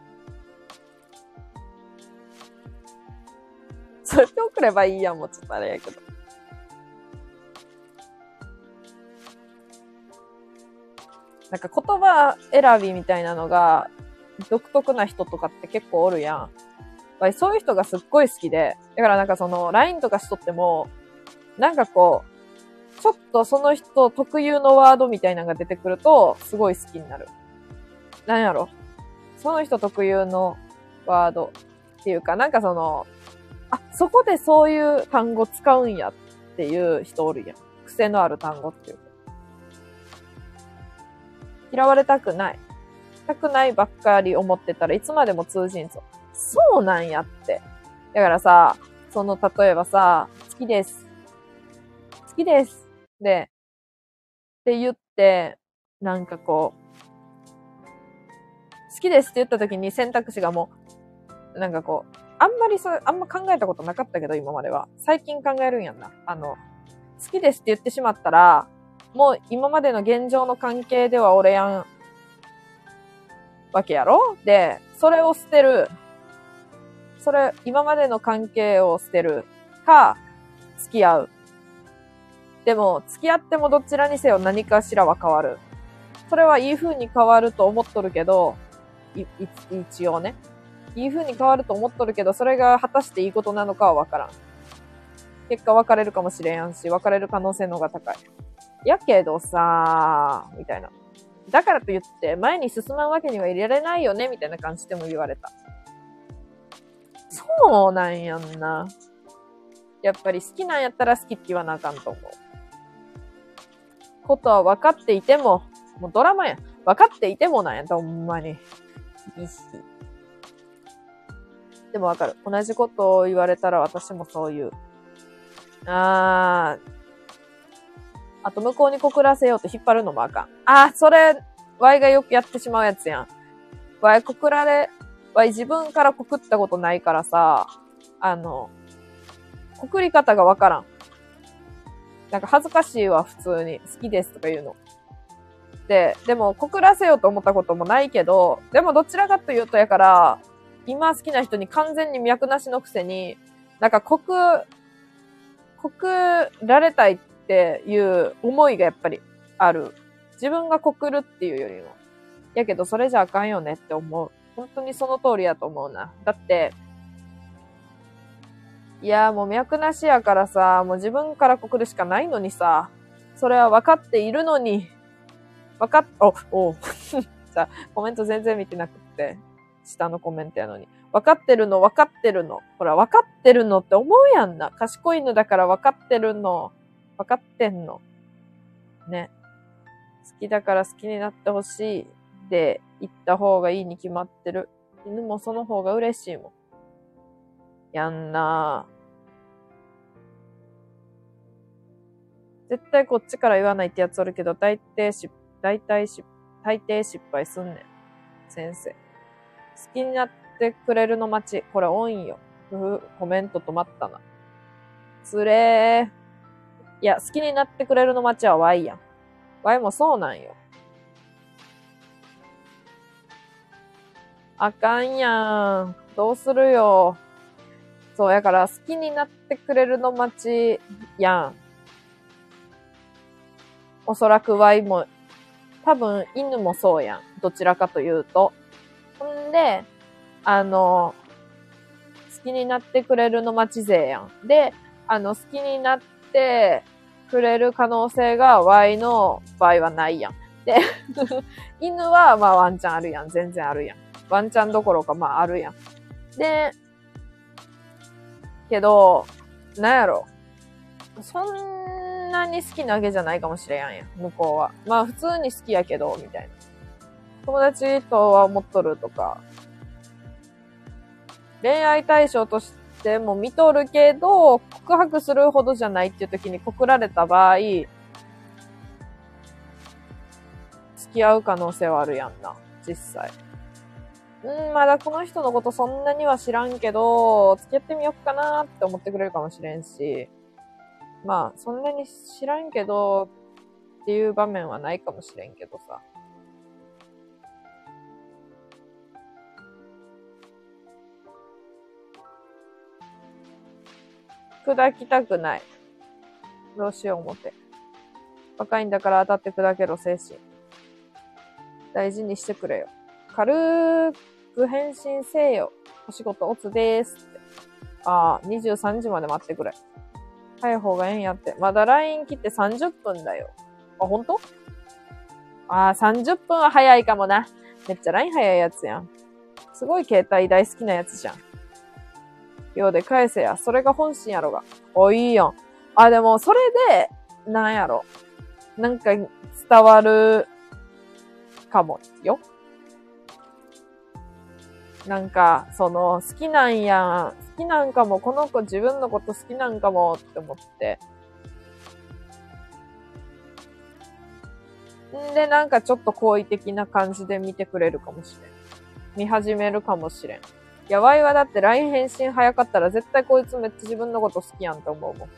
設定送ればいいやん。もうちょっとあれやけど。なんか言葉選びみたいなのが独特な人とかって結構おるやん。そういう人がすっごい好きで。だからなんかその ライン とかしとっても、なんかこう、ちょっとその人特有のワードみたいなのが出てくると、すごい好きになる。なんやろ。その人特有のワードっていうか、なんかその、あ、そこでそういう単語使うんやっていう人おるやん。癖のある単語っていうか。嫌われたくない。たくないばっかり思ってたらいつまでも通じんぞ。そうなんやって。だからさ、その例えばさ、好きです。好きです。で、って言って、なんかこう、好きですって言った時に選択肢がもう、なんかこう、あんまりそう、あんま考えたことなかったけど、今までは。最近考えるんやんな。あの、好きですって言ってしまったら、もう今までの現状の関係では俺やんわけやろ？で、それを捨てる。それ、今までの関係を捨てる。か、付き合う。でも、付き合ってもどちらにせよ何かしらは変わる。それはいい風に変わると思っとるけど、い、い一応ね。いい風に変わると思っとるけど、それが果たしていいことなのかはわからん。結果別れるかもしれんし、別れる可能性の方が高い。やけどさー、みたいな。だからと言って、前に進まんわけにはいられないよね、みたいな感じでも言われた。そうなんやんな。やっぱり好きなんやったら好きって言わなあかんと思う。ことは分かっていても、もうドラマやん。分かっていてもなんや、ほんまに。いいし。でも分かる。同じことを言われたら私もそう言う。あー。あと向こうに告らせようと引っ張るのもあかん。あー、それ、ワイがよくやってしまうやつやん。ワイ告られ、ワイ自分から告ったことないからさ、あの、告り方が分からん。なんか恥ずかしいわ、普通に。好きですとか言うの。で、でも告らせようと思ったこともないけど、でもどちらかというとやから、今好きな人に完全に脈なしのくせに、なんか告、告られたいっていう思いがやっぱりある。自分が告るっていうよりも。やけどそれじゃあかんよねって思う。本当にその通りやと思うな。だって、いやもう脈なしやからさ、もう自分から告るしかないのにさ、それは分かっているのに、分かっ、お、おさ、コメント全然見てなくって、下のコメントやのに。分かってるの、分かってるの。ほら、分かってるのって思うやんな。賢いのだから分かってるの。分かってんの。ね。好きだから好きになってほしいって言った方がいいに決まってる。犬もその方が嬉しいもん。やんなぁ。 絶対こっちから言わないってやつおるけど、大抵し、大体し、大抵失敗すんねん。先生。好きになってくれるの待ち。これ多いんよ。ふふ、コメント止まったな。つれー。いや、好きになってくれるの待ちは Y やん。Y もそうなんよ。あかんやん。どうするよ。そう、やから好きになってくれるの待ちやん。おそらく Y も、多分犬もそうやん。どちらかというと。ほんで、あの、好きになってくれるの待ち勢やん。で、あの、好きになってくれる可能性が Y の場合はないやん。で、犬はまあワンチャンあるやん。全然あるやん。ワンチャンどころかまああるやん。で、けど、なんやろ。そんなに好きなわけじゃないかもしれんやん。向こうは。まあ普通に好きやけど、みたいな。友達とは思っとるとか。恋愛対象としても見とるけど、告白するほどじゃないっていう時に告られた場合、付き合う可能性はあるやんな。実際。うん、まだこの人のことそんなには知らんけど、付き合ってみようかなって思ってくれるかもしれんし、まあ、そんなに知らんけどっていう場面はないかもしれんけどさ。砕きたくない。どうしよう思って。若いんだから当たって砕けろ精神。大事にしてくれよ。軽く返信せえよ。お仕事オツでーすって。ああ、にじゅうさんじまで待ってくれ。早い方がええんやって。まだ ライン 来てさんじゅっぷんだよ。あ、ほんと？ああ、さんじゅっぷんは早いかもな。めっちゃ ライン 早いやつやん。すごい携帯大好きなやつじゃん。ようで返せや。それが本心やろが。お、いいやん。あ、でも、それで、なんやろ。なんか、伝わる、かもよ。なんか、その、好きなんや、好きなんかも、この子自分のこと好きなんかもって思って。んで、なんかちょっと好意的な感じで見てくれるかもしれん。見始めるかもしれん。いや、ワイはだって ライン 返信早かったら絶対こいつめっちゃ自分のこと好きやんって思うもん。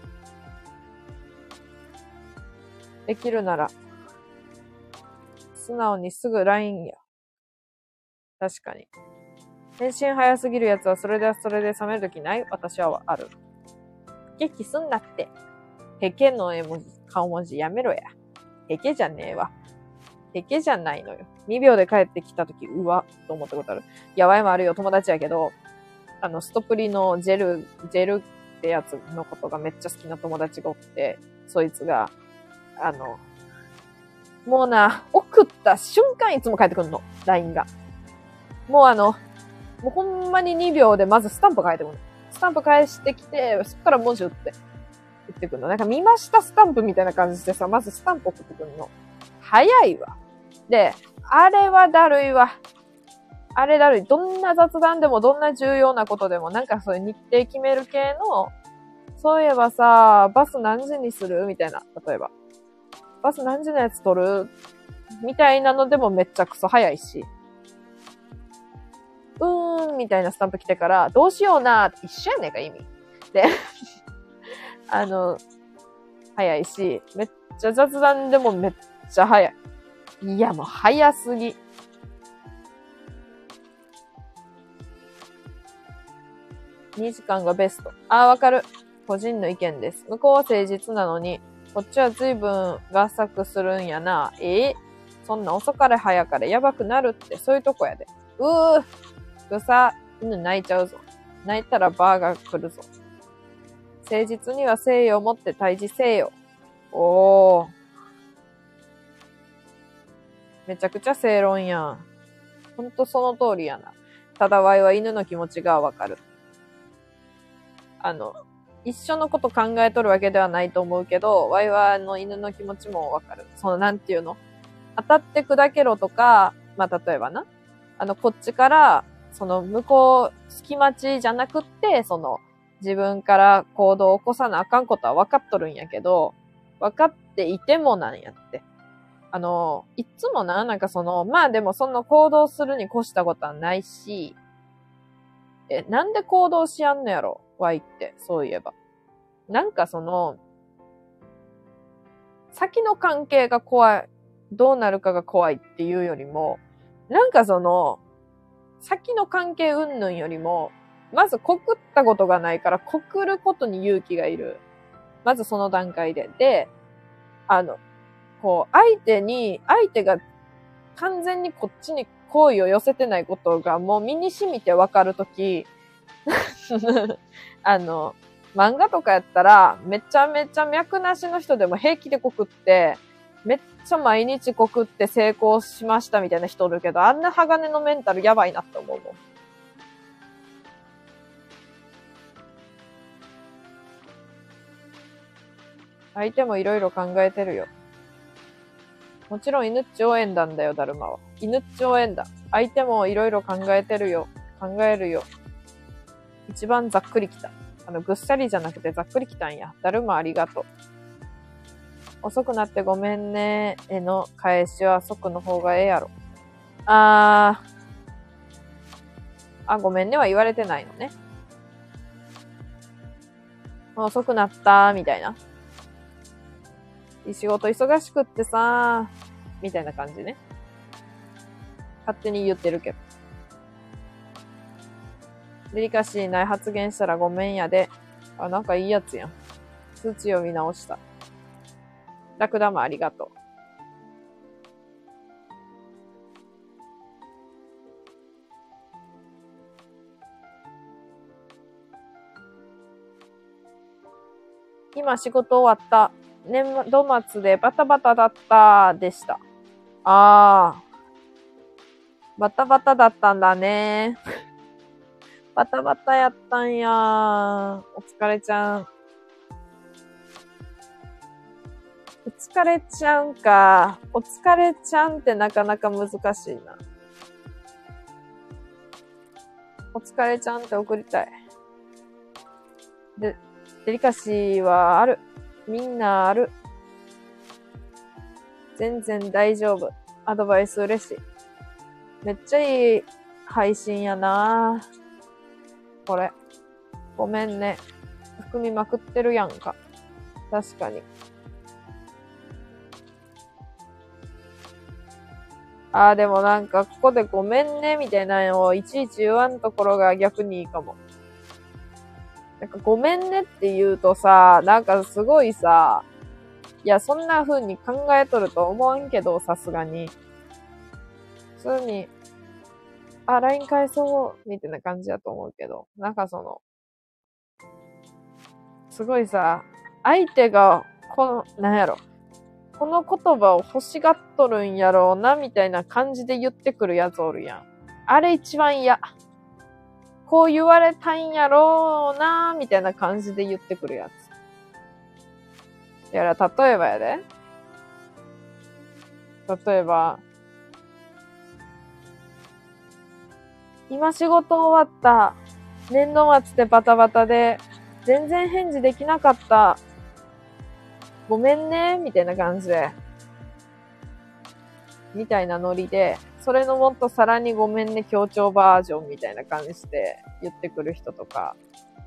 できるなら、素直にすぐ ライン や。確かに。返信早すぎるやつはそれでそれで冷めるときない？私はある。激すんなって。へけの絵文字、顔文字やめろや。へけじゃねえわ。へけじゃないのよ。にびょうで帰ってきたとき、うわ、と思ったことある。やわいもあるよ、友達やけど、あの、ストプリのジェル、ジェルってやつのことがめっちゃ好きな友達がおって、そいつが、あの、もうな、送った瞬間いつも返ってくるの、ライン が。もうあの、もうほんまににびょうでまずスタンプ返ってくるの。スタンプ返してきて、そっから文字打って、言ってくるの。なんか見ましたスタンプみたいな感じでさ、まずスタンプ送ってくるの。早いわ。で、あれはだるいわ。あれだるい。どんな雑談でもどんな重要なことでもなんかそういう日程決める系の、そういえばさ、バス何時にするみたいな。例えば。バス何時のやつ取るみたいなのでもめっちゃくそ早いし。うーん、みたいなスタンプ来てから、どうしようなー一緒やねんか、意味。で、あの、早いし、めっちゃ雑談でもめっちゃ早い。いや、もう早すぎ。にじかんがベスト。あー、わかる。個人の意見です。向こうは誠実なのに、こっちは随分合作するんやな。えー、そんな遅かれ早かれやばくなるって、そういうとこやで。うー、草、犬泣いちゃうぞ。泣いたらバーが来るぞ。誠実には誠意を持って対峙せよ。おー。めちゃくちゃ正論やん。ほんとその通りやな。ただワイは犬の気持ちがわかる。あの、一緒のこと考えとるわけではないと思うけど、ワイはあの犬の気持ちもわかる。そのなんていうの？当たって砕けろとか、まあ例えばな。あの、こっちから、その向こう、隙待ちじゃなくって、その自分から行動を起こさなあかんことは分かっとるんやけど、 分かっていてもなんやって。あの、いつもな、なんかその、まあでもその行動するに越したことはないし、え、なんで行動しやんのやろ ?Y って、そういえば。なんかその、先の関係が怖い、どうなるかが怖いっていうよりも、なんかその、先の関係云々よりも、まず告ったことがないから告ることに勇気がいる。まずその段階で。で、あの、こう、相手に、相手が完全にこっちに好意を寄せてないことがもう身に染みてわかるとき、あの、漫画とかやったら、めちゃめちゃ脈なしの人でも平気で告って、めっちゃ毎日告って成功しましたみたいな人おるけど、あんな鋼のメンタルやばいなって思うもん。相手もいろいろ考えてるよ。もちろん犬っち応援団だよ、だるまは。犬っち応援団。相手もいろいろ考えてるよ。考えるよ。一番ざっくりきた。あの、ぐっさりじゃなくてざっくりきたんや。だるまありがとう。遅くなってごめんね。への返しは即の方がええやろ。あー。あ、ごめんねは言われてないのね。遅くなったみたいな。仕事忙しくってさみたいな感じね。勝手に言ってるけど。デリカシーない発言したらごめんやで。あ、なんかいいやつやん。通知読み直した。ラクダもありがとう。今仕事終わった。年度末でバタバタだったでした。あー。バタバタだったんだね。バタバタやったんやー。お疲れちゃん。お疲れちゃんか。お疲れちゃんってなかなか難しいな。お疲れちゃんって送りたい。で、デリカシーはある。みんなある。全然大丈夫。アドバイス嬉しい。めっちゃいい配信やなぁ。これ。ごめんね。含みまくってるやんか。確かに。あーでもなんかここでごめんねみたいなのをいちいち言わんところが逆にいいかも。なんかごめんねって言うとさ、なんかすごいさ、いやそんな風に考えとると思わんけど、さすがに。普通に、あ、ライン 返そうみたいな感じだと思うけど、なんかその、すごいさ、相手が、この、なんやろ、この言葉を欲しがっとるんやろうな、みたいな感じで言ってくるやつおるやん。あれ一番嫌。こう言われたんやろうな、みたいな感じで言ってくるやつ。やら、例えばやで。例えば、今仕事終わった。年度末でバタバタで、全然返事できなかった。ごめんね、みたいな感じで。みたいなノリで、それのもっとさらにごめんね強調バージョンみたいな感じで言ってくる人とか。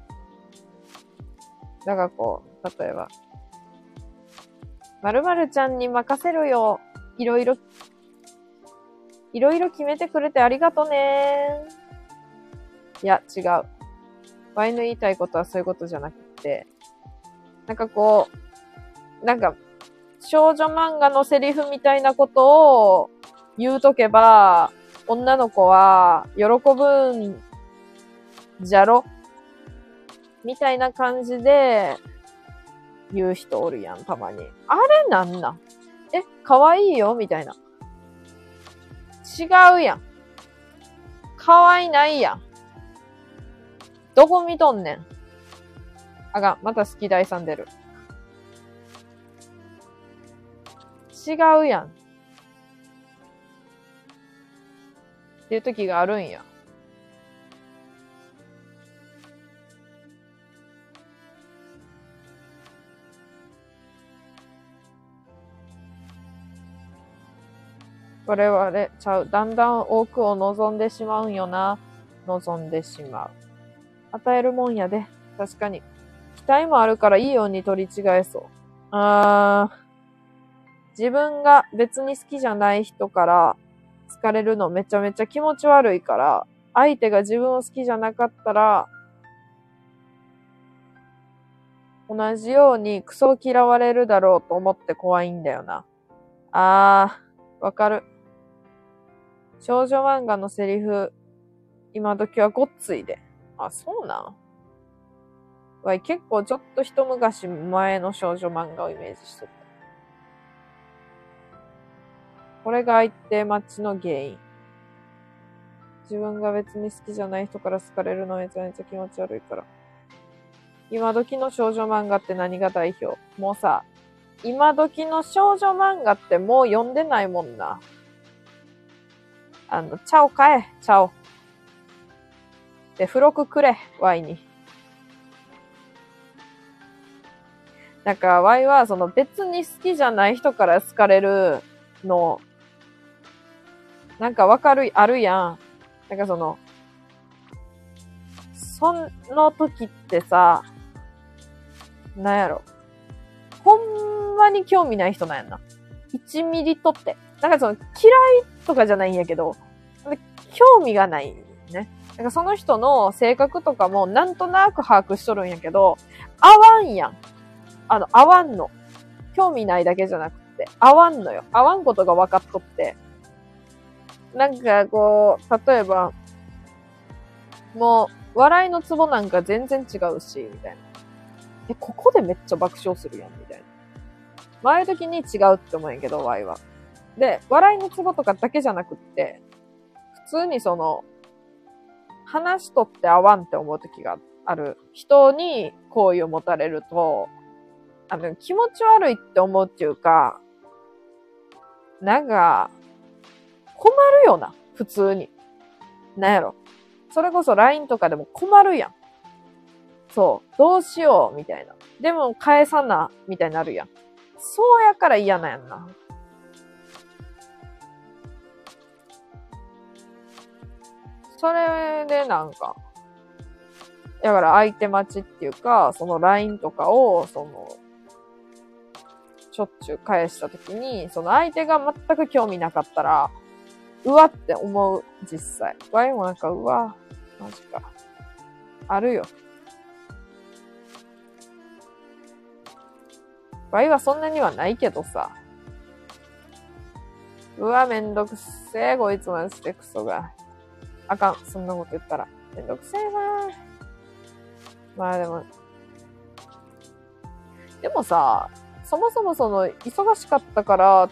だからこう、例えば、〇〇ちゃんに任せるよ。いろいろ、いろいろ決めてくれてありがとね。いや、違う。ワイの言いたいことはそういうことじゃなくて、なんかこう、なんか、少女漫画のセリフみたいなことを言うとけば、女の子は喜ぶんじゃろみたいな感じで言う人おるやん、たまに。あれなんなんえ、可愛いよみたいな。違うやん。可愛いないやん。どこ見とんねん。あがん、また好き第三出る。違うやん。っていう時があるんや。 我々ちゃう。だんだん多くを望んでしまうんよな。望んでしまう。与えるもんやで。確かに。期待もあるからいいように取り違えそう。あー。自分が別に好きじゃない人から好かれるのめちゃめちゃ気持ち悪いから、相手が自分を好きじゃなかったら、同じようにクソ嫌われるだろうと思って怖いんだよな。あー、わかる。少女漫画のセリフ、今時はごっついで。あ、そうなんわい、結構ちょっと一昔前の少女漫画をイメージしとった。これが相手待ちの原因。自分が別に好きじゃない人から好かれるのめちゃめちゃ気持ち悪いから。今時の少女漫画って何が代表？もうさ、今時の少女漫画ってもう読んでないもんな。あの、チャオ買え、チャオ。で、付録くれ、ワイに。なんか、ワイは、その別に好きじゃない人から好かれるの、なんかわかる、あるやん。なんかその、その時ってさ、なんやろ。ほんまに興味ない人なんやんな。いちミリとって。なんかその、嫌いとかじゃないんやけど、興味がないね。なんかその人の性格とかもなんとなく把握しとるんやけど、合わんやん。あの、合わんの。興味ないだけじゃなくて、合わんのよ。合わんことが分かっとって。なんかこう、例えば、もう、笑いのツボなんか全然違うし、みたいな。え、ここでめっちゃ爆笑するやん、みたいな。前時に違うって思うんやけど、ワイは。で、笑いのツボとかだけじゃなくって、普通にその、話しとって合わんって思う時がある人に好意を持たれると、あの、気持ち悪いって思うっていうか、なんか、困るよな、普通に。なんやろ。それこそ ライン とかでも困るやん。そう、どうしよう、みたいな。でも返さな、みたいになるやん。そうやから嫌なんやんな。それでなんか、だから相手待ちっていうか、その ライン とかを、その、しょっちゅう返したときに、その相手が全く興味なかったら、うわって思う、実際。ワイもなんか、うわ、マジか。あるよ。ワイはそんなにはないけどさ。うわ、めんどくせえ、こいつマジでクソが。あかん、そんなこと言ったら。めんどくせえな。まあでも、でもさ、そもそもその、忙しかったから、つって、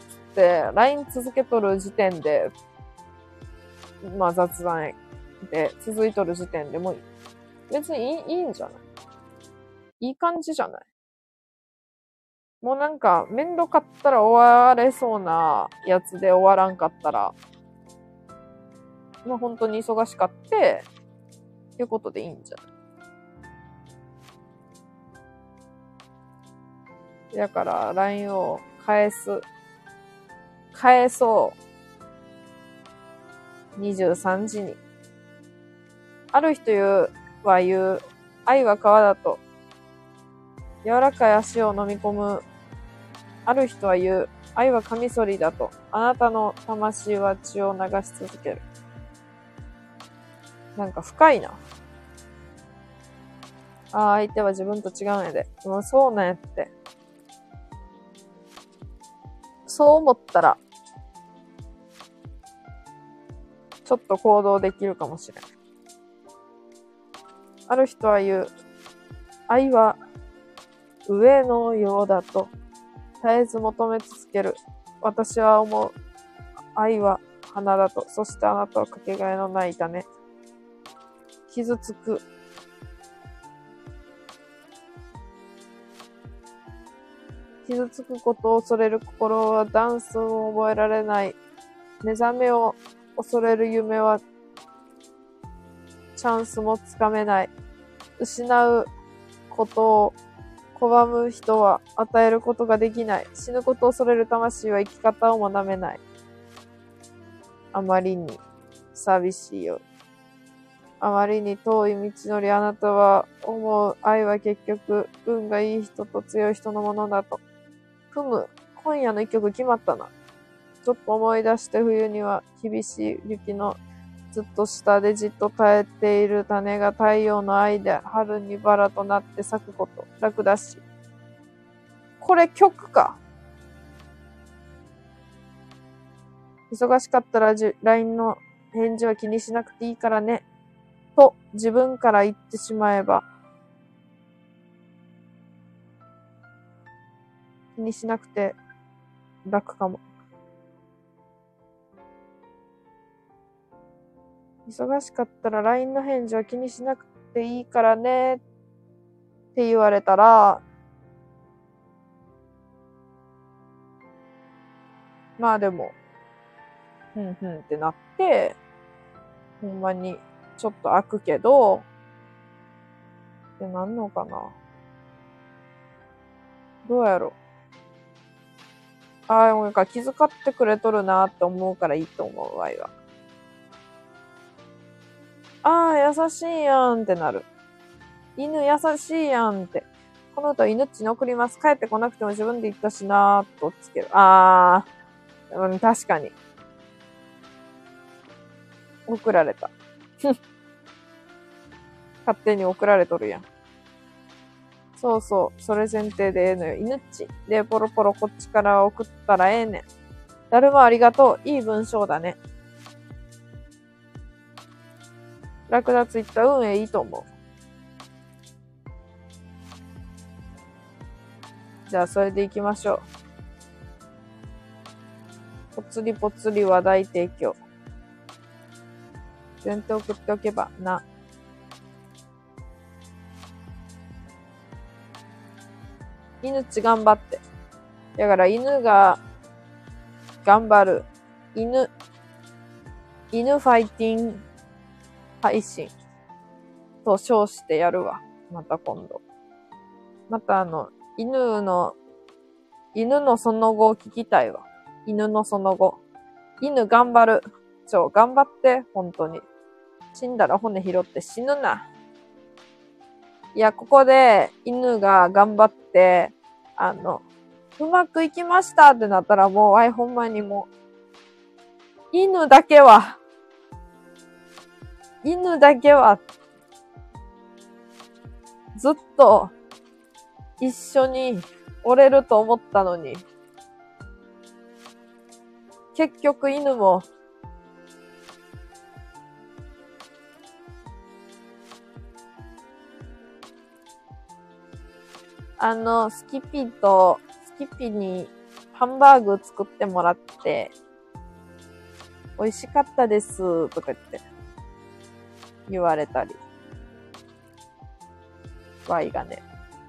ライン 続けとる時点で、まあ雑談で続いとる時点でもう、別にいい、いいんじゃないいい感じじゃないもうなんか、めんどかったら終われそうなやつで終わらんかったら、まあ本当に忙しかって、いうことでいいんじゃないだから、ライン を返す。返そう。にじゅうさんじに。ある人は言う、愛は川だと。柔らかい足を飲み込む。ある人は言う、愛はカミソリだと。あなたの魂は血を流し続ける。なんか深いな。ああ、相手は自分と違うんやで。もうそうなんやって。そう思ったら、ちょっと行動できるかもしれん。ある人は言う、愛は上のようだと。絶えず求め続ける。私は思う。愛は花だと。そしてあなたはかけがえのない種。傷つく。傷つくことを恐れる心はダンスを覚えられない。目覚めを恐れる夢はチャンスもつかめない。失うことを拒む人は与えることができない。死ぬことを恐れる魂は生き方を学べない。 あまりに寂しいよ。あまりに遠い道のり、あなたは思う愛は結局運がいい人と強い人のものだと。ふむ、今夜の一曲決まったな。ちょっと思い出して冬には厳しい雪のずっと下でじっと耐えている種が太陽の愛で春にバラとなって咲くこと。楽だし。これ曲か。忙しかったら ライン の返事は気にしなくていいからね。と自分から言ってしまえば気にしなくて楽かも。忙しかったら ライン の返事は気にしなくていいからねって言われたら、まあでもふんふんってなってほんまにちょっと開くけどってなんのかな。どうやろ。ああ、なんか気遣ってくれとるなって思うからいいと思うわいは。ああ、優しいやんってなる。犬優しいやんって。この歌犬っちに送ります。帰ってこなくても自分で言ったしなーとつける。ああ、うん、確かに。送られた。勝手に送られとるやん。そうそう。それ前提でええのよ。犬っち。で、ポロポロこっちから送ったらええねん。だるまありがとう。いい文章だね。ラクダツイッター運営いいと思う。じゃあ、それで行きましょう。ぽつりぽつり話題提供。全然送っておけばな。犬っち頑張って。だから犬が頑張る。犬、犬ファイティング配信と称してやるわ。また今度。またあの、犬の、犬のその後を聞きたいわ。犬のその後。犬頑張る。ちょ、頑張って、本当に。死んだら骨拾って死ぬな。いや、ここで犬が頑張って、あの、うまくいきましたってなったらもう、わい、ほんまにもう、犬だけは、犬だけは、ずっと一緒におれると思ったのに、結局犬も、あの、スキピと、スキピにハンバーグ作ってもらって、美味しかったです、とか言って、言われたり。ワイがね。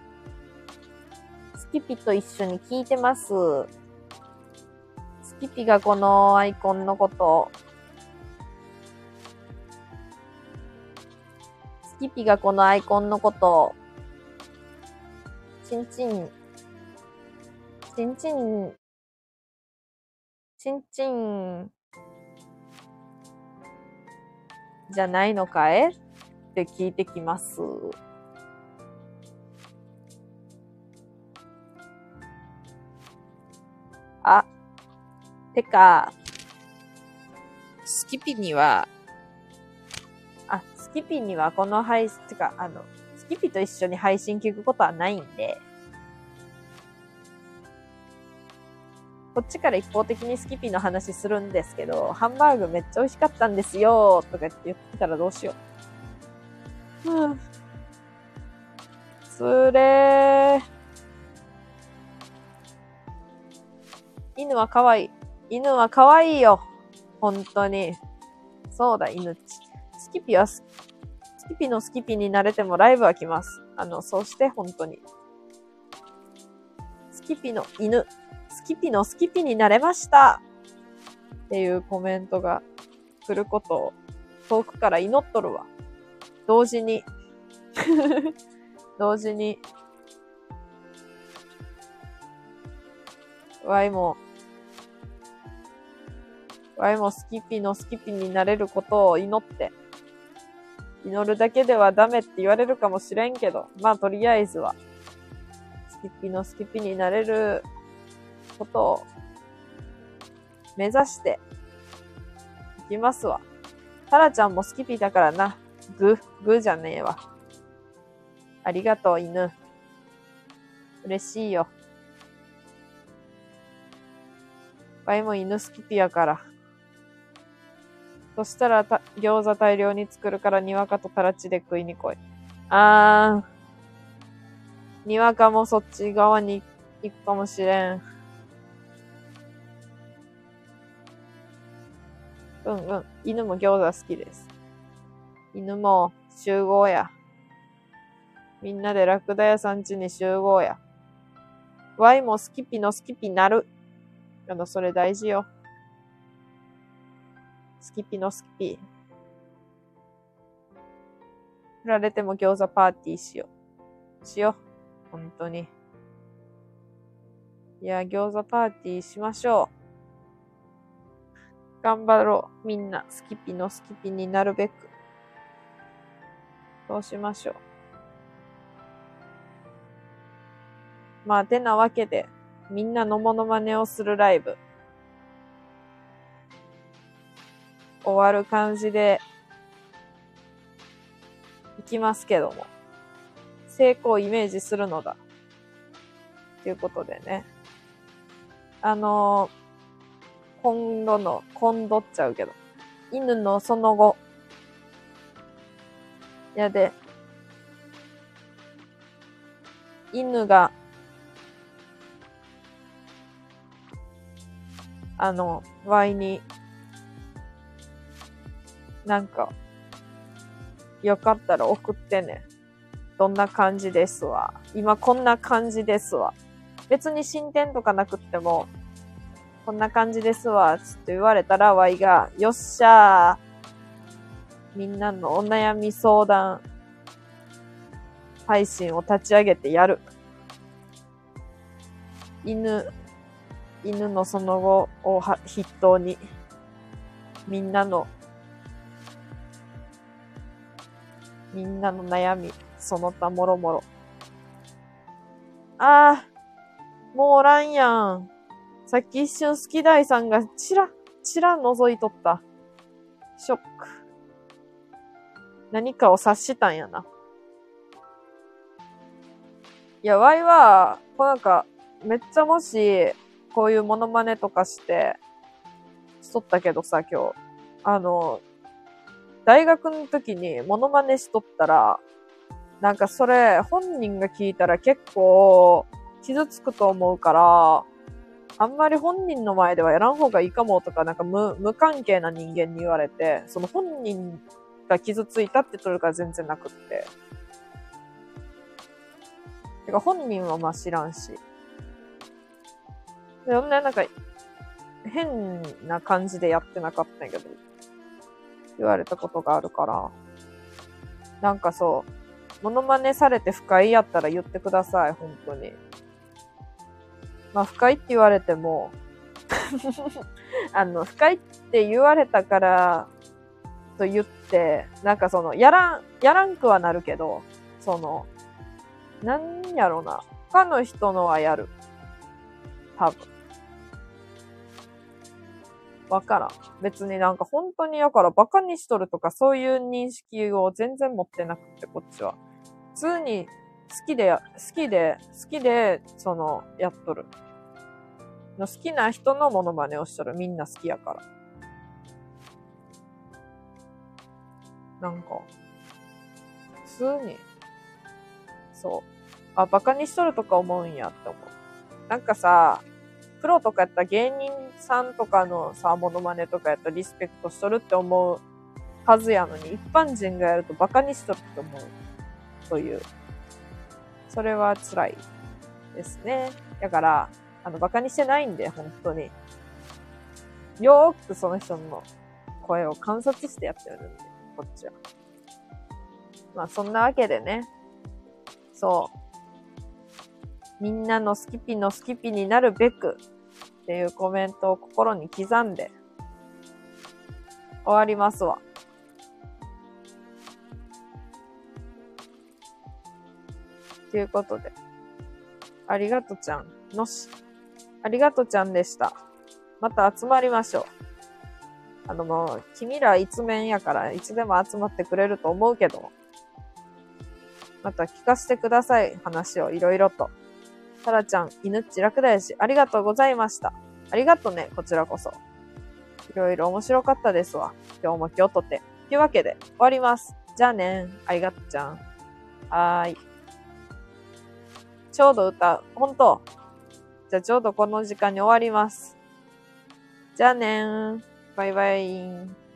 スキピと一緒に聞いてます。スキピがこのアイコンのこと、スキピがこのアイコンのことを、チンチン、チンチン、チンチン、じゃないのかいって聞いてきます。あ、てか、スキピには、あ、スキピにはこの配信、てか、あの、スキピと一緒に配信聞くことはないんで、こっちから一方的にスキピの話するんですけど、ハンバーグめっちゃ美味しかったんですよとか言ってたらどうしよう。うん。つれー。犬は可愛い。犬は可愛いよ。本当に。そうだ、犬っち。スキピはス、スキピのスキピになれてもライブは来ます。あの、そうして本当に。スキピの犬。スキピのスキピになれましたっていうコメントが来ることを遠くから祈っとるわ。同時に同時にわいもワイもスキピのスキピになれることを祈って。祈るだけではダメって言われるかもしれんけど、まあとりあえずは、スキピのスキピになれることを目指していきますわ。タラちゃんもスキピだからな。グ、グじゃねえわ。ありがとう、犬。嬉しいよ。ワイも犬スキピやから。そしたらた餃子大量に作るからにわかとタラチで食いに来い。あー。にわかもそっち側に行くかもしれん。うんうん。犬も餃子好きです。犬も集合や。みんなでラクダ屋さん家に集合や。ワイもスキピのスキピなる。あの、それ大事よ。スキピのスキピ。振られても餃子パーティーしよう。しよう。本当に。いや、餃子パーティーしましょう。頑張ろう。みんな、スキピのスキピになるべく。そうしましょう。まあ、てなわけで、みんなのモノマネをするライブ。終わる感じで、いきますけども。成功をイメージするのだ。ということでね。あのー、今度の、今度っちゃうけど。犬のその後。やで、犬が、あの、ワイに、なんか、よかったら送ってね。どんな感じですわ。今こんな感じですわ。別に進展とかなくっても、こんな感じですわ、つって言われたら、ワイが、よっしゃー。みんなのお悩み相談、配信を立ち上げてやる。犬、犬のその後を筆頭に、みんなの、みんなの悩み、その他もろもろ。あー、もうおらんやん。さっき一瞬好き大さんがチラ、チラ覗いとった。ショック。何かを察したんやな。いや、ワイは、こうなんか、めっちゃもし、こういうモノマネとかして、しとったけどさ、今日。あの、大学の時にモノマネしとったら、なんかそれ、本人が聞いたら結構、傷つくと思うから、あんまり本人の前ではやらん方がいいかもとか、なんか無、無関係な人間に言われて、その本人が傷ついたって取るから全然なくって。てか本人はまあ知らんし。でもね、なんか、変な感じでやってなかったんやけど、言われたことがあるから、なんかそう、モノマネされて不快やったら言ってください、本当に。まあ不快って言われても、あの、不快って言われたからと言って、なんかその、やらん、やらんくはなるけど、その、なんやろな。他の人のはやる。多分。わからん。別になんか本当にやからバカにしとるとかそういう認識を全然持ってなくて、こっちは。普通に好きで、好きで、好きで、その、やっとる。好きな人のモノマネをしとる。みんな好きやから。なんか、普通に、そう。あ、バカにしとるとか思うんやって思う。なんかさ、プロとかやったら芸人さんとかのさ、モノマネとかやったらリスペクトしとるって思うはずやのに、一般人がやるとバカにしとるって思う。という。それは辛いですね。だから、あの、バカにしてないんで、本当に。よーくその人の声を観察してやってるんで、こっちは。まあ、そんなわけでね。そう。みんなのスキピのスキピになるべくっていうコメントを心に刻んで、 終わりますわ。ということで。ありがとちゃん。のし。ありがとちゃんでした。また集まりましょう。あのもう、君ら一面やからいつでも集まってくれると思うけど。また聞かせてください。話をいろいろと。タラちゃん、犬っち楽だし、ありがとうございました。ありがとね、こちらこそ。いろいろ面白かったですわ。今日も今日とて。というわけで、終わります。じゃあねありがとちゃん。はーい。ちょうど歌う。ほんと。じゃあちょうどこの時間に終わります。じゃあねー。バイバイ。